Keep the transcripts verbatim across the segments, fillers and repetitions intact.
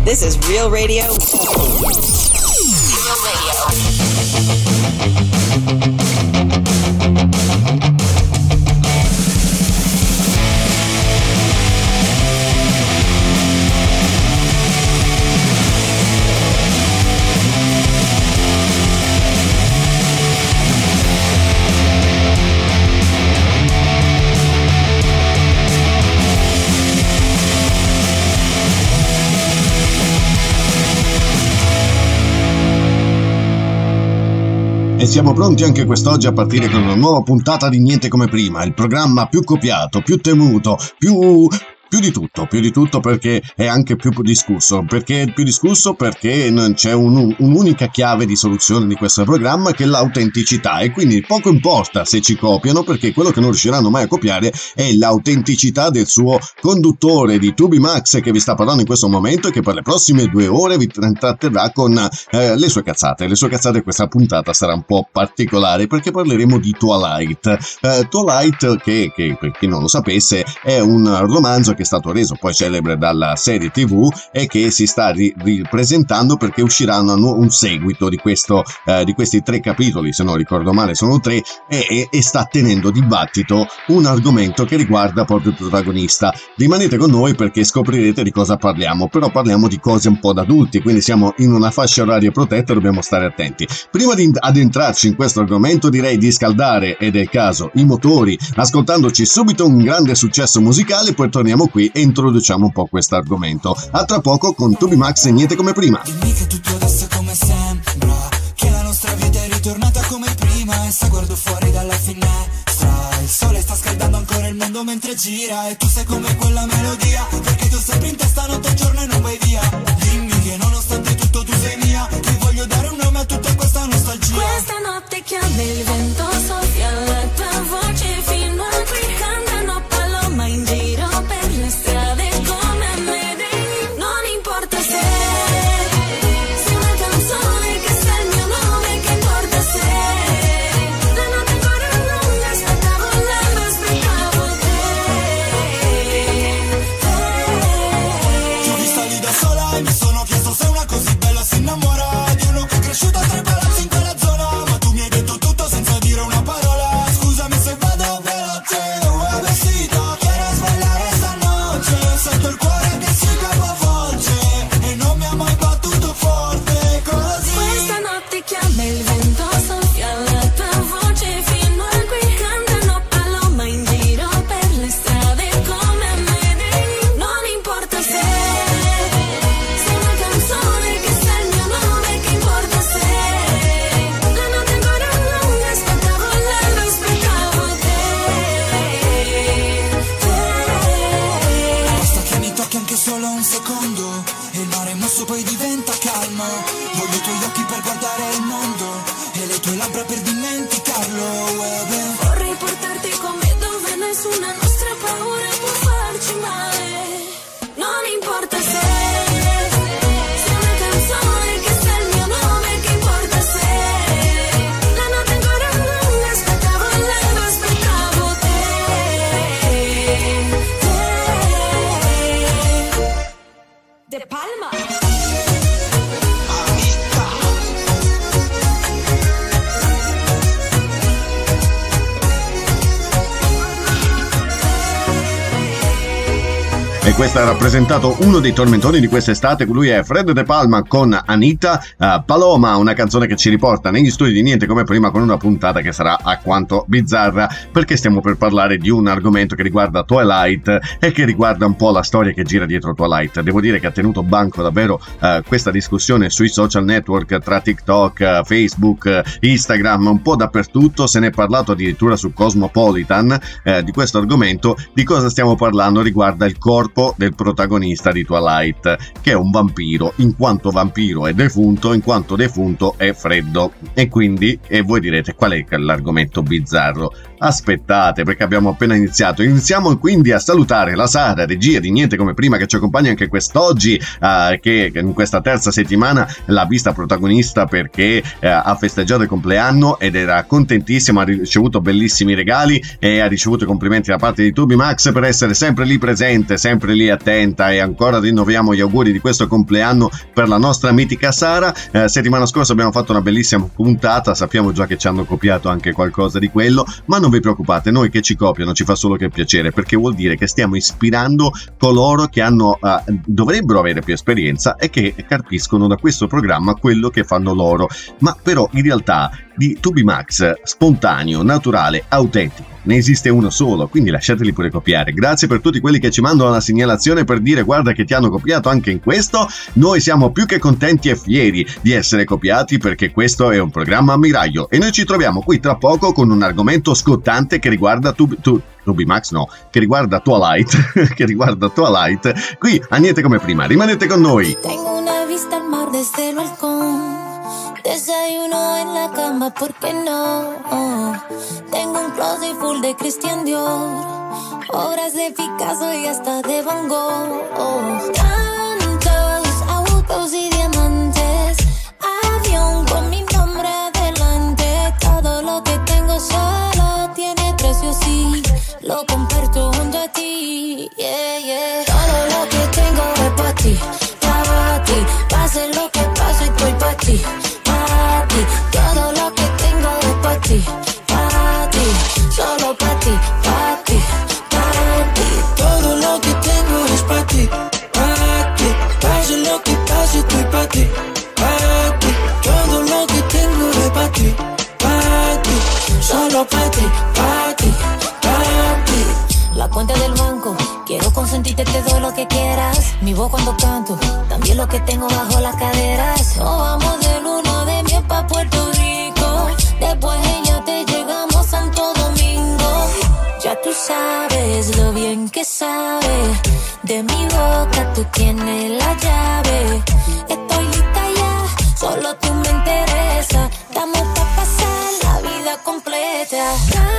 This is Real Radio. Real Radio. E siamo pronti anche quest'oggi a partire con una nuova puntata di Niente Come Prima, il programma più copiato, più temuto, più... Più di tutto, più di tutto perché è anche più discusso. Perché è più discusso? Perché non c'è un, un'unica chiave di soluzione di questo programma, che è l'autenticità, e quindi poco importa se ci copiano, perché quello che non riusciranno mai a copiare è l'autenticità del suo conduttore di Tubi Max, che vi sta parlando in questo momento e che per le prossime due ore vi intratterrà con eh, le sue cazzate. Le sue cazzate. Questa puntata sarà un po' particolare perché parleremo di Twilight. Eh, Twilight, che, che per chi non lo sapesse è un romanzo che è stato reso poi celebre dalla serie tivù e che si sta ri- ripresentando perché usciranno un seguito di questo eh, di questi tre capitoli, se non ricordo male sono tre, e, e, e sta tenendo dibattito un argomento che riguarda proprio il protagonista. Rimanete con noi perché scoprirete di cosa parliamo, però parliamo di cose un po' da adulti, quindi siamo in una fascia oraria protetta e dobbiamo stare attenti. Prima di addentrarci in questo argomento direi di scaldare, ed è il caso, i motori, ascoltandoci subito un grande successo musicale, poi torniamo qui e introduciamo un po' questo argomento. A tra poco con Tubi Max e Niente Come Prima. Dimmi che tutto adesso è come sembra, che la nostra vita è ritornata come prima, e se guardo fuori dalla finestra il sole sta scaldando ancora il mondo mentre gira, e tu sei come quella melodia, perché tu sempre in testa notte e giorno e non vai via. Dimmi che nonostante tutto tu sei mia, che voglio dare un nome a tutta questa nostalgia. Questa notte chiama il vento, soffia la tua voce fino a qui, cantano paloma in giro per le strade come a Medellin. Non importa se sei una canzone che sa il mio nome, che importa se la notte ancora lunga, aspettavo l'alba, aspettavo te, Ti ho vista lì da sola e mi sono chiesto se una così bella si innamora di uno che è cresciuto a tre palazzi in quella zona, ma tu mi hai detto tutto senza dire una parola. Scusami se vado veloce, un vestito, quiero sbagliare stanotte, sento il cuore che si capovolge e non mi ha mai battuto forte così. questa notte chiama il vento, soffia la tua voce fino a qui, cantano paloma in giro per le strade come a Medellin. Non importa se sei una canzone che sa il mio nome, che importa se la notte ancora lunga, aspettavo l'alba, aspettavo te, Basta che mi tocchi anche solo un secondo e il mare mosso poi diventa calmo. Voglio i tuoi occhi per guardare il mondo e le tue labbra per dimenticarlo, eh, beh. vorrei portarti con me dove nessuna nostra paura può farci male. Non importa se sei una canzone che sa il mio nome, che importa se la notte ancora lunga, aspettavo l'alba, aspettavo te, te. De Palma. E questo ha rappresentato uno dei tormentoni di quest'estate. Lui è Fred De Palma con Anita. uh, Paloma, una canzone che ci riporta negli studi di Niente Come Prima con una puntata che sarà alquanto bizzarra, perché stiamo per parlare di un argomento che riguarda Twilight e che riguarda un po' la storia che gira dietro Twilight. Devo dire che ha tenuto banco davvero uh, questa discussione sui social network, tra TikTok, uh, Facebook, uh, Instagram, un po' dappertutto. Se ne è parlato addirittura su Cosmopolitan uh, di questo argomento. Di cosa stiamo parlando? Riguarda il corpo del protagonista di Twilight, che è un vampiro. In quanto vampiro è defunto, in quanto defunto è freddo. E quindi, e voi direte, qual è l'argomento bizzarro? aspettate, perché abbiamo appena iniziato. Iniziamo quindi a salutare la Sara, regia di Niente Come Prima, che ci accompagna anche quest'oggi, eh, che in questa terza settimana l'ha vista protagonista perché eh, ha festeggiato il compleanno ed era contentissima, ha ricevuto bellissimi regali e ha ricevuto complimenti da parte di Tubimax per essere sempre lì presente, sempre lì attenta, e ancora rinnoviamo gli auguri di questo compleanno per la nostra mitica Sara. Eh, settimana scorsa abbiamo fatto una bellissima puntata, sappiamo già che ci hanno copiato anche qualcosa di quello, ma non vi preoccupate, noi che ci copiano ci fa solo che piacere, perché vuol dire che stiamo ispirando coloro che hanno eh, dovrebbero avere più esperienza e che capiscono da questo programma quello che fanno loro. Ma però in realtà di Tubimax spontaneo, naturale, autentico ne esiste uno solo, quindi lasciateli pure copiare. Grazie per tutti quelli che ci mandano la segnalazione per dire guarda che ti hanno copiato anche in questo. Noi siamo più che contenti e fieri di essere copiati, perché questo è un programma ammiraglio e noi ci troviamo qui tra poco con un argomento scottante che riguarda Tub- tu- Tubimax no, che riguarda Twilight che riguarda Twilight qui a Niente Come Prima. Rimanete con noi. Tengo una vista al mar desde el balcón. Desayuno en la cama, ¿por qué no? Oh. Tengo un closet full de Christian Dior, obras de Picasso y hasta de Van Gogh. Oh. Tantos autos y diamantes, avión con mi nombre adelante. Todo lo que tengo solo tiene precio, sí, lo comparto junto a ti. Yeah, yeah. Todo lo que tengo es para ti, para ti. Pase lo que pase, estoy para ti. Todo lo que tengo es pa' ti, pa' ti, solo pa' ti, pa' ti, pa' ti. Todo lo que tengo es pa' ti, pa' ti. Pase lo que pase, estoy pa' ti, pa' ti. Todo lo que tengo es pa' ti, pa' ti, solo pa' ti, pa' ti, pa' ti. La cuenta del banco, quiero consentirte, te doy lo que quieras. Mi voz cuando canto, también lo que tengo bajo las caderas. Nos vamos del uno de miel pa' Puerto Rico, después ella te llegamos a Santo Domingo. Ya tú sabes lo bien que sabe, de mi boca tú tienes la llave. Estoy lista ya, solo tú me interesa. Estamos pa' pasar la vida completa.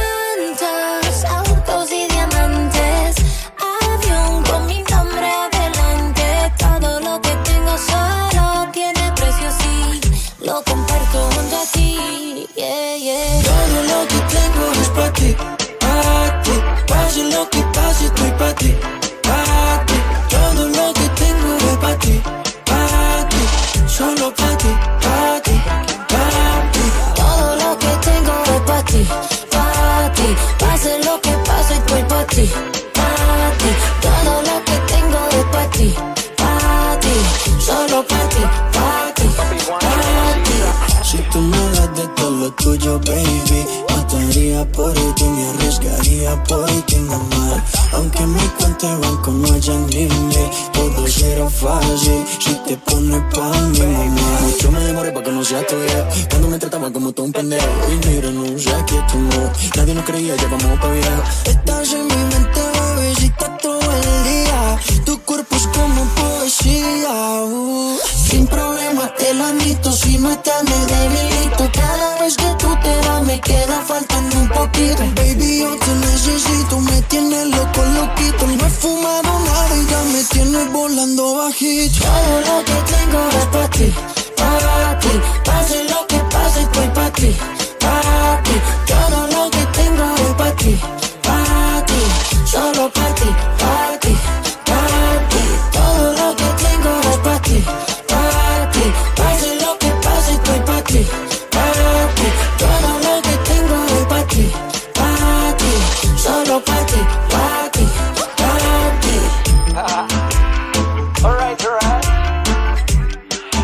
Tantos autos y diamantes, avión con mi nombre adelante. Todo lo que tengo solo tiene precio, sí, lo comparto junto a ti. Yeah, yeah. Todo lo que tengo es pa' ti, pa' ti. Pase lo que pase, estoy pa' ti, pa' ti. Todo lo que tengo es pa' ti, pa' ti, solo pa' ti, pa' ti, pa' ti. Todo lo que tengo es pa' ti, pa' ti. Pase lo que pase, estoy pa' ti, pa' ti. Todo lo que tengo es pa' ti, pa' ti, solo pa' ti, pa' ti, pa' ti. Si tú me das de todo lo tuyo, baby, mataría por ti, me arriesgaría por ti, mamá. Aunque mi cuenta de banco no haya límite, todo será fácil si te pones pa' mí, mamá. Mucho me demoré pa' que no sea tuya, cuando me trataba como todo un pendejo. Y mira, no sé que tú no, nadie nos creía, ya vamos pa' viejo. Estás en mi mente, bebecita, todo el día. Tu cuerpo es como poesía, uh. Sin problema te lo admito, si no estás me debilito. Cada vez que tú te vas me queda faltando un poquito. Baby, yo te necesito, me tienes loco, loquito. No he fumado nada y ya me tienes volando bajito. Todo lo que tengo es pa' ti, pa' ti. Pase lo que pase, estoy pa' ti, pa' ti. Todo lo que tengo es pa' ti, pa' ti, solo pa' ti, pa' ti, pa' ti. Todo lo que tengo es pa' ti, pa' ti. Pase lo que pase, estoy pa' ti, pa' ti. Todo lo que tengo es pa' ti, pa' ti, solo pa' ti, pa' ti, pa' ti. Alright, alright.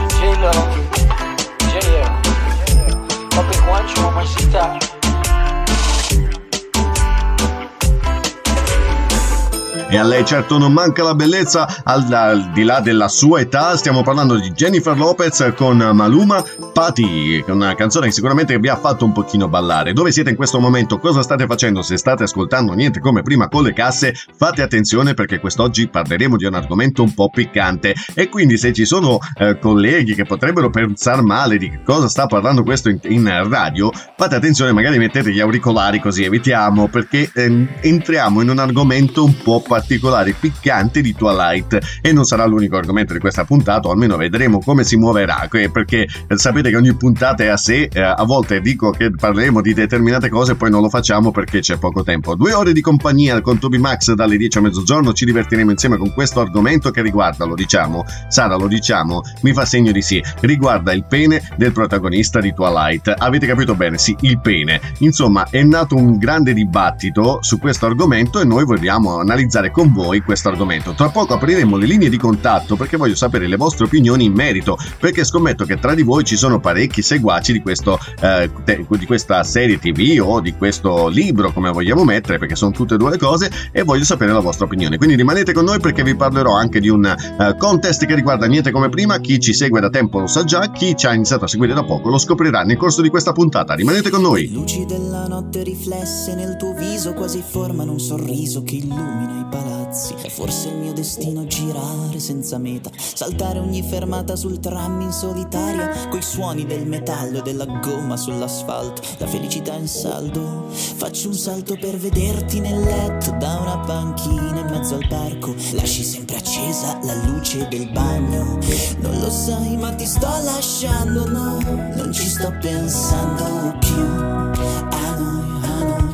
e a lei certo non manca la bellezza al, al di là della sua età. Stiamo parlando di Jennifer Lopez con Maluma Party, una canzone che sicuramente vi ha fatto un pochino ballare. Dove siete in questo momento? Cosa state facendo? Se state ascoltando Niente come prima con le casse, fate attenzione perché quest'oggi parleremo di un argomento un po' piccante e quindi se ci sono eh, colleghi che potrebbero pensare male di cosa sta parlando questo in, in radio, fate attenzione, magari mettete gli auricolari così evitiamo, perché ehm, entriamo in un argomento un po' particolare, piccante di Twilight, e non sarà l'unico argomento di questa puntata, o almeno vedremo come si muoverà, perché eh, sapete che ogni puntata è a sé, eh, a volte dico che parleremo di determinate cose e poi non lo facciamo perché c'è poco tempo. Due ore di compagnia con Toby Max dalle dieci a mezzogiorno, ci divertiremo insieme con questo argomento che riguarda, lo diciamo, Sara lo diciamo, mi fa segno di sì, riguarda il pene del protagonista di Twilight. Avete capito bene? Sì, il pene. Insomma, è nato un grande dibattito su questo argomento e noi vogliamo analizzare con voi questo argomento. Tra poco apriremo le linee di contatto perché voglio sapere le vostre opinioni in merito, perché scommetto che tra di voi ci sono parecchi seguaci di questo eh, te, di questa serie tv o di questo libro, come vogliamo mettere, perché sono tutte e due le cose, e voglio sapere la vostra opinione. Quindi rimanete con noi perché vi parlerò anche di un uh, contest che riguarda Niente come prima. Chi ci segue da tempo lo sa già, chi ci ha iniziato a seguire da poco lo scoprirà nel corso di questa puntata. Rimanete con noi. Le luci della notte riflesse nel tuo viso quasi formano un sorriso che illumina i palazzi. È forse il mio destino girare senza meta, saltare ogni fermata sul tram in solitaria, coi suoni del metallo e della gomma sull'asfalto, la felicità in saldo. Faccio un salto per vederti nel letto da una panchina in mezzo al parco, lasci sempre accesa la luce del bagno. Non lo sai ma ti sto lasciando, no, non ci sto pensando più a noi, a noi.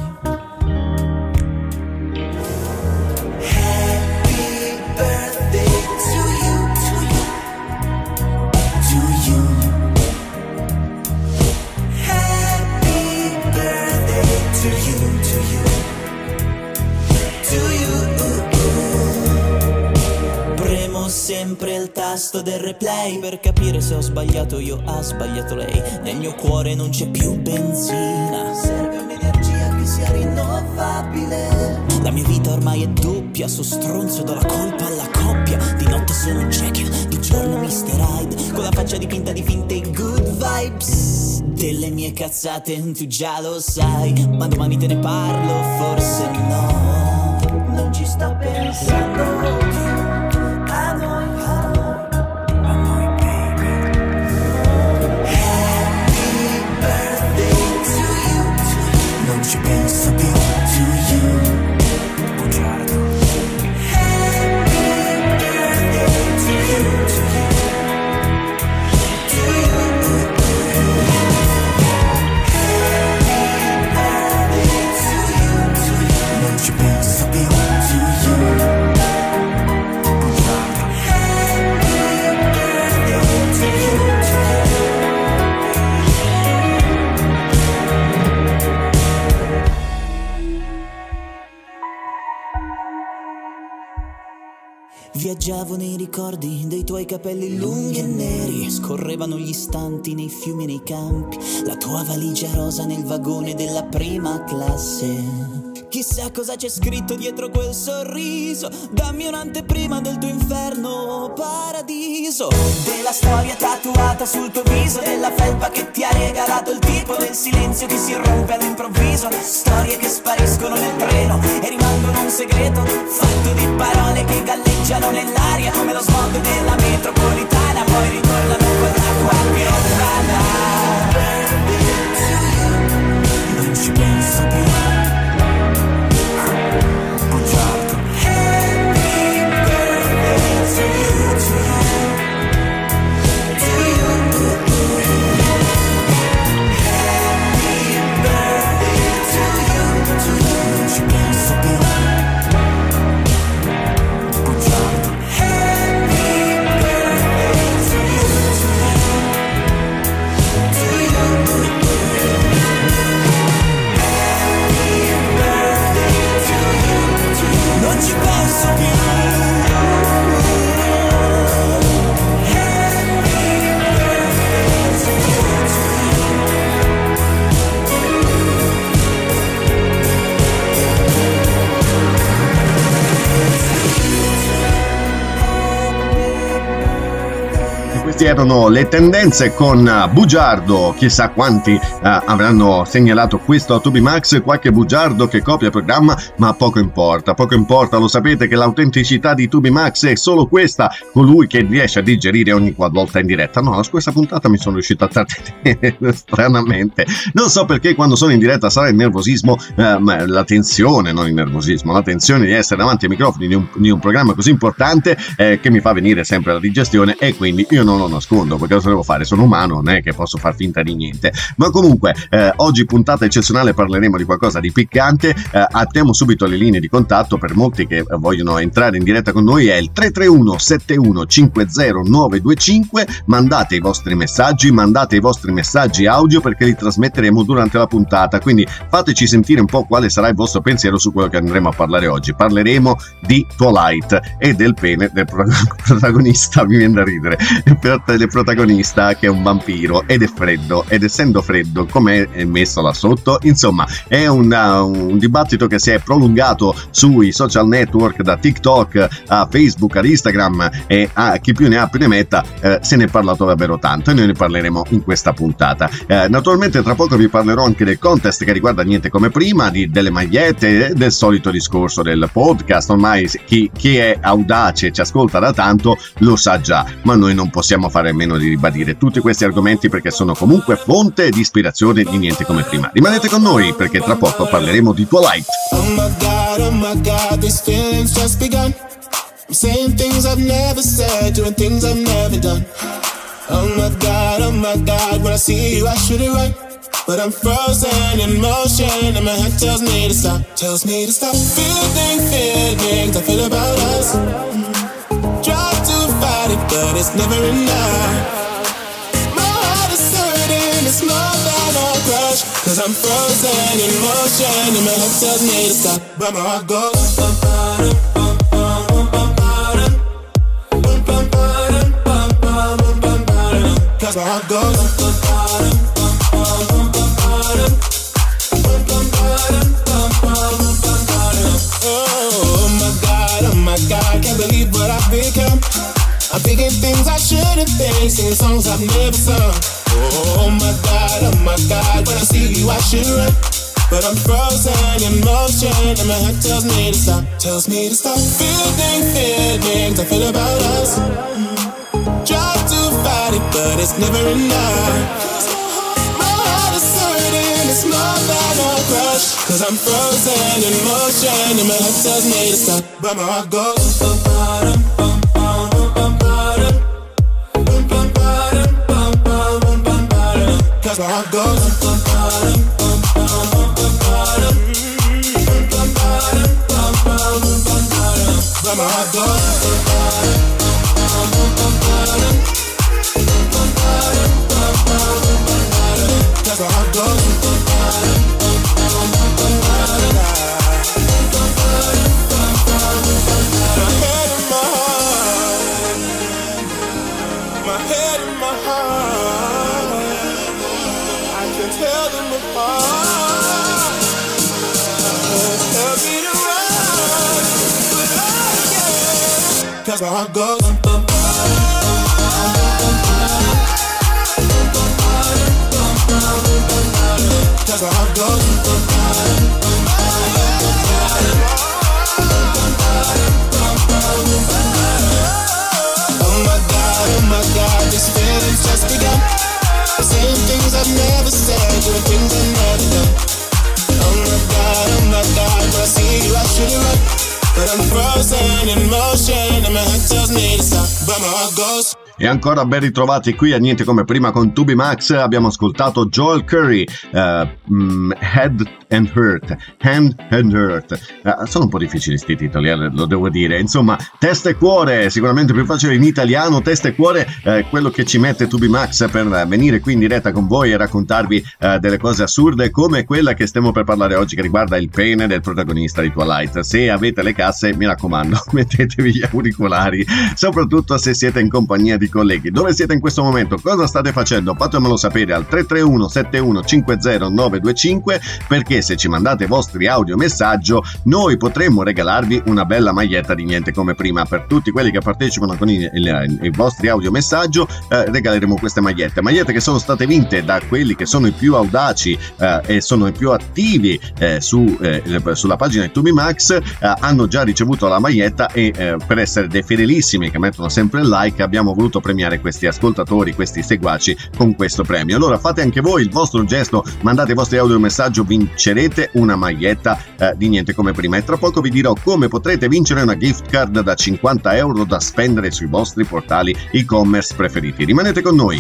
Happy birthday to you, to you, to you. Happy birthday to you, to you, to you. Premo sempre il tasto del replay per capire se ho sbagliato io, ha sbagliato lei. Nel mio cuore non c'è più benzina, serve un'energia che sia rinnovabile. La mia vita ormai è doppia, so stronzo, do la colpa alla coppia. Di notte sono Jekyll, di giorno mister Hyde, con la faccia dipinta di finte good vibes. Delle mie cazzate tu già lo sai, ma domani te ne parlo, forse no. Non ci sto pensando più a noi, a noi, a noi baby. Happy birthday to you, to you. Non ci penso più, to you. Bugiardo. Happy birthday to you, to you, to you. Happy birthday to you, to you. Non ci penso più, to you. Viaggiavo nei ricordi dei tuoi capelli lunghi e neri, scorrevano gli istanti nei fiumi e nei campi, la tua valigia rosa nel vagone della prima classe. Chissà cosa c'è scritto dietro quel sorriso, dammi un'anteprima del tuo inferno o paradiso. Della storia tatuata sul tuo viso, della felpa che ti ha regalato il tipo, del silenzio che si rompe all'improvviso, storie che spariscono nel treno e rimangono un segreto, fatto di parole che galleggiano nell'aria come lo smog della metropolitana, poi ritornano con l'acqua piovana. Non ci penso più. Happy birthday Queste erano le tendenze con bugiardo. Chissà quanti uh, avranno segnalato questo a Tubimax, qualche bugiardo che copia il programma, ma poco importa, poco importa, lo sapete che l'autenticità di Tubimax è solo questa, colui che riesce a digerire ogni qualvolta in diretta. No, la scorsa puntata mi sono riuscito a trattenere stranamente, non so perché quando sono in diretta sarà il nervosismo, eh, la tensione, non il nervosismo, la tensione di essere davanti ai microfoni di un, di un programma così importante eh, che mi fa venire sempre la digestione, e quindi io non lo nascondo, perché cosa devo fare? Sono umano, non è che posso far finta di niente. Ma comunque eh, oggi puntata eccezionale, parleremo di qualcosa di piccante. eh, attiamo subito le linee di contatto per molti che eh, vogliono entrare in diretta con noi, è il tre tre uno sette uno cinque zero nove due cinque. Mandate i vostri messaggi, mandate i vostri messaggi audio perché li trasmetteremo durante la puntata, quindi fateci sentire un po' quale sarà il vostro pensiero su quello che andremo a parlare oggi. Parleremo di Twilight e del pene del protagonista, mi viene da ridere, del protagonista che è un vampiro ed è freddo, ed essendo freddo com'è messo là sotto. Insomma, è un, uh, un dibattito che si è prolungato sui social network, da TikTok a Facebook, ad Instagram, e a chi più ne ha più ne metta. eh, se ne è parlato davvero tanto e noi ne parleremo in questa puntata. Eh, naturalmente tra poco vi parlerò anche del contest che riguarda Niente Come Prima, di, delle magliette, del solito discorso del podcast. Ormai chi, chi è audace e ci ascolta da tanto lo sa già, ma noi non possiamo fare a meno di ribadire tutti questi argomenti perché sono comunque fonte di ispirazione di Niente Come Prima. Rimanete con noi perché tra poco parleremo di Twilight. Oh my God, oh my God, these feelings just begun. I'm saying things I've never said, doing things I've never done. Oh my God, oh my God, when I see you I shoot it right, but I'm frozen in motion and my head tells me to stop, tells me to stop. Feeling feelings I feel about us. Try to fight it but it's never enough. My heart is hurting, it's more than a crush, cause I'm frozen in motion and my head tells me to stop, but my heart goes bum, bum, bum, bum, bum, bum, bum, bum, bum, bum, bum, bum, cause my heart goes bum, bum, bum, bum, bum, bum, bum, bum, bum, bum. Oh my God, oh my God, can't believe what I've become. I'm thinking things I shouldn't think, singing songs I've never sung. Oh my God, oh my God, when I see you I should run, but I'm frozen in motion and my head tells me to stop, tells me to stop. Feeling feelings I feel about us. Try to fight it but it's never enough. My heart is hurting, it's more than a crush, cause I'm frozen in motion and my head tells me to stop, but my heart goes bum, bum, bum, bum, bum, bum. Cause my heart goes bum, bum, bum, bum, bum, bum, bum, bum, but my heart goes bum, bum, bum, bum, cause my heart goes bum, bum, bum, my head and my heart, my head and my heart, tell them apart. Tell me to run, but I can't. Cause my heart goes bum, bum, bum, cause my heart goes bum, oh my God, oh my God, these feelings just begun. Saying things I've never said, doing things I've never done. Oh my God, oh my God, when I see you I should run, but I'm frozen in motion and my head tells me to stop, but my heart goes. E ancora ben ritrovati qui a Niente Come Prima con Tubimax. Abbiamo ascoltato Joel Curry, uh, um, Head and Hurt, Hand and Hurt. Uh, sono un po' difficili sti titoli, eh, lo devo dire. Insomma, Testa e Cuore, sicuramente più facile in italiano. Testa e Cuore, eh, quello che ci mette Tubimax per venire qui in diretta con voi e raccontarvi uh, delle cose assurde come quella che stiamo per parlare oggi, che riguarda il pene del protagonista di Twilight. Se avete le casse, mi raccomando, mettetevi gli auricolari, soprattutto se siete in compagnia di vi colleghi. Dove siete in questo momento? Cosa state facendo? Fatemelo sapere al tre tre uno sette uno cinque zero nove due cinque, perché se ci mandate i vostri audio messaggio noi potremmo regalarvi una bella maglietta di Niente Come Prima. Per tutti quelli che partecipano con i, i, i vostri audio messaggio eh, regaleremo queste magliette magliette che sono state vinte da quelli che sono i più audaci eh, e sono i più attivi eh, su, eh, sulla pagina di Tubimax. eh, hanno già ricevuto la maglietta e eh, per essere dei fedelissimi che mettono sempre il like abbiamo voluto premiare questi ascoltatori, questi seguaci con questo premio. Allora fate anche voi il vostro gesto, mandate i vostri audio messaggio, vincerete una maglietta eh, di Niente Come Prima, e tra poco vi dirò come potrete vincere una gift card da cinquanta euro da spendere sui vostri portali e-commerce preferiti. Rimanete con noi.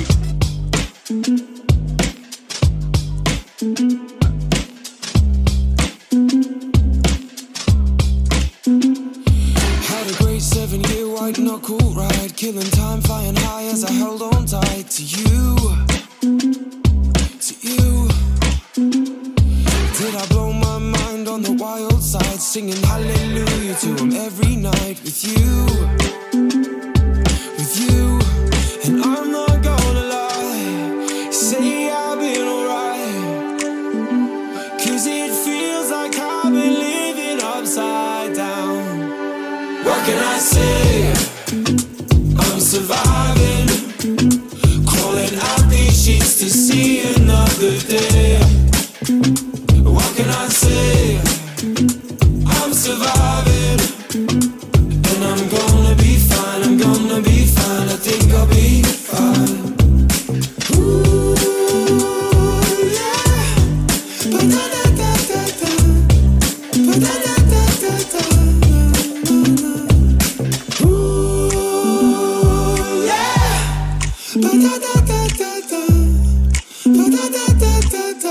Had a great seven-year white knuckle ride, killing time, flying high as I held on tight to you, to you. Did I blow my mind on the wild side, singing hallelujah to him every night with you, with you. And I'm not gonna lie, say I've been alright, cause it feels like I've been living upside down. What can I say? I'm surviving, crawling out these sheets to see another day. What can I say? I'm surviving, and I'm gonna be fine, I'm gonna be fine, I think I'll be fine. Ooh, yeah. Ba-da-da-da-da-da. Ba-da-da-da-da-da. Ooh, yeah. Ba-da-da-da-da-da. Ba-da-da-da-da-da.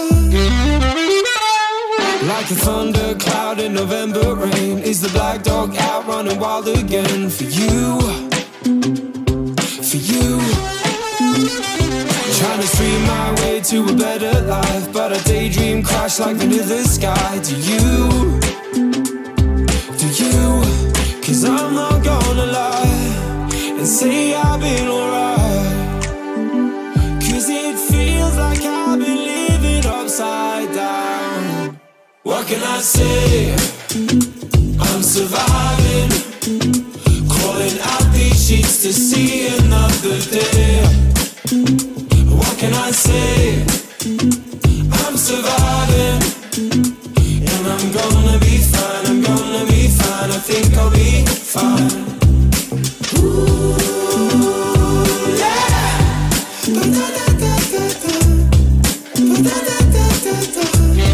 Like a thundercloud in November rain, is the black dog out running wild again for you, for you. Trying to stream my way to a better life, but a daydream crash like into the sky. Do you, do you? Cause I'm not gonna lie and say I've been alright, cause it feels like I've been living upside down. What can I say? I'm surviving, crawling out these sheets to see another day. What can I say? I'm surviving, and I'm gonna be fine, I'm gonna be fine, I think I'll be fine. Ooh, yeah. Ba-da-da-da-da-da. Ba-da-da-da-da-da.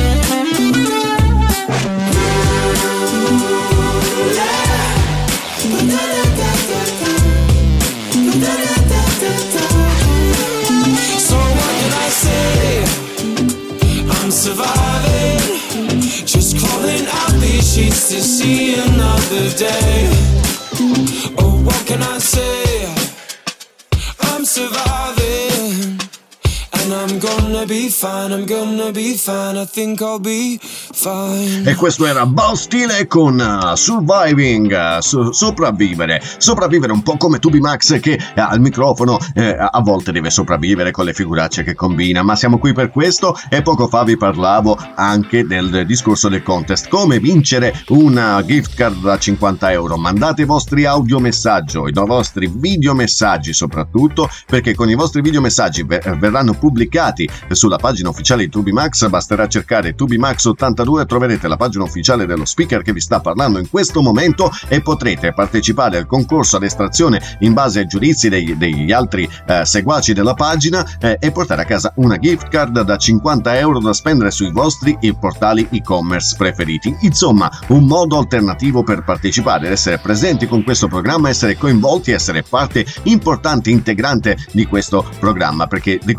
So what can I say? I'm surviving, just crawling out these sheets to see another day. Oh, what can I say? I'm surviving, and I'm gonna be fine, I'm gonna be fine, I think I'll be fine. E questo era Boss Stile con uh, Surviving, uh, so- sopravvivere. Sopravvivere un po' come Tubimax che uh, al microfono eh, a volte deve sopravvivere con le figuracce che combina, ma siamo qui per questo. E poco fa vi parlavo anche del discorso del contest, come vincere una gift card da cinquanta euro. Mandate i vostri audio messaggio, i vostri video messaggi soprattutto, perché con i vostri video messaggi ver- verranno pubblicati sulla pagina ufficiale di Tubimax. Basterà cercare Tubimax ottantadue, troverete la pagina ufficiale dello speaker che vi sta parlando in questo momento, e potrete partecipare al concorso ad estrazione in base ai giudizi degli, degli altri eh, seguaci della pagina eh, e portare a casa una gift card da cinquanta euro da spendere sui vostri portali e-commerce preferiti. Insomma, un modo alternativo per partecipare, essere presenti con questo programma, essere coinvolti, essere parte importante, integrante di questo programma, perché ricordate,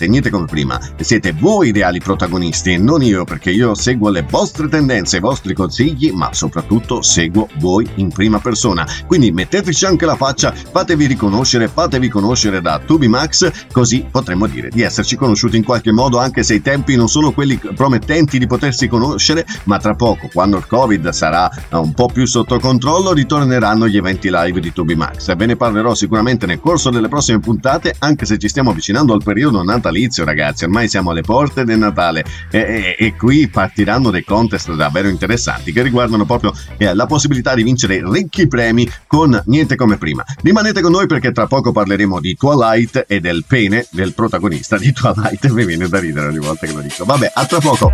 ascoltate Niente Come Prima, siete voi i reali protagonisti e non io, perché io seguo le vostre tendenze, i vostri consigli, ma soprattutto seguo voi in prima persona. Quindi metteteci anche la faccia, fatevi riconoscere, fatevi conoscere da Tubimax, così potremmo dire di esserci conosciuti in qualche modo, anche se i tempi non sono quelli promettenti di potersi conoscere, ma tra poco, quando il Covid sarà un po' più sotto controllo, ritorneranno gli eventi live di Tubimax. Ve ne parlerò sicuramente nel corso delle prossime puntate, anche se ci stiamo avvicinando al periodo natalizio, ragazzi. Ormai siamo alle porte del Natale e, e, e qui partiranno dei contest davvero interessanti che riguardano proprio eh, la possibilità di vincere ricchi premi con Niente Come Prima. Rimanete con noi perché tra poco parleremo di Twilight e del pene del protagonista di Twilight. Mi viene da ridere ogni volta che lo dico. Vabbè, a tra poco.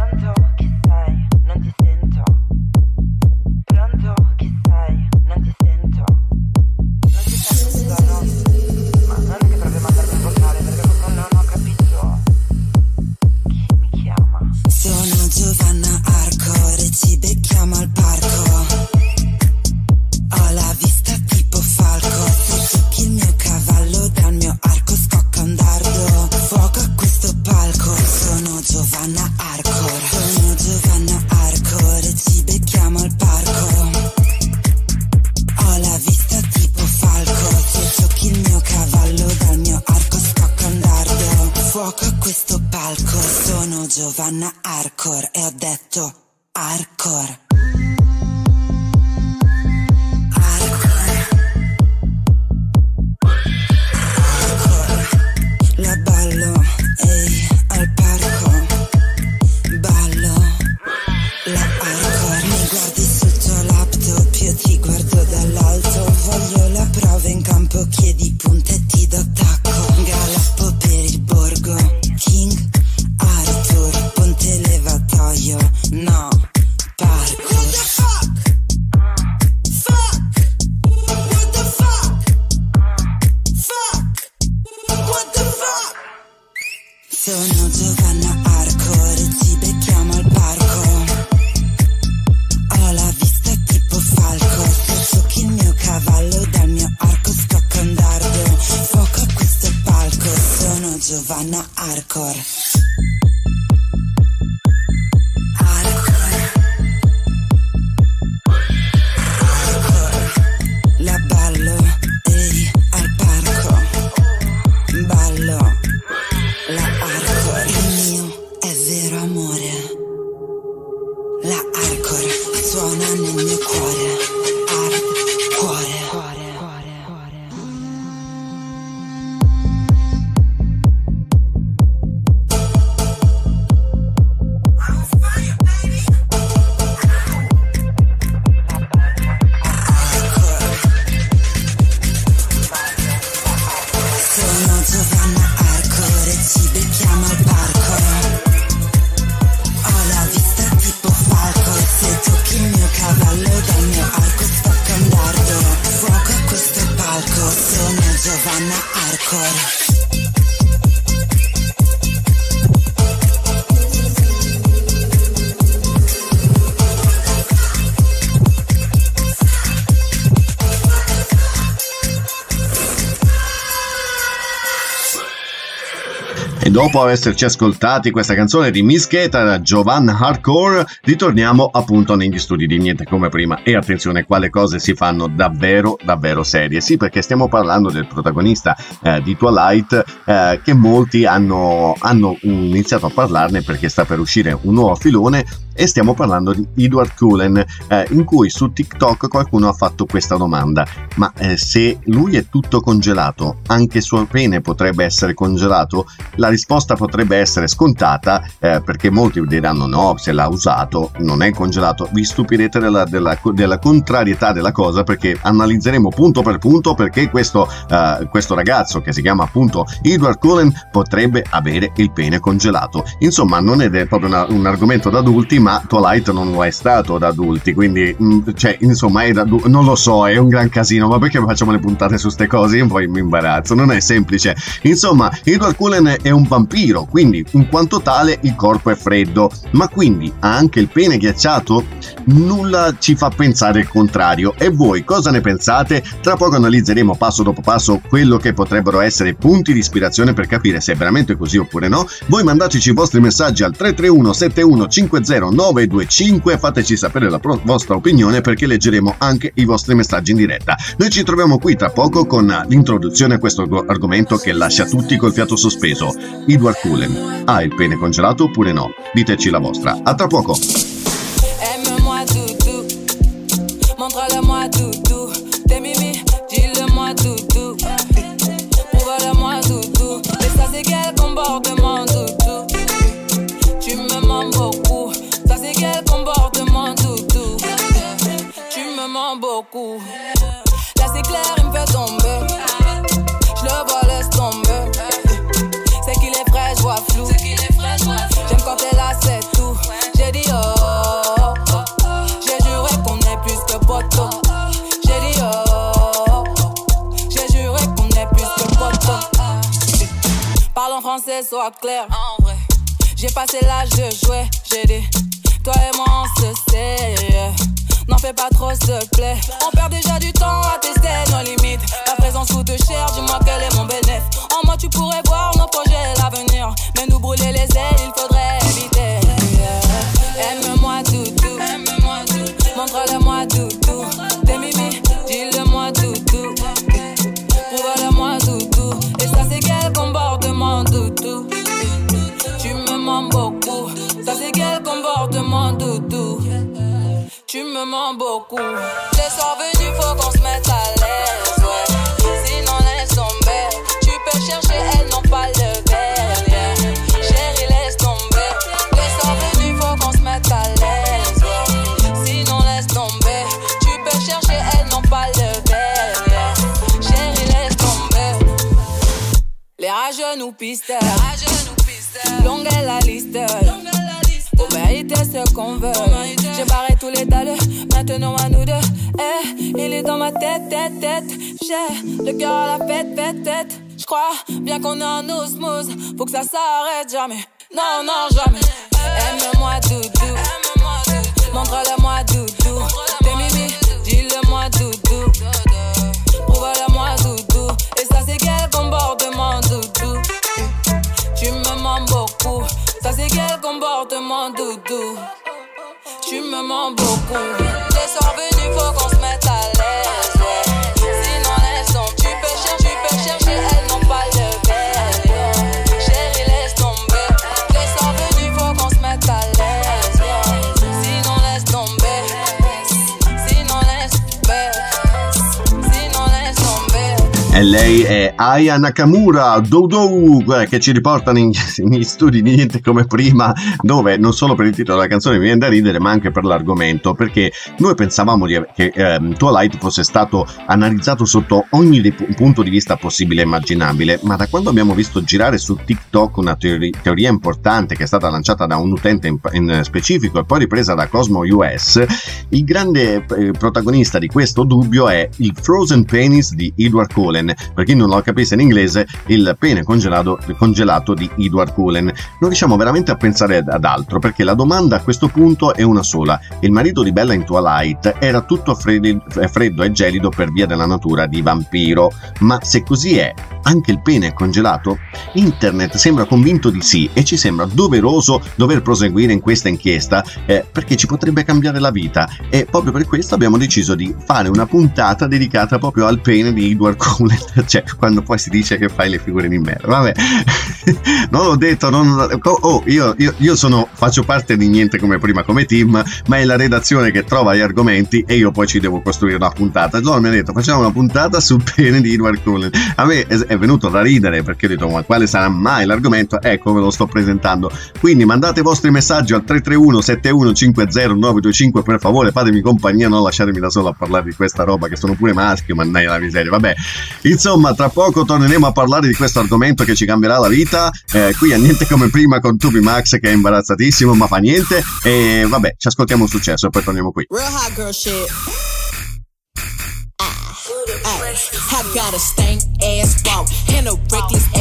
Sono Giovanna Hardcore, ci becchiamo al parco. Ho la vista tipo falco, se tocchi il mio cavallo dal mio arco scocca un dardo. Fuoco a questo palco, sono Giovanna Hardcore. Sono Giovanna Hardcore, ci becchiamo al parco. Ho la vista tipo falco, se tocchi il mio cavallo dal mio arco scocca un dardo. Fuoco a questo palco, sono Giovanna Hardcore e ho detto hardcore. Hardcore. Hardcore. La ballo, ehi, al parco. Ballo, la hardcore. Mi guardi sul tuo laptop, io ti guardo dall'alto. Voglio la prova in campo, chiedi punte e ti do tacco. Galoppo per il borgo, King Arthur, ponte levatoio, no, parco. What the fuck? Fuck. What the fuck? Fuck. What the fuck? Sono Giovanna Hardcore, ci becchiamo al parco. Ho la vista tipo falco, se tocchi il mio cavallo dal mio arco scocca un dardo. Fuoco a questo palco, sono Giovanna Hardcore. Hardcore. Hardcore. La ballo, ehi, al parco. Ballo, la hardcore. Il mio è vero amore. La hardcore suona nel mio cuore. Hardcore. Sono Giovanna Hardcore, ci becchiamo al parco. Ho la vista tipo falco, se tocchi il mio cavallo dal mio arco spacca un dardo. Fuoco a questo palco, sono Giovanna Hardcore. E dopo esserci ascoltati questa canzone di Miss Keta da Giovanna Hardcore, ritorniamo appunto negli studi di Niente Come Prima. E attenzione, qua le cose si fanno davvero davvero serie. Sì, perché stiamo parlando del protagonista eh, di Twilight, eh, che molti hanno, hanno iniziato a parlarne perché sta per uscire un nuovo filone, e stiamo parlando di Edward Cullen, eh, in cui su TikTok qualcuno ha fatto questa domanda: ma eh, se lui è tutto congelato, anche il suo pene potrebbe essere congelato? La risposta potrebbe essere scontata, eh, perché molti diranno no, se l'ha usato non è congelato. Vi stupirete della, della, della contrarietà della cosa, perché analizzeremo punto per punto perché questo, uh, questo ragazzo, che si chiama appunto Edward Cullen, potrebbe avere il pene congelato. Insomma, non è proprio una, un argomento da adulti, ma Twilight non lo è stato da adulti, quindi mh, cioè insomma è da, non lo so, è un gran casino. Ma perché facciamo le puntate su ste cose? Io poi mi imbarazzo, non è semplice. Insomma, Edward Cullen è un un vampiro, quindi in quanto tale il corpo è freddo. Ma quindi ha anche il pene ghiacciato? Nulla ci fa pensare il contrario. E voi cosa ne pensate? Tra poco analizzeremo passo dopo passo quello che potrebbero essere punti di ispirazione per capire se è veramente così oppure no. Voi mandateci i vostri messaggi al tre tre uno sette uno cinque zero nove due cinque, fateci sapere la pro- vostra opinione, perché leggeremo anche i vostri messaggi in diretta. Noi ci troviamo qui tra poco con l'introduzione a questo argomento che lascia tutti col fiato sospeso. Edward Cullen ha il pene congelato oppure no? Diteci la vostra. A tra poco. Aime-moi doudou, montre-le-moi doudou, tes mimi, dis-le-moi doudou, prouve-le-moi doudou, et ça c'est quel comportement doudou, tu me mens beaucoup, ça c'est quel comportement doudou, tu me mens beaucoup, là c'est clair il me fait tomber, je le vois laisse tomber, c'est qu'il est frais je vois flou, j'aime quand t'es là c'est tout, j'ai dit oh. Parle en français, sois clair. En vrai, j'ai passé l'âge de jouer. J'ai dit, toi et moi on se sait. N'en fais pas trop, s'il te plaît. On perd déjà du temps à tester nos limites. Ta présence coûte cher, dis-moi quel est mon bénéfice. En moi tu pourrais voir nos projets et l'avenir. Mais nous brûler les ailes, il faudrait éviter. Yeah. Aime-moi doudou, aime-moi doudou, montre-le-moi doudou. T'es mimi, dis-le-moi doudou, prouve-le-moi doudou. Et ça c'est quel comportement doudou, tu me mens beaucoup. Ça c'est quel comportement doudou, tu me mens beaucoup. Les soirs venus faut qu'on se mette à l'aise, ouais. Sinon laisse tomber, tu peux chercher, elles n'ont pas le verre, yeah. Chérie laisse tomber. Les soirs venus faut qu'on se mette à l'aise, ouais. Sinon laisse tomber, tu peux chercher, elles n'ont pas le verre, yeah. Chérie laisse tomber. Les rageux nous pistolent, longue est la liste. Pour mériter ce qu'on veut, j'ai barré tous les dalles, maintenant à nous deux. Eh, il est dans ma tête, tête, tête. J'ai le cœur à la fête, fête, tête. J'crois bien qu'on est en osmose, faut que ça s'arrête jamais. Non, non, jamais. Aime-moi doudou, montre-le-moi doudou. T'es mimi, dis-le-moi doudou, prouve-le-moi doudou. Et ça c'est quel comportement doudou, tu me mens beaucoup. Ça c'est quel comportement doudou, tu me mens beaucoup. Les soirs venus faut qu'on se mette à l'aise, ouais. Sinon laisse tomber, tu peux chercher, tu peux chercher, elles n'ont pas le verre, yeah. Chérie laisse tomber. Les soirs venus faut qu'on se mette à l'aise, yeah. Sinon laisse tomber, sinon laisse tomber, sinon laisse tomber. E lei è Aya Nakamura, Doudou, che ci riportano in, negli studi di Niente Come Prima, dove non solo per il titolo della canzone mi viene da ridere, ma anche per l'argomento, perché noi pensavamo di, che eh, Twilight fosse stato analizzato sotto ogni di, punto di vista possibile e immaginabile, ma da quando abbiamo visto girare su TikTok una teoria, teoria importante che è stata lanciata da un utente in, in specifico e poi ripresa da Cosmo U S, il grande eh, protagonista di questo dubbio è il Frozen Penis di Edward Cullen. Per chi non lo capisse in inglese, il pene congelato, congelato di Edward Cullen. Non riusciamo veramente a pensare ad altro, perché la domanda a questo punto è una sola: il marito di Bella in Twilight era tutto freddo, freddo e gelido per via della natura di vampiro, ma se così è, anche il pene è congelato? Internet sembra convinto di sì e ci sembra doveroso dover proseguire in questa inchiesta, eh, perché ci potrebbe cambiare la vita, e proprio per questo abbiamo deciso di fare una puntata dedicata proprio al pene di Edward Cullen. Cioè, quando poi si dice che fai le figure di merda, vabbè. Non l'ho detto, non, oh, io, io, io sono, faccio parte di Niente Come Prima come team, ma è la redazione che trova gli argomenti e io poi ci devo costruire una puntata. Allora mi ha detto facciamo una puntata sul pene di Edward Cullen. A me è, è venuto da ridere, perché ho detto ma quale sarà mai l'argomento? Ecco, ve lo sto presentando. Quindi mandate i vostri messaggi al tre tre uno sette uno cinque zero nove due cinque, per favore fatemi compagnia, non lasciatemi da solo a parlare di questa roba, che sono pure maschio, mannaggia la miseria. Vabbè, insomma, tra poco torneremo a parlare di questo argomento che ci cambierà la vita, eh, qui a Niente Come Prima con Tubi Max, che è imbarazzatissimo, ma fa niente. E vabbè, ci ascoltiamo un successo e poi torniamo qui. Real hot girl shit. I got a stank ass walk and a reckless ass mouth.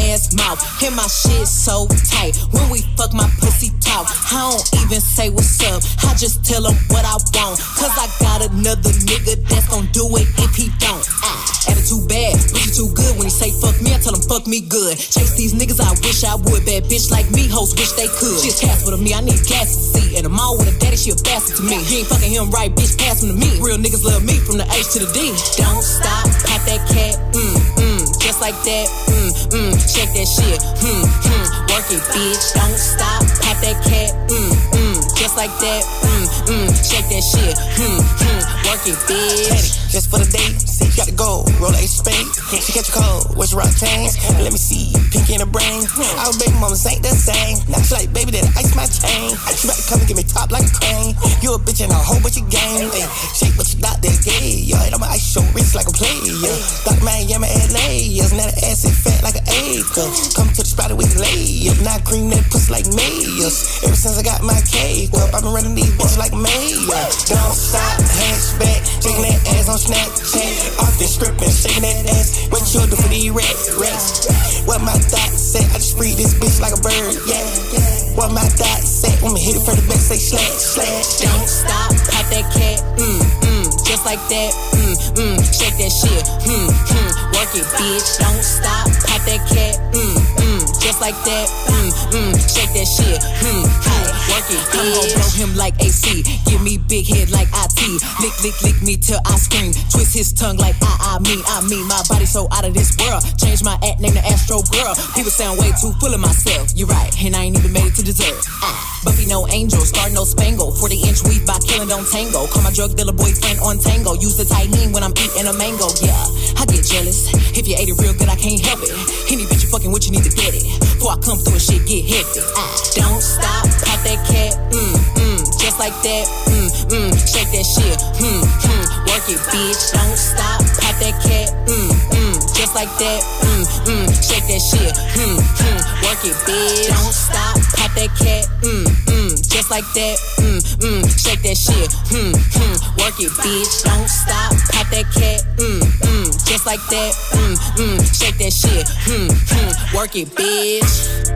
mouth. And my shit so tight. When we fuck, my pussy talk. I don't even say what's up. I just tell him what I want. Cause I got another nigga that's gon' do it if he don't. Ah, attitude bad, pussy too good. When he say fuck me, I tell him fuck me good. Chase these niggas, I wish I would. Bad bitch like me, hoes wish they could. She a task with me, I need gas to see. And I'm all with a daddy, she a bastard to me. He ain't fucking him right, bitch, pass him to me. Real niggas love me from the H to the D. Don't stop, pop that cat, mm, mm, just like that, mm, mm, shake that shit, mm, mm, work it, bitch. Don't stop, pop that cat, mm, mm, just like that, mm, mm, shake that shit, mm, mm, work it, bitch. Just for the date, see you got to go, roll a spade. She catch a cold, where's your rock chain? Let me see, pinky in the brain. Our baby mamas ain't the same. Now she like, baby, that ice my chain. She about to come and get me top like a crane. You a bitch and a whole bunch of game. Ay, shake what you got, that's gay. Yo, I'm an ice show wrist like a player. Doc Miami, L A. Now the ass is fat like an acre. Come to the spot with lay up. Now cream that pussy like mayors. Ever since I got my cake up, I've been running these bitches like mayor. Don't stop, hands back, shaking that ass on Snapchat. Off the stripping, shaking that ass. What you do for these rats, rats? What my thoughts say? I just free this bitch like a bird, yeah. What my thoughts say? When me hit it for the back, say slash, slash. Don't stop, pop that cat, mm, mm, just like that, mm, mm, shake that shit, mm, mm, work it, bitch. Don't stop, pop that cat, mm, mm, just like that, mm, mm, shake that shit, mm, mm, work it, bitch. I'm gon' blow him like A C, give me big head like I T, lick, lick, lick me till I scream, twist his tongue like I, I mean, I mean, my body so out of this world, change my act, name the Astro Girl, people sound way too full of myself, you're right, and I ain't even made it to dessert, ah, Buffy no angel, star no spangle, forty inch weave by killing don't tango, call my drug dealer boyfriend on tango, use the tahini when I'm eating a mango, yeah, I get jealous, if you ate it real good I can't help it, any bitch you fucking with you need to get it, before I come through and shit get hectic, ah, don't stop, pop that cat, mm, mm, just like that, mm, mm, shake that shit, mm, mm, work it bitch, don't stop, pop that cat, mm, mm, just like that, mm, mm, shake that shit, mm, mm, work it bitch, don't stop, pop that cat, mm, mm, just like that, mm, mm, shake that shit, mm, mm, work it bitch, don't stop, pop that cat, mm, mm, just like that, mm, mm, shake that shit, mm, mm, work it bitch.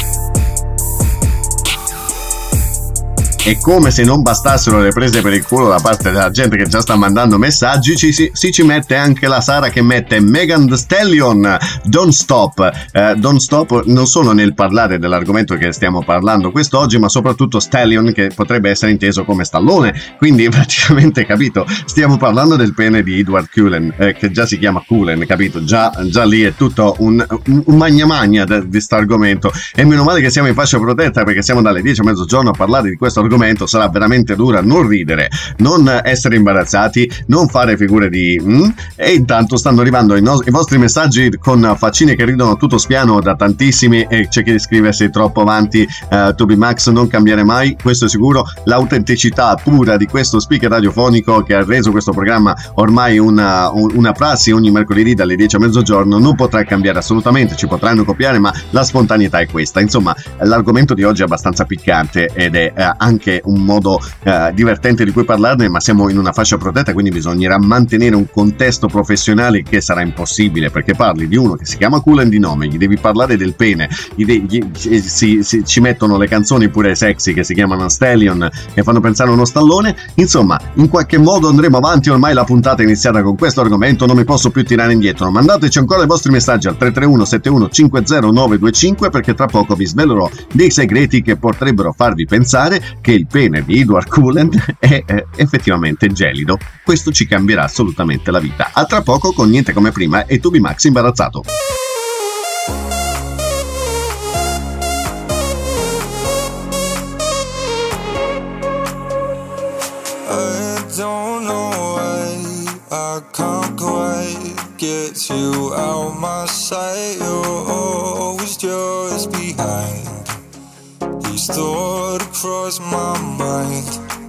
E come se non bastassero le prese per il culo da parte della gente che già sta mandando messaggi, ci, si, si ci mette anche la Sara che mette Megan Thee Stallion, Don't Stop. Eh, Don't Stop non solo nel parlare dell'argomento che stiamo parlando quest'oggi, ma soprattutto Stallion, che potrebbe essere inteso come stallone, quindi praticamente, capito, stiamo parlando del pene di Edward Cullen, eh, che già si chiama Cullen, capito, già, già lì è tutto un, un magna magna di questo argomento, e meno male che siamo in fascia protetta, perché siamo dalle dieci a mezzogiorno a parlare di questo argomento. Sarà veramente dura non ridere, non essere imbarazzati, non fare figure di mm? E intanto stanno arrivando i, no- i vostri messaggi con faccine che ridono tutto spiano da tantissimi, e c'è chi scrive: sei troppo avanti, uh, Toby Max, non cambiare mai, questo è sicuro. L'autenticità pura di questo speaker radiofonico che ha reso questo programma ormai una, una prassi ogni mercoledì dalle dieci a mezzogiorno non potrà cambiare assolutamente, ci potranno copiare, ma la spontaneità è questa. Insomma, l'argomento di oggi è abbastanza piccante ed è uh, anche un modo eh, divertente di cui parlarne, ma siamo in una fascia protetta, quindi bisognerà mantenere un contesto professionale che sarà impossibile, perché parli di uno che si chiama Cullen di nome, gli devi parlare del pene, gli de- gli, si, si, ci mettono le canzoni pure sexy che si chiamano Stallion e fanno pensare a uno stallone. Insomma, in qualche modo andremo avanti, ormai la puntata è iniziata con questo argomento, non mi posso più tirare indietro. Mandateci ancora i vostri messaggi al tre tre uno sette uno cinque zero nove due cinque, perché tra poco vi svelerò dei segreti che potrebbero farvi pensare che il pene di Edward Cullen è eh, effettivamente gelido. Questo ci cambierà assolutamente la vita. A tra poco con Niente come prima e Toby Max imbarazzato. I don't know why I can't quite get you out my sight. You're always just behind. These thoughts cross my mind.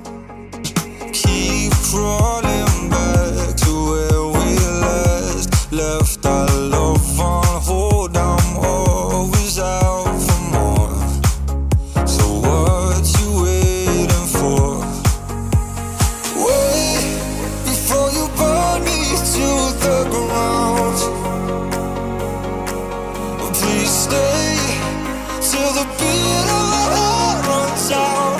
Keep crawling back to where we last left our love on hold. I'm always out for more. So what you waiting for? Wait before you burn me to the ground. Please stay. the beat of my heart runs out.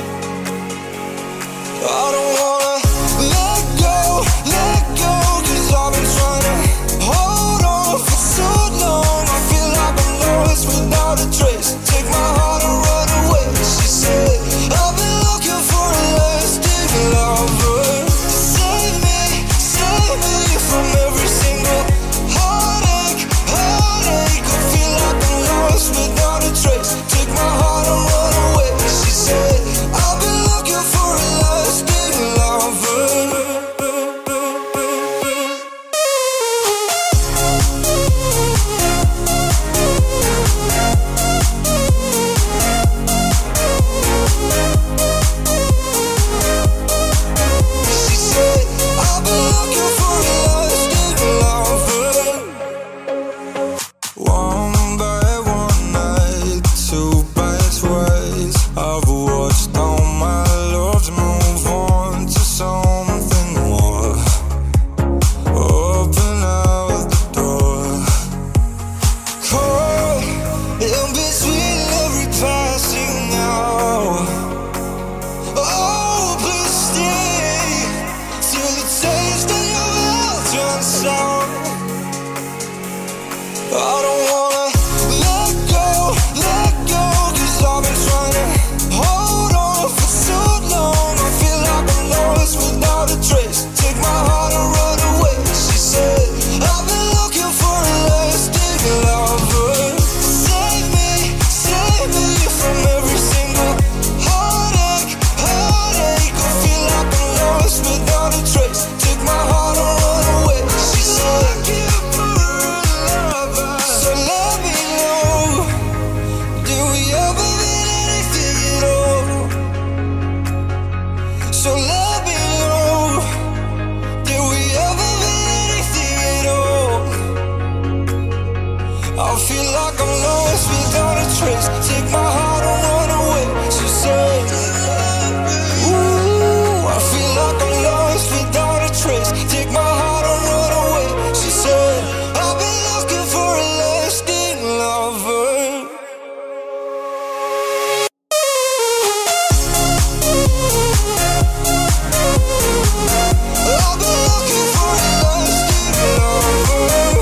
I don't wanna let go, let go, cause I've been trying to hold on for so long. I feel like I'm lost without a trace. Take my heart and run away. She said, I've been looking for a lasting lover. Save me, save me from every single heartache, heartache. I feel like I'm lost without a trace. Take my heart and run away. She said, I've been looking for a lasting lover. She said, I've been looking for a lasting lover. One by one night, two by twice, I've watched all my loves move on to something more. Open out the door. Caught in between every passing hour. Oh, please stay till the taste of your mouth turns sour. I don't wanna let go, let go, cause I've been trying to hold on for so long. I feel like I'm lost without a trace. Take my heart and run away. She said, I've been looking for a lasting lover. Save me, save me from every single heartache, heartache. I feel like I'm lost without a trace. Take my heart and run away. She said, so let me know, do we ever mean anything at all? So let me know, do we ever mean anything at all? I feel like I'm lost without a trace. Take my heart and run away. She said, ooh, I feel like I'm lost without a trace. Take my heart and run away. She said, I've been looking for a lasting lover. I've been looking for a lasting lover.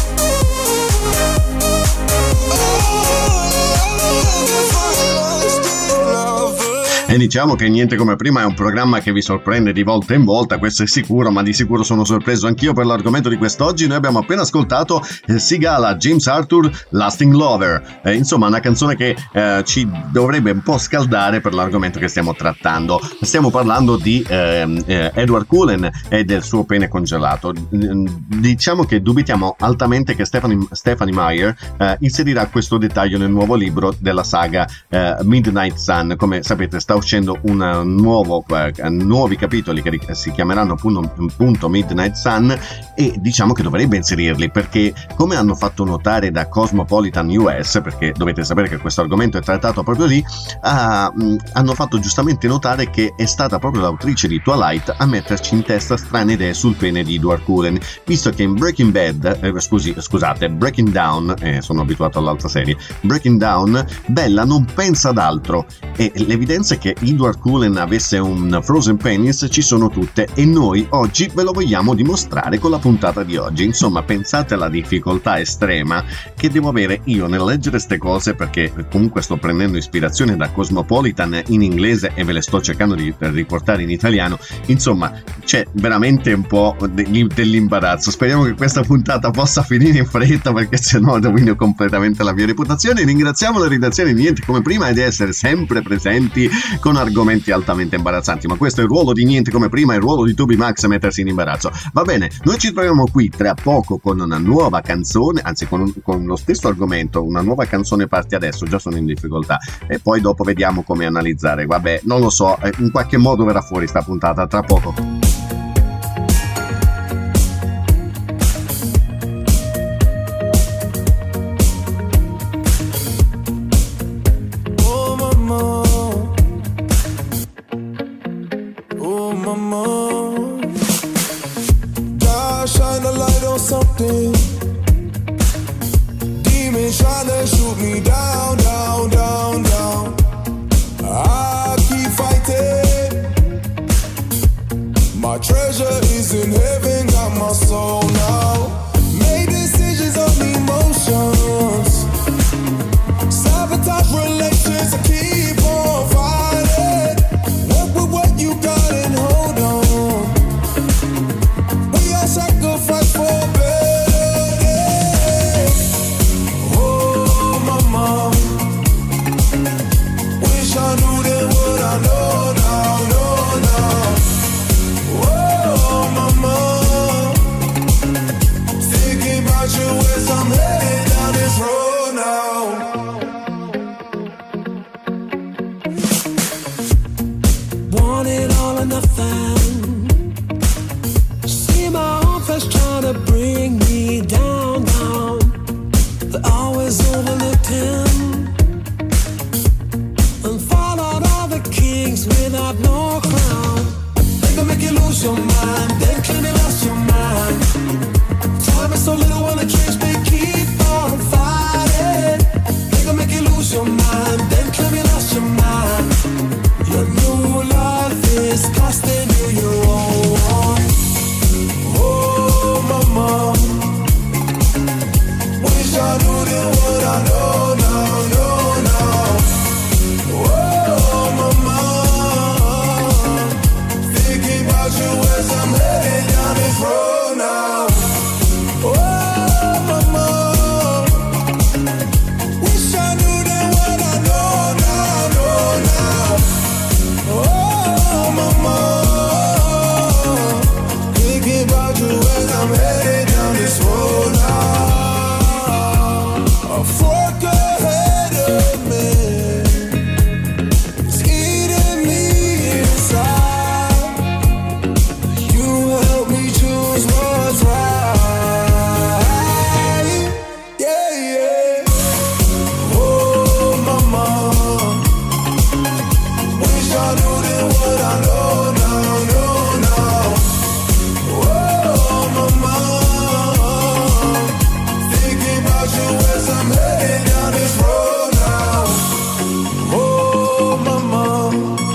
E diciamo che Niente come prima è un programma che vi sorprende di volta in volta, questo è sicuro, ma di sicuro sono sorpreso anch'io per l'argomento di quest'oggi. Noi abbiamo appena ascoltato eh, Sigala, James Arthur, Lasting Lover, eh, insomma una canzone che eh, ci dovrebbe un po' scaldare per l'argomento che stiamo trattando. Stiamo parlando di eh, eh, Edward Cullen e del suo pene congelato. Diciamo che dubitiamo altamente che Stephanie, Stephanie Meyer eh, inserirà questo dettaglio nel nuovo libro della saga eh, Midnight Sun. Come sapete sta uscendo un nuovo eh, nuovi capitoli che si chiameranno appunto, appunto Midnight Sun, e diciamo che dovrebbe inserirli perché, come hanno fatto notare da Cosmopolitan U S, perché dovete sapere che questo argomento è trattato proprio lì, ah, mh, hanno fatto giustamente notare che è stata proprio l'autrice di Twilight a metterci in testa strane idee sul pene di Edward Cullen, visto che in Breaking Bad eh, scusi, scusate Breaking Down, eh, sono abituato all'altra serie, Breaking Down, Bella non pensa ad altro, e l'evidenza è che Edward Cullen avesse un frozen penis ci sono tutte, e noi oggi ve lo vogliamo dimostrare con la puntata di oggi. Insomma, pensate alla difficoltà estrema che devo avere io nel leggere ste cose, perché comunque sto prendendo ispirazione da Cosmopolitan in inglese e ve le sto cercando di riportare in italiano. Insomma, c'è veramente un po' dell'imbarazzo. Speriamo che questa puntata possa finire in fretta, perché sennò rovino completamente la mia reputazione. Ringraziamo la redazione di Niente come prima e di essere sempre presenti con argomenti altamente imbarazzanti, ma questo è il ruolo di Niente come prima, è il ruolo di Tubi Max mettersi in imbarazzo. Va bene, noi ci troviamo qui tra poco con una nuova canzone, anzi con, un, con lo stesso argomento, una nuova canzone parte adesso, già sono in difficoltà, e poi dopo vediamo come analizzare. Vabbè, non lo so, in qualche modo verrà fuori sta puntata, tra poco. Something. Demons trying to shoot me down, down, down. in heaven, got my soul now. Made decisions on emotions. Sabotage relations, I keep on fighting. Work with what you got and hold on. We all sacrifice for better days. Oh, mama, wish I knew then what I know now, know now. Oh, mama, thinking about you as I'm headed down this road now. Want it all or nothing. See my own flesh trying to bring me down, down. They always overlooked him and followed all the kings without no crown. They can make you lose your mind, then claim you lost your mind. Time is so little when the dreams they keep on fighting. They can make you lose your mind, then claim you lost your mind. Your new life is costing you your own. Oh, mama, wish I knew then what I know now, know now. Oh, mama, thinking about you as I'm headed down this road now. Oh, mama, wish I knew then what I know now, know now. Oh, mama, thinking about you as I'm headed down this road now. A fork ahead of me, it's eating me inside. You help me choose what's right. Yeah, yeah. Oh, mama, wish I knew then what I know now, know now. Oh, mama, thinking about you as I'm headed down this road now. Oh, mama,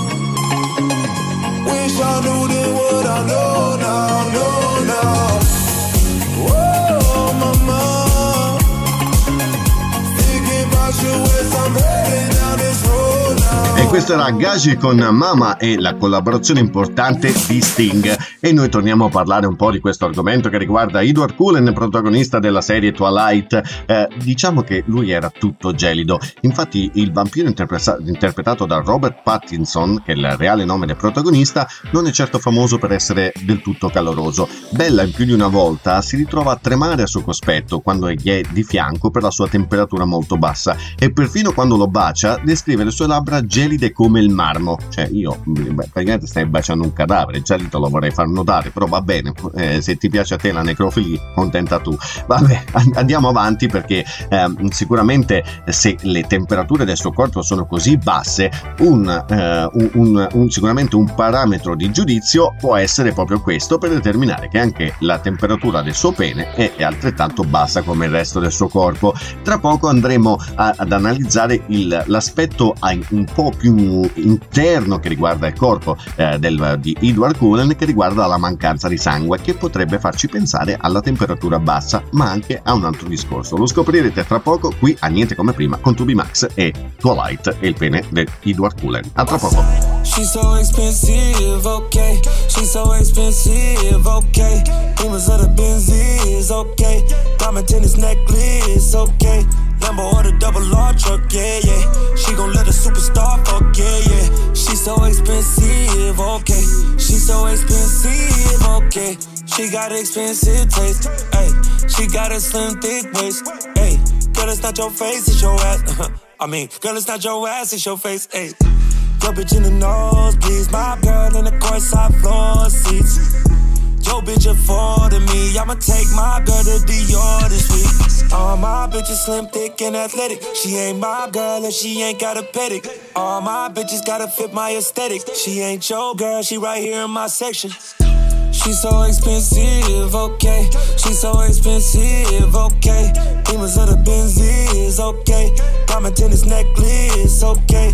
wish I knew then what I know now, know now. Oh, mama, thinking about you as I'm headed down this road now. E questo era Gaji con Mama e la collaborazione importante di Sting. E noi torniamo a parlare un po' di questo argomento che riguarda Edward Cullen, protagonista della serie Twilight. Eh, diciamo che lui era tutto gelido. Infatti il vampiro interpreta- interpretato da Robert Pattinson, che è il reale nome del protagonista, non è certo famoso per essere del tutto caloroso. Bella in più di una volta si ritrova a tremare a suo cospetto quando gli è di fianco per la sua temperatura molto bassa, e perfino quando lo bacia descrive le sue labbra gelide come il marmo. Cioè io, beh, praticamente stai baciando un cadavere, gelido lo vorrei far notare, però va bene, eh, se ti piace a te la necrofilia, contenta tu. Vabbè, andiamo avanti, perché eh, sicuramente se le temperature del suo corpo sono così basse, un, eh, un, un, un sicuramente un parametro di giudizio può essere proprio questo, per determinare che anche la temperatura del suo pene è, è altrettanto bassa come il resto del suo corpo. Tra poco andremo a, ad analizzare il, l'aspetto un po' più interno che riguarda il corpo eh, del, di Edward Cullen, che riguarda la mancanza di sangue, che potrebbe farci pensare alla temperatura bassa, ma anche a un altro discorso. Lo scoprirete tra poco qui a Niente Come Prima con Tubi Max e Twilight e il pene di Edward Cullen. A tra poco. She's so expensive, okay. She's so expensive, okay. Demons of the Benzies, okay. Diamond tennis necklace, okay. Lambo or the double R truck, yeah, yeah. She gon' let a superstar fuck, yeah, yeah. She's so expensive, okay. She's so expensive, okay. She got expensive taste, ayy. She got a slim, thick waist, ayy. Girl, it's not your face, it's your ass. I mean, girl, it's not your ass, it's your face, ayy. Your bitch in the nosebleeds, my girl in the courtside floor seats. Yo bitch affording me, I'ma take my girl to Dior this week. All my bitches slim, thick, and athletic. She ain't my girl if she ain't got a pedic. All my bitches gotta fit my aesthetic. She ain't your girl, she right here in my section. She's so expensive, okay. She's so expensive, okay. Demons of the Benzies, okay. Diamond tennis necklace, okay.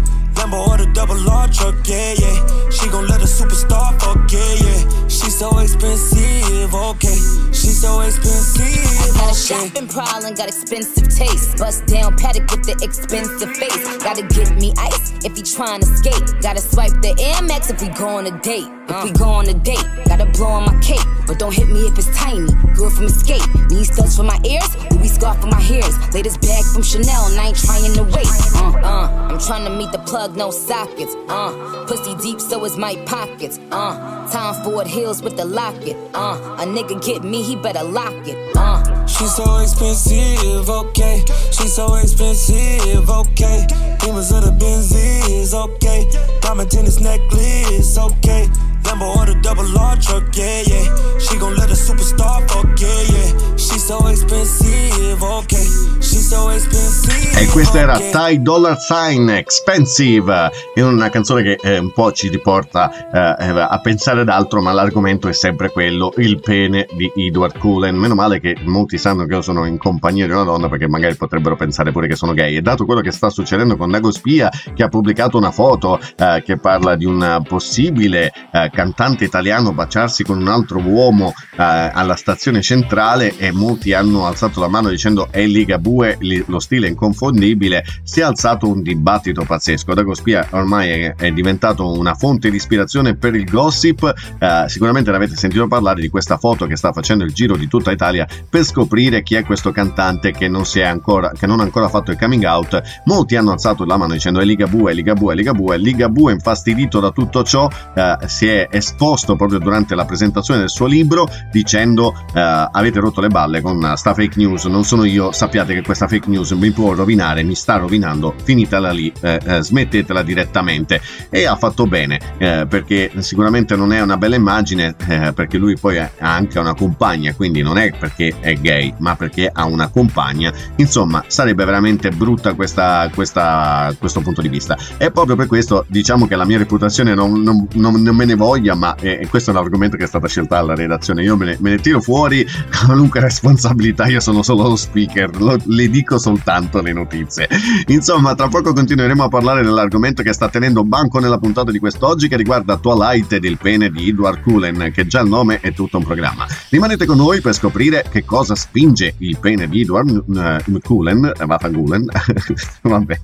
Lambo or the double R truck, yeah, yeah. She gon' let a superstar fuck, yeah, yeah. She's so expensive, okay. She's so expensive, Got a okay. shopping problem, got expensive taste. Bust down paddock with the expensive face. Gotta get me ice if he tryna skate. Gotta swipe the Air Max if we go on a date. If we go on a date, gotta blow on my cape. But don't hit me if it's tiny, good from Escape. Need studs for my ears, Louis scarf for my hairs. Latest bag from Chanel, and I ain't trying to wait. Uh, uh, I'm trying to meet the plug, no sockets. Uh, pussy deep, so is my pockets. Uh, Tom Ford Hills with the locket. Uh, a nigga get me, he better lock it. Uh. She's so expensive, okay. She's so expensive, okay. Demons of the Benzies, okay. Diamond tennis necklace, okay. Lambo or the double R truck, yeah, yeah. She gon' let a superstar fuck, yeah, yeah. She's so expensive, okay. She's so expensive. E questa era Ty Dolla Sign, Expensive, è una canzone che eh, un po' ci riporta eh, a pensare ad altro, ma l'argomento è sempre quello, il pene di Edward Cullen. Meno male che molti sanno che io sono in compagnia di una donna, perché magari potrebbero pensare pure che sono gay. E dato quello che sta succedendo con Dago Spia, che ha pubblicato una foto eh, che parla di un possibile eh, cantante italiano baciarsi con un altro uomo eh, alla stazione centrale, e molti hanno alzato la mano dicendo è Ligabue, lo stile è inconfondibile. Si è alzato un dibattito pazzesco. Dago Spia ormai è, è diventato una fonte di ispirazione per il gossip. Eh, sicuramente ne avete sentito parlare di questa foto che sta facendo il giro di tutta Italia per scoprire chi è questo cantante che non si è ancora, che non ha ancora fatto il coming out. Molti hanno alzato la mano dicendo è Ligabue, è Ligabue, è Ligabue. Ligabue, infastidito da tutto ciò, eh, si è esposto proprio durante la presentazione del suo libro dicendo eh, avete rotto le balle con sta fake news, non sono io, sappiate che questa fake news mi può rovinare, mi sta rovinando, finitela lì, eh, eh, smettetela direttamente. E ha fatto bene, eh, perché sicuramente non è una bella immagine, eh, perché lui poi ha anche una compagna, quindi non è perché è gay, ma perché ha una compagna. Insomma, sarebbe veramente brutta questa, questa, questo punto di vista, e proprio per questo diciamo che la mia reputazione non, non, non, non me ne voglia, ma eh, questo è un argomento che è stata scelta dalla redazione. Io me ne, me ne tiro fuori qualunque responsabilità, io sono solo lo speaker, lo, le dico soltanto le notizie. Insomma, tra poco continueremo a parlare dell'argomento che sta tenendo banco nella puntata di quest'oggi, che riguarda Twilight ed il pene di Edward Cullen, che già il nome è tutto un programma. Rimanete con noi per scoprire che cosa spinge il pene di Edward uh, Cullen, Vaffanculen, vabbè,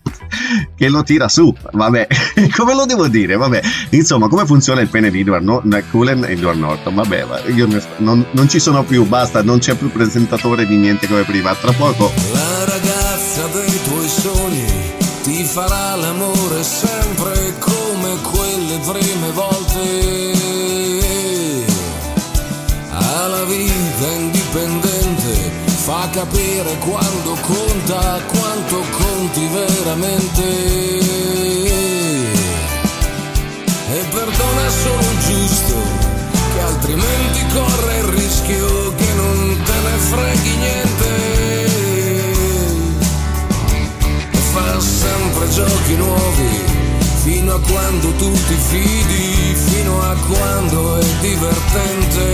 che lo tira su, vabbè, come lo devo dire, vabbè, insomma, come funziona il pene di Edward no- Cullen e Edward Norton, vabbè, io non, non ci sono più, basta, non c'è più presentatore di niente come prima, tra poco. La ragazza dei tuoi sogni ti farà l'amore sempre come quelle prime volte. Ha la vita indipendente, fa capire quando conta, quanto conti veramente. E perdona solo il giusto, che altrimenti corre il rischio che non te ne freghi niente. E fa sempre giochi nuovi, fino a quando tu ti fidi, fino a quando è divertente.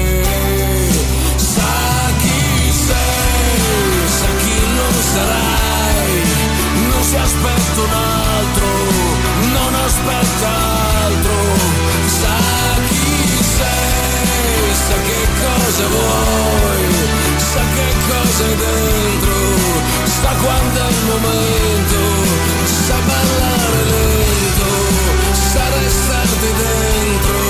Sa chi sei, sa chi non sarai, non si aspetta un altro, non aspetta altro. Sa chi sei, sa che cosa vuoi, sa che cosa hai dentro, sa quando è il momento, sa ballare lento, sa restarti dentro.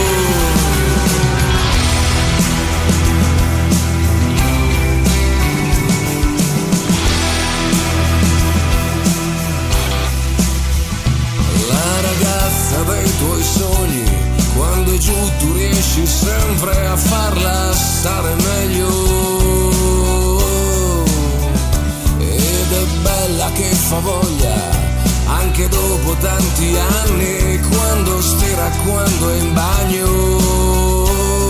La ragazza dei tuoi sogni, quando è giù tu riesci sempre a farla stare meglio. Ed è bella che fa voglia, anche dopo tanti anni, quando stira, quando è in bagno.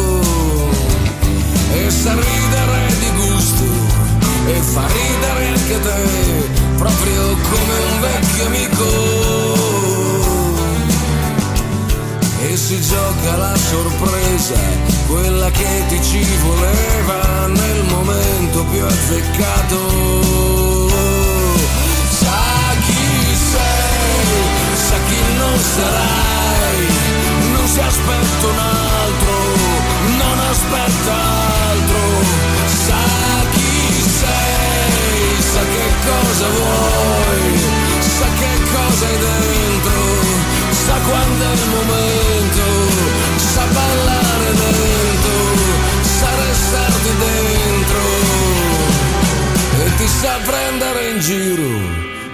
E sa ridere di gusto, e fa ridere anche te, proprio come un vecchio amico. E si gioca la sorpresa, quella che ti ci voleva nel momento più azzeccato. Sa chi sei,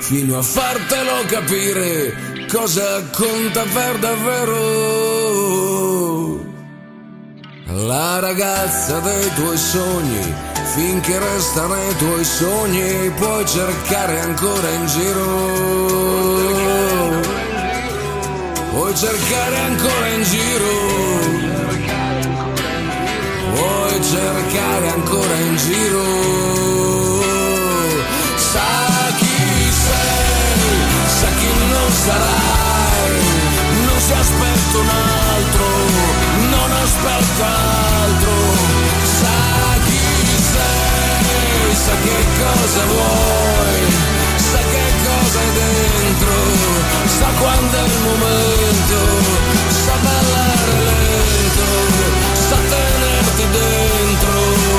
fino a fartelo capire cosa conta per davvero. La ragazza dei tuoi sogni, finché resta nei tuoi sogni, puoi cercare ancora in giro. Puoi cercare ancora in giro. Puoi cercare ancora in giro. Sa chi sei, sa chi non sarai. Non si aspetta un altro, non aspetta altro. Sa chi sei, sa che cosa vuoi, sa che cosa hai dentro, sa quando è il momento, sa ballare lento, sa tenerti dentro.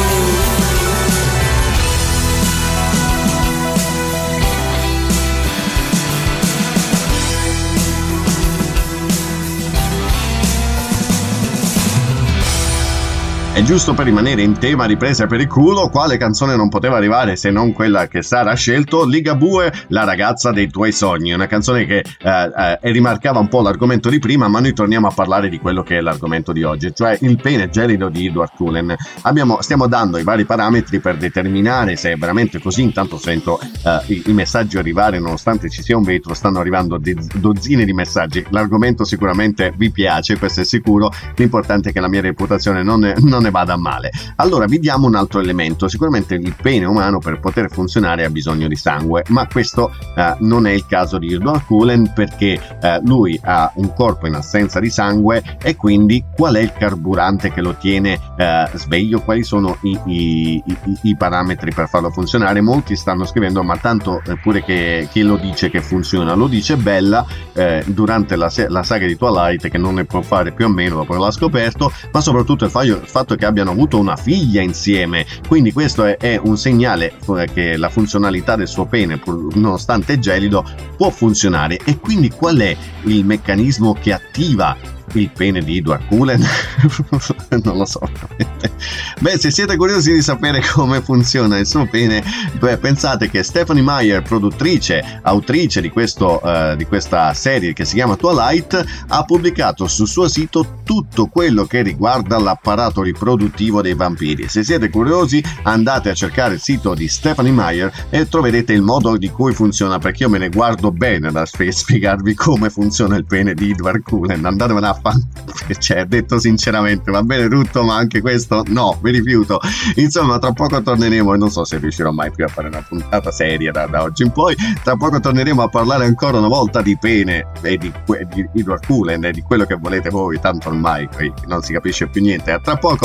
E giusto per rimanere in tema riprese per il culo, quale canzone non poteva arrivare se non quella che Sara ha scelto? Ligabue, La ragazza dei tuoi sogni, una canzone che eh, eh, rimarcava un po' l'argomento di prima, ma noi torniamo a parlare di quello che è l'argomento di oggi, cioè il pene gelido di Edward Cullen. Abbiamo, stiamo dando i vari parametri per determinare se è veramente così. Intanto sento eh, i, i messaggi arrivare, nonostante ci sia un vetro, stanno arrivando de- dozzine di messaggi. L'argomento sicuramente vi piace, questo è sicuro, l'importante è che la mia reputazione non è, non ne vada male. Allora vi diamo un altro elemento. Sicuramente il pene umano per poter funzionare ha bisogno di sangue, ma questo eh, non è il caso di Edward Cullen, perché eh, lui ha un corpo in assenza di sangue, e quindi qual è il carburante che lo tiene eh, sveglio? Quali sono i, i, i, i parametri per farlo funzionare? Molti stanno scrivendo: ma tanto eh, pure che chi lo dice che funziona? Lo dice Bella eh, durante la, la saga di Twilight, che non ne può fare più o meno dopo che l'ha scoperto, ma soprattutto il, faio, il fatto che abbiano avuto una figlia insieme, quindi questo è, è un segnale che la funzionalità del suo pene, pur, nonostante gelido, può funzionare. E quindi qual è il meccanismo che attiva il pene di Edward Cullen? Non lo so. Beh, se siete curiosi di sapere come funziona il suo pene, beh, pensate che Stephenie Meyer, produttrice, autrice di, questo, uh, di questa serie che si chiama Twilight, ha pubblicato sul suo sito tutto quello che riguarda l'apparato riproduttivo dei vampiri. Se siete curiosi, andate a cercare il sito di Stephenie Meyer e troverete il modo di cui funziona, perché io me ne guardo bene da spiegarvi come funziona il pene di Edward Cullen. Andatevene a fan, cioè, detto sinceramente, va bene tutto, ma anche questo no, mi rifiuto. Insomma, tra poco torneremo, e non so se riuscirò mai più a fare una puntata seria da, da oggi in poi. Tra poco torneremo a parlare ancora una volta di pene e di, di Edward Cullen e di quello che volete voi, tanto ormai qui non si capisce più niente. A tra poco.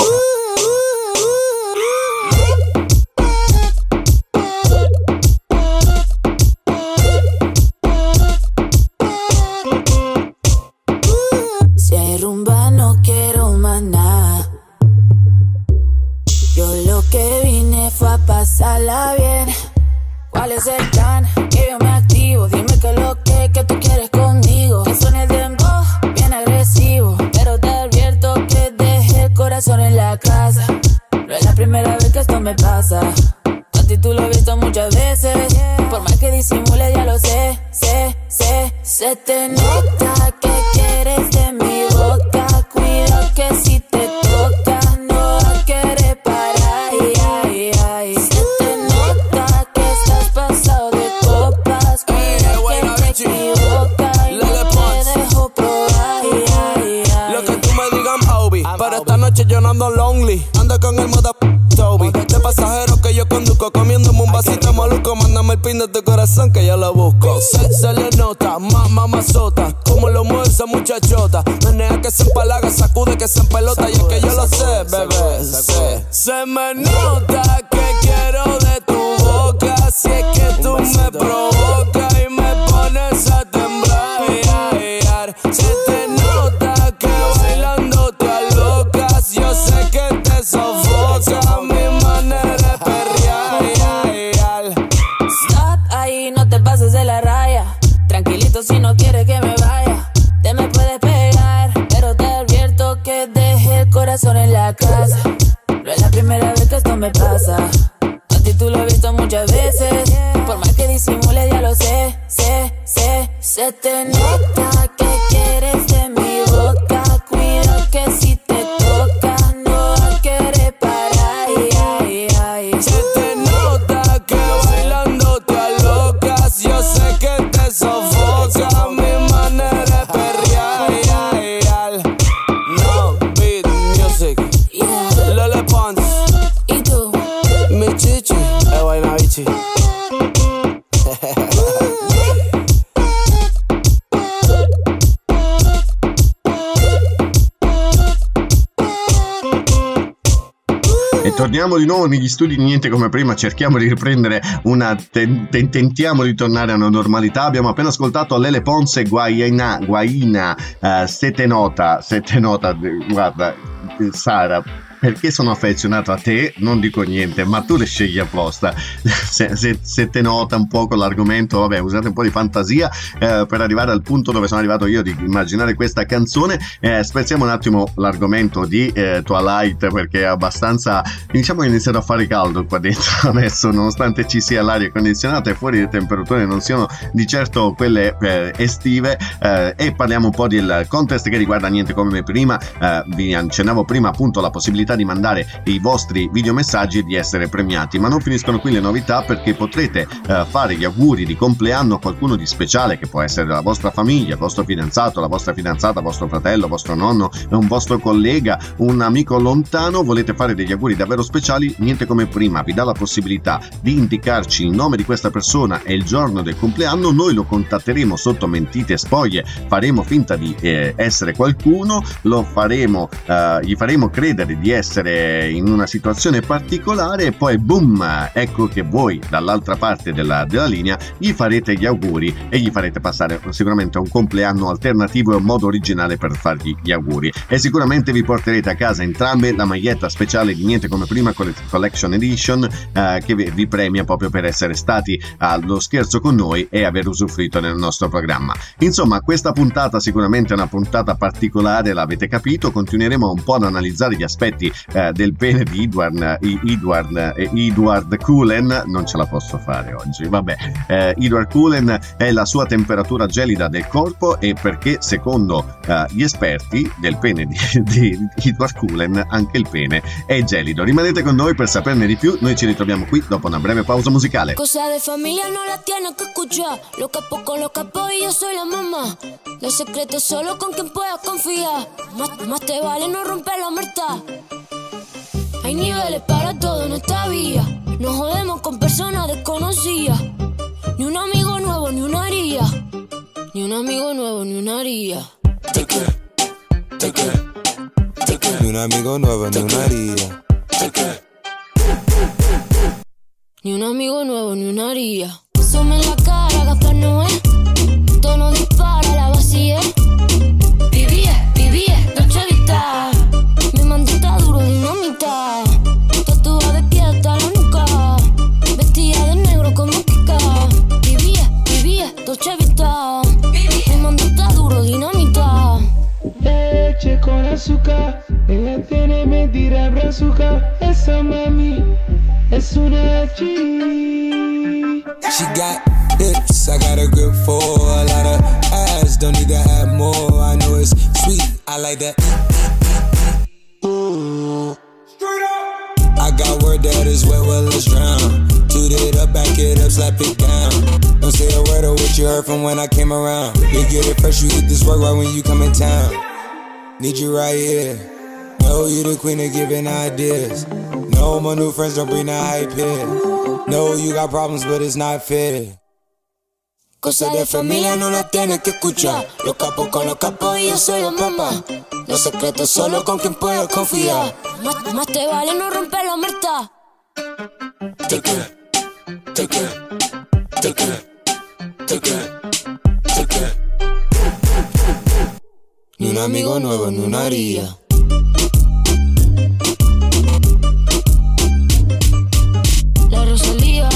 Pasarla bien, ¿cuál es el plan? Que yo me activo, dime que lo que, que tú quieres conmigo. Que suene el dembow, bien agresivo, pero te advierto que dejé el corazón en la casa. No es la primera vez que esto me pasa, a ti tú lo has visto muchas veces. Por más que disimule ya lo sé, sé, sé. Se te nota que quieres de mi boca, cuidado que si te toca no va a querer parar. Ay, ay. Se te nota que estás pasado de copas, cuidado que te equivocas y no te dejo probar. Ay, ay, ay. Lo que tú me digas, Obi, pero esta noche yo no ando lonely, ando con el moda Toby. De pasajero que yo conduzco, comiéndome un vasito maluco. Mándame el pin de tu corazón que yo lo busco. Se, se le nota, más mamazota, como lo mueve esa muchachota. Menea que se empalaga, sacude que se empelota. Y es que yo lo sé, bebé, sé. Se me nota que quiero de tu boca. Si es que tú me provocas y me pones a temblar. Se te nota que bailando te alocas. Yo sé que te sofoca mi manera de perrear. Stop ahí, no te pases de la raya. Tranquilito si no quieres que me vaya. Te me puedes pegar, pero te advierto que dejé el corazón en la casa. No es la primera vez que esto me pasa, a ti tú lo has visto muchas veces. Por más que disimule ya lo sé. Se te nota que quieres de mi boca, cuida que si te toca no va a querer parar. Ay, ay, ay. Se te nota que bailando te alocas, yo sé que te sofoca mi manera de perrear. Ay, ay, ay. No beat music, yeah. Lele Pons y tú, mi chichi, es vaina bichi. E torniamo di nuovo negli studi di Niente Come Prima, cerchiamo di riprendere una ten- ten- tentiamo di tornare a una normalità. Abbiamo appena ascoltato Lele Pons e Guaina, Guaina, uh, se te nota, se te nota, guarda Sara, perché sono affezionato a te non dico niente, ma tu le scegli apposta. se, se, se te nota un po' con l'argomento, vabbè, usate un po' di fantasia eh, per arrivare al punto dove sono arrivato io di immaginare questa canzone. Eh, spezziamo un attimo l'argomento di eh, Twilight, perché è abbastanza, diciamo che è iniziato a fare caldo qua dentro adesso, nonostante ci sia l'aria condizionata e fuori le temperature non siano di certo quelle eh, estive, eh, e parliamo un po' del contest che riguarda Niente Come Prima. Eh, vi accennavo prima appunto la possibilità di mandare i vostri videomessaggi e di essere premiati, ma non finiscono qui le novità, perché potrete eh, fare gli auguri di compleanno a qualcuno di speciale, che può essere la vostra famiglia, il vostro fidanzato, la vostra fidanzata, vostro fratello, vostro nonno, un vostro collega, un amico lontano. Volete fare degli auguri davvero speciali? Niente Come Prima vi dà la possibilità di indicarci il nome di questa persona e il giorno del compleanno. Noi lo contatteremo sotto mentite e spoglie, faremo finta di eh, essere qualcuno, lo faremo, eh, gli faremo credere di essere in una situazione particolare e poi boom, ecco che voi dall'altra parte della, della linea gli farete gli auguri e gli farete passare sicuramente un compleanno alternativo e un modo originale per fargli gli auguri, e sicuramente vi porterete a casa entrambe la maglietta speciale di Niente Come Prima Collection Edition, eh, che vi, vi premia proprio per essere stati allo scherzo con noi e aver usufruito nel nostro programma. Insomma, questa puntata sicuramente è una puntata particolare, l'avete capito. Continueremo un po' ad analizzare gli aspetti Eh, del pene di Edward, Edward, eh, Edward Cullen. Non ce la posso fare oggi, vabbè. eh, Edward Cullen è la sua temperatura gelida del corpo, e perché secondo eh, gli esperti del pene di, di Edward Cullen anche il pene è gelido. Rimanete con noi per saperne di più, noi ci ritroviamo qui dopo una breve pausa musicale. Cosa de familia no la tienes que escuchar. Lo capo con los capos y yo soy la mamá. Los secretos solo con quien puedas confiar. Más, más te vale no romper la muerta. Hay niveles para todo en esta vía. Nos jodemos con personas desconocidas. Ni un amigo nuevo, ni una haría. Ni un amigo nuevo, ni una haría. Ni un amigo nuevo, ni una haría. Ni un amigo nuevo, ni una haría. Sume en la cara, Gaspar Noé. Tono dispara, la vacía. Vivía, vivía, Dolce Vita. Mi mandita duro, dinamita. Tatuada de pie hasta la nuca. Vestida de negro como Kika. Vivía, vivía, Dolce Vita. Mi mandita duro, dinamita. Leche con azúcar, ella tiene mentira brazuca. Esa mami es una G. She got hips, I got a grip for a lot of ass. Don't need to add more, I know it's sweet, I like that. Ooh. I got word that is wet, well let's drown. Toot it up, back it up, slap it down. Don't say a word of what you heard from when I came around. You get it fresh, you get this work right when you come in town. Need you right here. Know you the queen of giving ideas. No, my new friends don't bring the hype here. No, you got problems, but it's not fair. Cosa de familia no la tienes que escuchar. Los capos con los capos y yo soy la mamá. Los secretos solo con quien puedas confiar. Más, más te vale no romper la muerta. Take it, take it, take it, take it, take it. Ni un amigo nuevo, ni una haría. La Rosalía.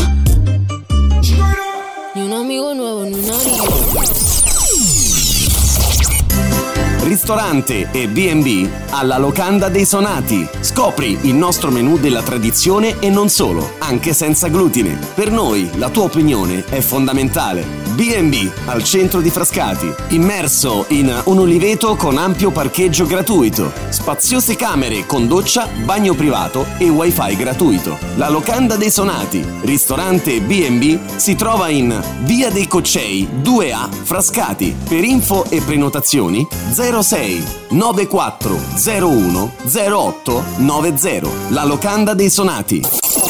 Ni un amigo nuevo, ni una haría. ristorante e bi e bi alla Locanda dei Sonati. Scopri il nostro menù della tradizione e non solo, anche senza glutine. Per noi la tua opinione è fondamentale. bi e bi al centro di Frascati, immerso in un uliveto con ampio parcheggio gratuito, spaziose camere con doccia, bagno privato e wifi gratuito. La Locanda dei Sonati, ristorante e bi e bi, si trova in via dei Coccei due A Frascati. Per info e prenotazioni zero sei nove quattro zero uno zero otto nove zero. La Locanda dei Sonati.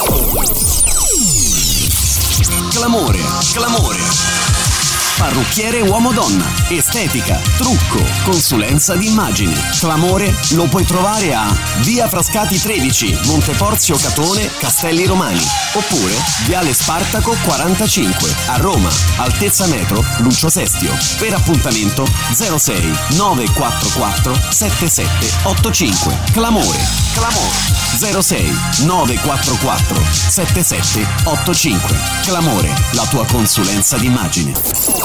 Clamore, clamore. Parrucchiere uomo-donna, estetica, trucco, consulenza d'immagine. Clamore lo puoi trovare a via Frascati tredici, Monteporzio Catone, Castelli Romani, oppure viale Spartaco quarantacinque a Roma, altezza metro Lucio Sestio. Per appuntamento zero sei nove quattro quattro sette sette otto cinque. Clamore, clamore zero sei nove quattro quattro sette sette otto cinque. Clamore, la tua consulenza d'immagine.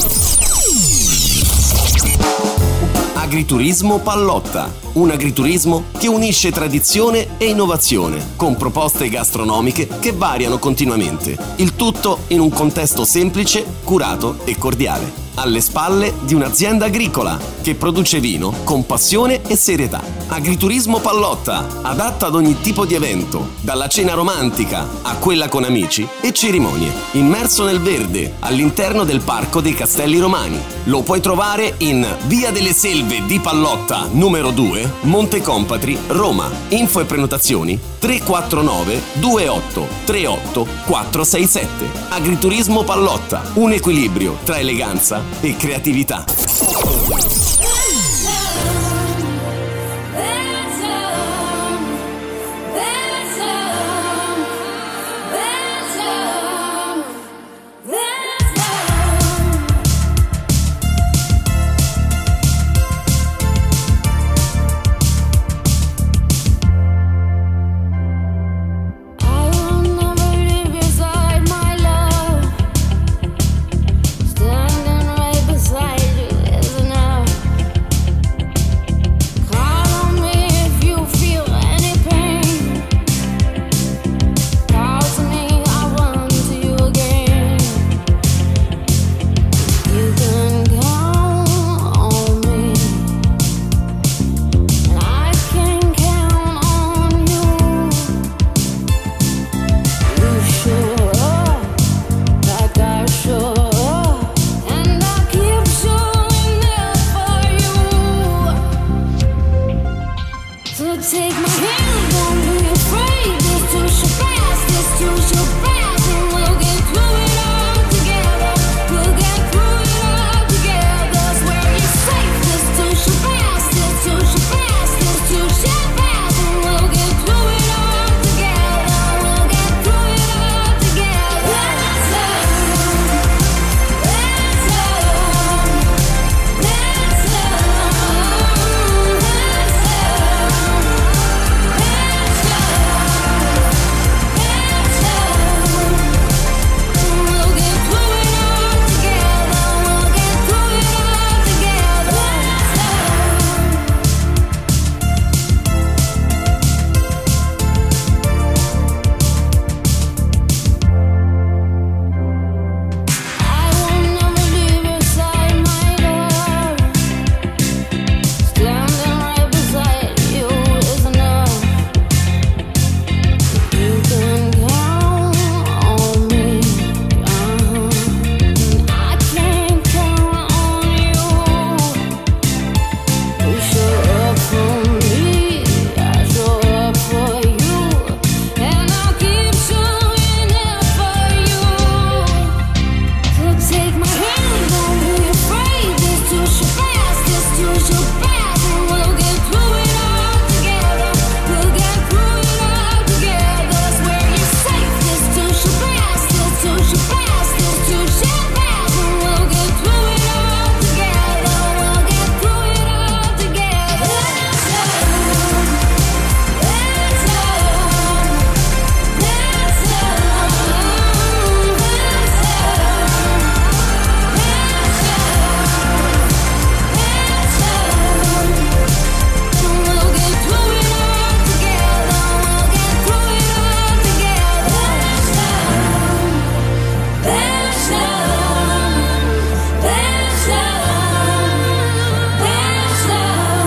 Agriturismo Pallotta, un agriturismo che unisce tradizione e innovazione, con proposte gastronomiche che variano continuamente. Il tutto in un contesto semplice, curato e cordiale, alle spalle di un'azienda agricola che produce vino con passione e serietà. Agriturismo Pallotta, adatta ad ogni tipo di evento, dalla cena romantica a quella con amici e cerimonie. Immerso nel verde, all'interno del Parco dei Castelli Romani. Lo puoi trovare in Via delle Selve di Pallotta, numero due, Monte Compatri, Roma. Info e prenotazioni tre quattro nove due otto tre otto quattro sei sette. Agriturismo Pallotta, un equilibrio tra eleganza e creatività. Standing right beside you, there's enough.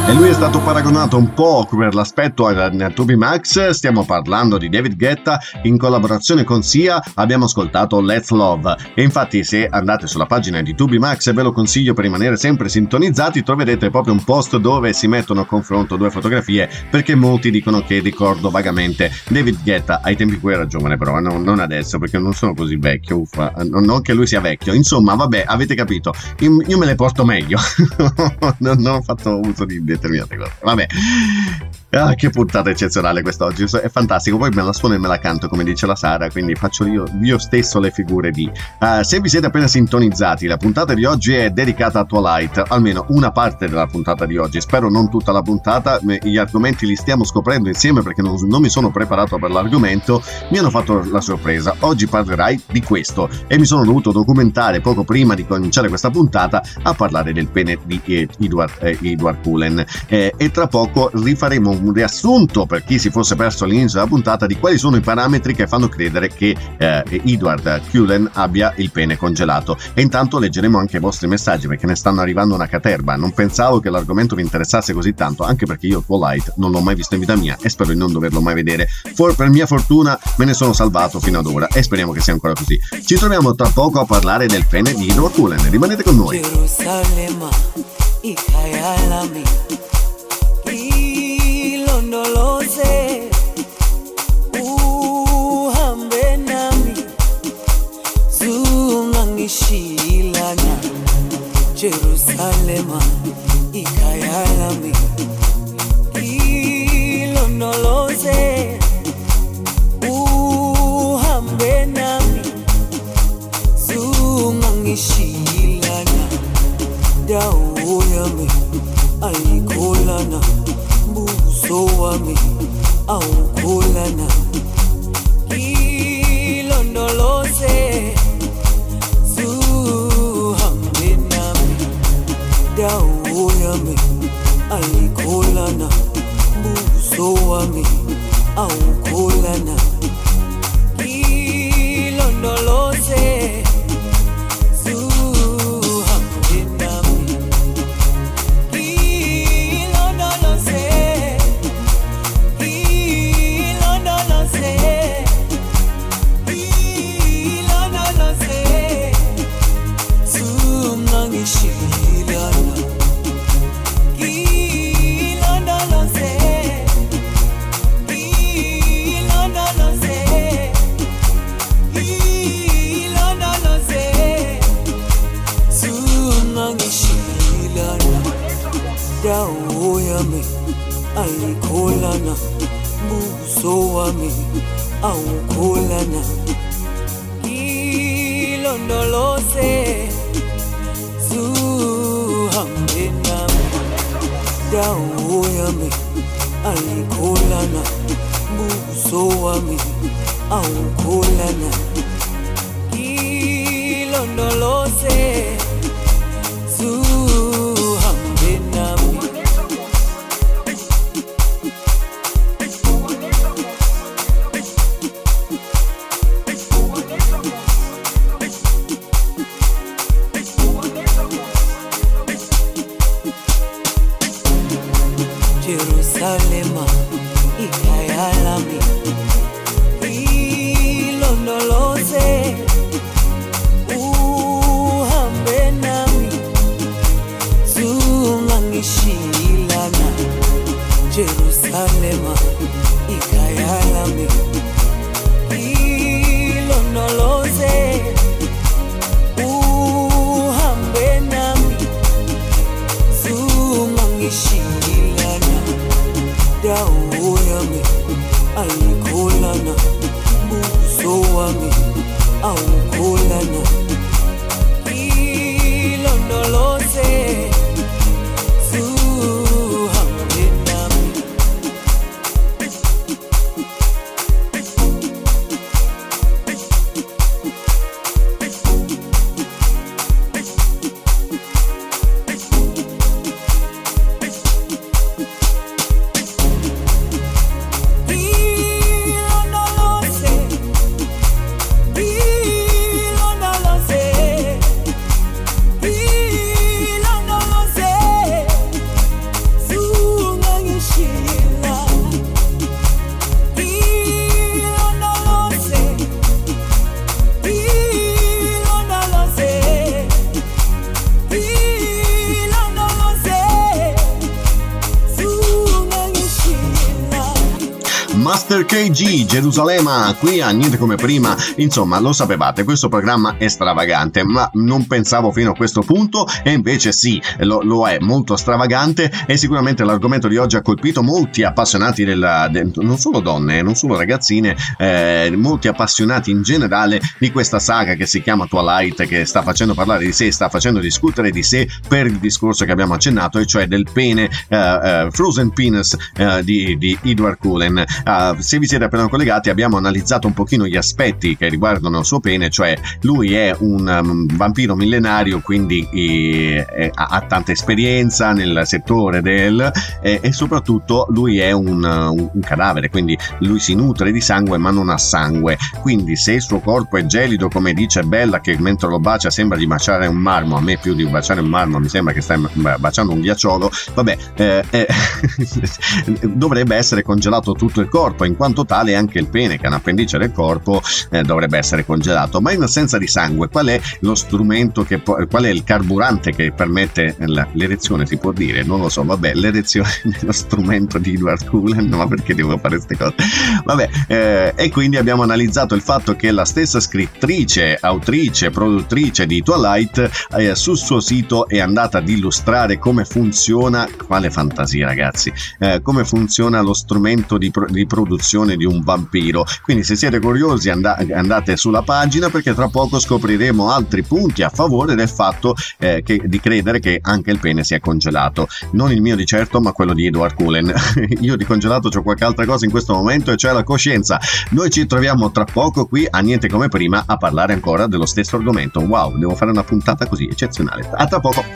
E lui è stato paragonato un po' per l'aspetto a Toby Max. Stiamo parlando di David Guetta in collaborazione con Sia. Abbiamo ascoltato Let's Love. E infatti, se andate sulla pagina di Toby Max, ve lo consiglio per rimanere sempre sintonizzati, troverete proprio un post dove si mettono a confronto due fotografie, perché molti dicono che ricordo vagamente David Guetta ai tempi in cui era giovane, però non, non adesso, perché non sono così vecchio. Uffa, non che lui sia vecchio, insomma, vabbè, avete capito, io, io me le porto meglio. non, non ho fatto uso di determinate cose, vabbè. Ah, che puntata eccezionale quest'oggi, è fantastico. Poi me la suono e me la canto, come dice la Sara, quindi faccio io, io stesso le figure di uh, se vi siete appena sintonizzati, la puntata di oggi è dedicata a Twilight, almeno una parte della puntata di oggi, spero non tutta la puntata. Gli argomenti li stiamo scoprendo insieme, perché non, non mi sono preparato per l'argomento, mi hanno fatto la sorpresa. Oggi parlerai di questo e mi sono dovuto documentare poco prima di cominciare questa puntata a parlare del pene di eh, Edward, eh, Edward Cullen, eh, e tra poco rifaremo un riassunto, per chi si fosse perso all'inizio della puntata, di quali sono i parametri che fanno credere che eh, Edward Cullen abbia il pene congelato. E intanto leggeremo anche i vostri messaggi, perché ne stanno arrivando una caterva. Non pensavo che l'argomento vi interessasse così tanto, anche perché io Twilight non l'ho mai visto in vita mia e spero di non doverlo mai vedere. For, per mia fortuna me ne sono salvato fino ad ora e speriamo che sia ancora così. Ci troviamo tra poco a parlare del pene di Edward Cullen, rimanete con noi. Jerusalema, ikayalami, ilondoloze, uhambe nami, zungangishilana. Jerusalema, ikayalami, ilondoloze, uhambe nami, zungangishilana. Dawo yami ayikholana, buso wami awukholana. Ilondoloze, zuhambe nami. Dawo yami ayikholana, buso wami awukholana. Ilondoloze, dawo yami ayikholana, buso wami awukholana. Ilondoloze, zuhambe nami. Dawo yami ayikholana, buso wami awukholana. Ilondoloze, zuhambe nami. Jerusalema, ikayalami, ilondoloze, uhambe nami, zungangishilana. Jerusalema, ikayalami, ilondoloze, uhambe nami, zungangishilana. Dawo yami ayikholana. Master K G, Gerusalemme, qui a Niente Come Prima. Insomma, lo sapevate, questo programma è stravagante, ma non pensavo fino a questo punto, e invece sì, lo, lo è, molto stravagante, e sicuramente l'argomento di oggi ha colpito molti appassionati della, de, non solo donne, non solo ragazzine, eh, molti appassionati in generale di questa saga che si chiama Twilight, che sta facendo parlare di sé, sta facendo discutere di sé per il discorso che abbiamo accennato, e cioè del pene, eh, eh, Frozen Penis eh, di, di Edward Cullen. Uh, se vi siete appena collegati, abbiamo analizzato un pochino gli aspetti che riguardano il suo pene, cioè lui è un um, vampiro millenario, quindi eh, ha, ha tanta esperienza nel settore del eh, e soprattutto lui è un, un, un cadavere, quindi lui si nutre di sangue ma non ha sangue, quindi se il suo corpo è gelido, come dice Bella, che mentre lo bacia sembra di baciare un marmo, a me più di baciare un marmo mi sembra che stai baciando un ghiacciolo, vabbè, eh, eh, dovrebbe essere congelato tutto il corpo, in quanto tale anche il pene, che è un appendice del corpo, eh, dovrebbe essere congelato. Ma in assenza di sangue, qual è lo strumento che può, qual è il carburante che permette l'erezione, si può dire, non lo so, vabbè, l'erezione dello strumento di Edward Cullen, ma perché devo fare queste cose? Vabbè, eh, e quindi abbiamo analizzato il fatto che la stessa scrittrice, autrice, produttrice di Twilight eh, sul suo sito è andata ad illustrare come funziona, quale fantasia ragazzi, eh, come funziona lo strumento di, pro- di produzione di un vampiro. Quindi se siete curiosi and- andate sulla pagina, perché tra poco scopriremo altri punti a favore del fatto eh, che, di credere che anche il pene sia congelato, non il mio di certo ma quello di Edward Cullen. Io di congelato c'ho qualche altra cosa in questo momento, e cioè la coscienza. Noi ci troviamo tra poco qui a Niente Come Prima a parlare ancora dello stesso argomento. Wow, devo fare una puntata così eccezionale. A tra poco.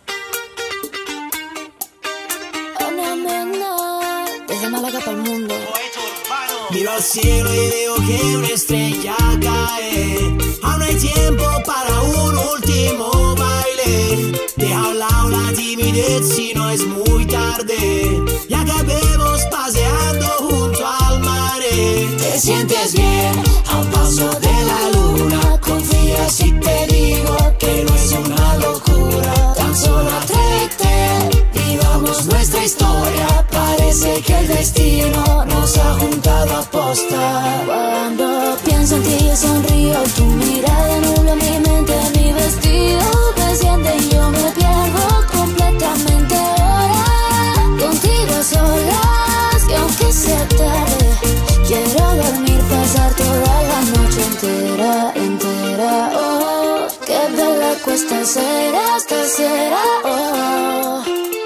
Miro al cielo y veo que una estrella cae. Aún hay tiempo para un último baile. Deja a un lado la timidez si no es muy tarde. Y acabemos paseando junto al mare. Te sientes bien a un paso de la luna. Confía si te digo que no es una locura. Tan solo atrévete, vivamos nuestra historia. Parece que el destino nos ha juntado a posta. Cuando pienso en ti yo sonrío, tu mirada nubla mi mente, mi vestido desciende y yo me pierdo completamente ahora. Contigo a solas, y aunque sea tarde, quiero dormir, pasar toda la noche entera, entera, oh. Qué bella cuesta será, esta será, oh.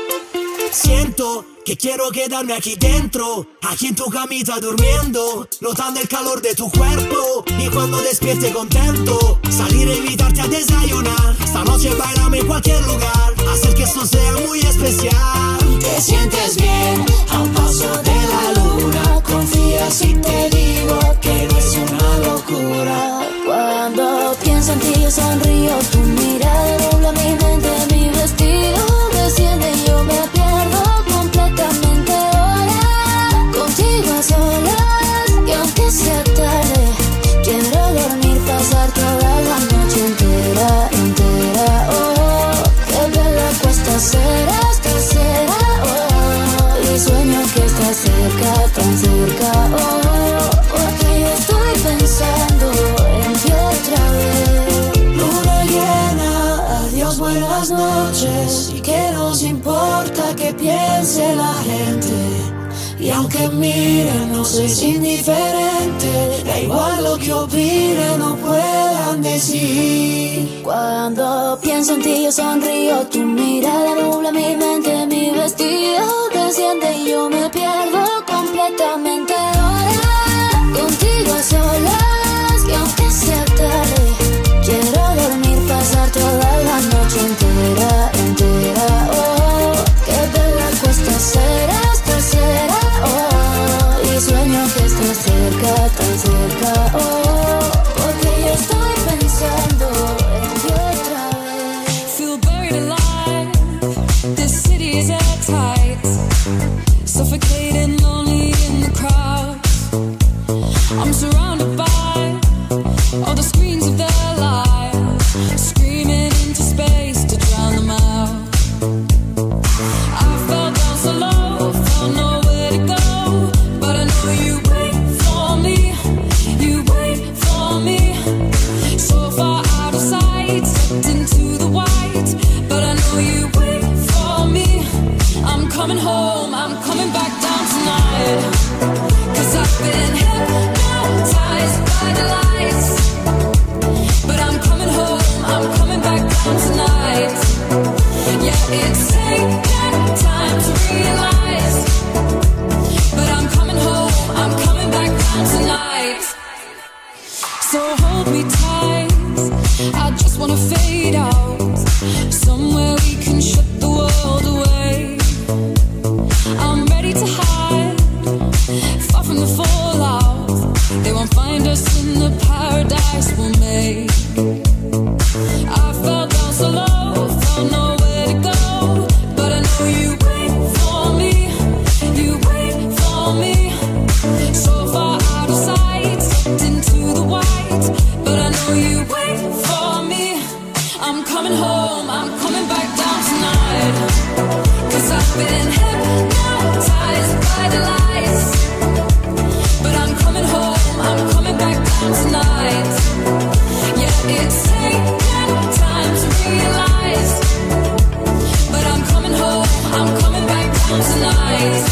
Siento que quiero quedarme aquí dentro, aquí en tu camita durmiendo, notando el calor de tu cuerpo, y cuando despierte contento, salir e invitarte a desayunar. Esta noche bailame en cualquier lugar, hacer que esto sea muy especial. Te sientes bien a un paso de la luna, confía si te digo que no es una locura. Cuando pienso en ti yo sonrío, tu mirada nubla mi mente, mi vestido desciende y yo me pierdo completamente ahora. Contigo a solas, y aunque sea tarde, quiero dormir, pasar toda la noche entera, entera, oh. Qué bella cuesta será, esta será, oh. Y sueño que estás cerca, tan cerca, oh. Porque yo estoy pensando en ti otra vez. Luna llena, adiós, buenas noches. Y que nos importa que piense la gente. Y aunque miren, no soy indiferente. Da igual lo que opinen o puedan decir. Cuando pienso en ti yo sonrío, tu mirada nubla mi mente, mi vestido desciende y yo me pierdo completamente ahora. Contigo a solas, y aunque sea tarde, quiero dormir, pasar toda la noche entera, entera, oh. Qué bella cuesta será, esta será, oh. Y sueño que estás cerca, tan cerca, oh. Porque yo estoy pensando en ti otra vez. Feel buried alive. This city is at tight. Suffocating, lonely in the crowd. I'm surrounded by all the screens of their lives, screaming into space to drown them out. I fell down so low, found nowhere to go, but I know you wait. it's taken time to realize, but I'm coming home, I'm coming back down tonight. So hold me tight, I just wanna fade out, somewhere we can shut the world away. I'm ready to hide, far from the fallout, they won't find us in the paradise we'll make. I fell down so low, found nowhere to go, but I know you wait for me, you wait for me. So far out of sight, slipped into the white, but I know you wait for me. I'm coming home, I'm coming back down tonight, 'cause I've been hypnotized by the lights, but I'm coming home, I'm coming back down tonight. Yeah, it's taken time to realize, but I'm coming home, I'm coming back down tonight.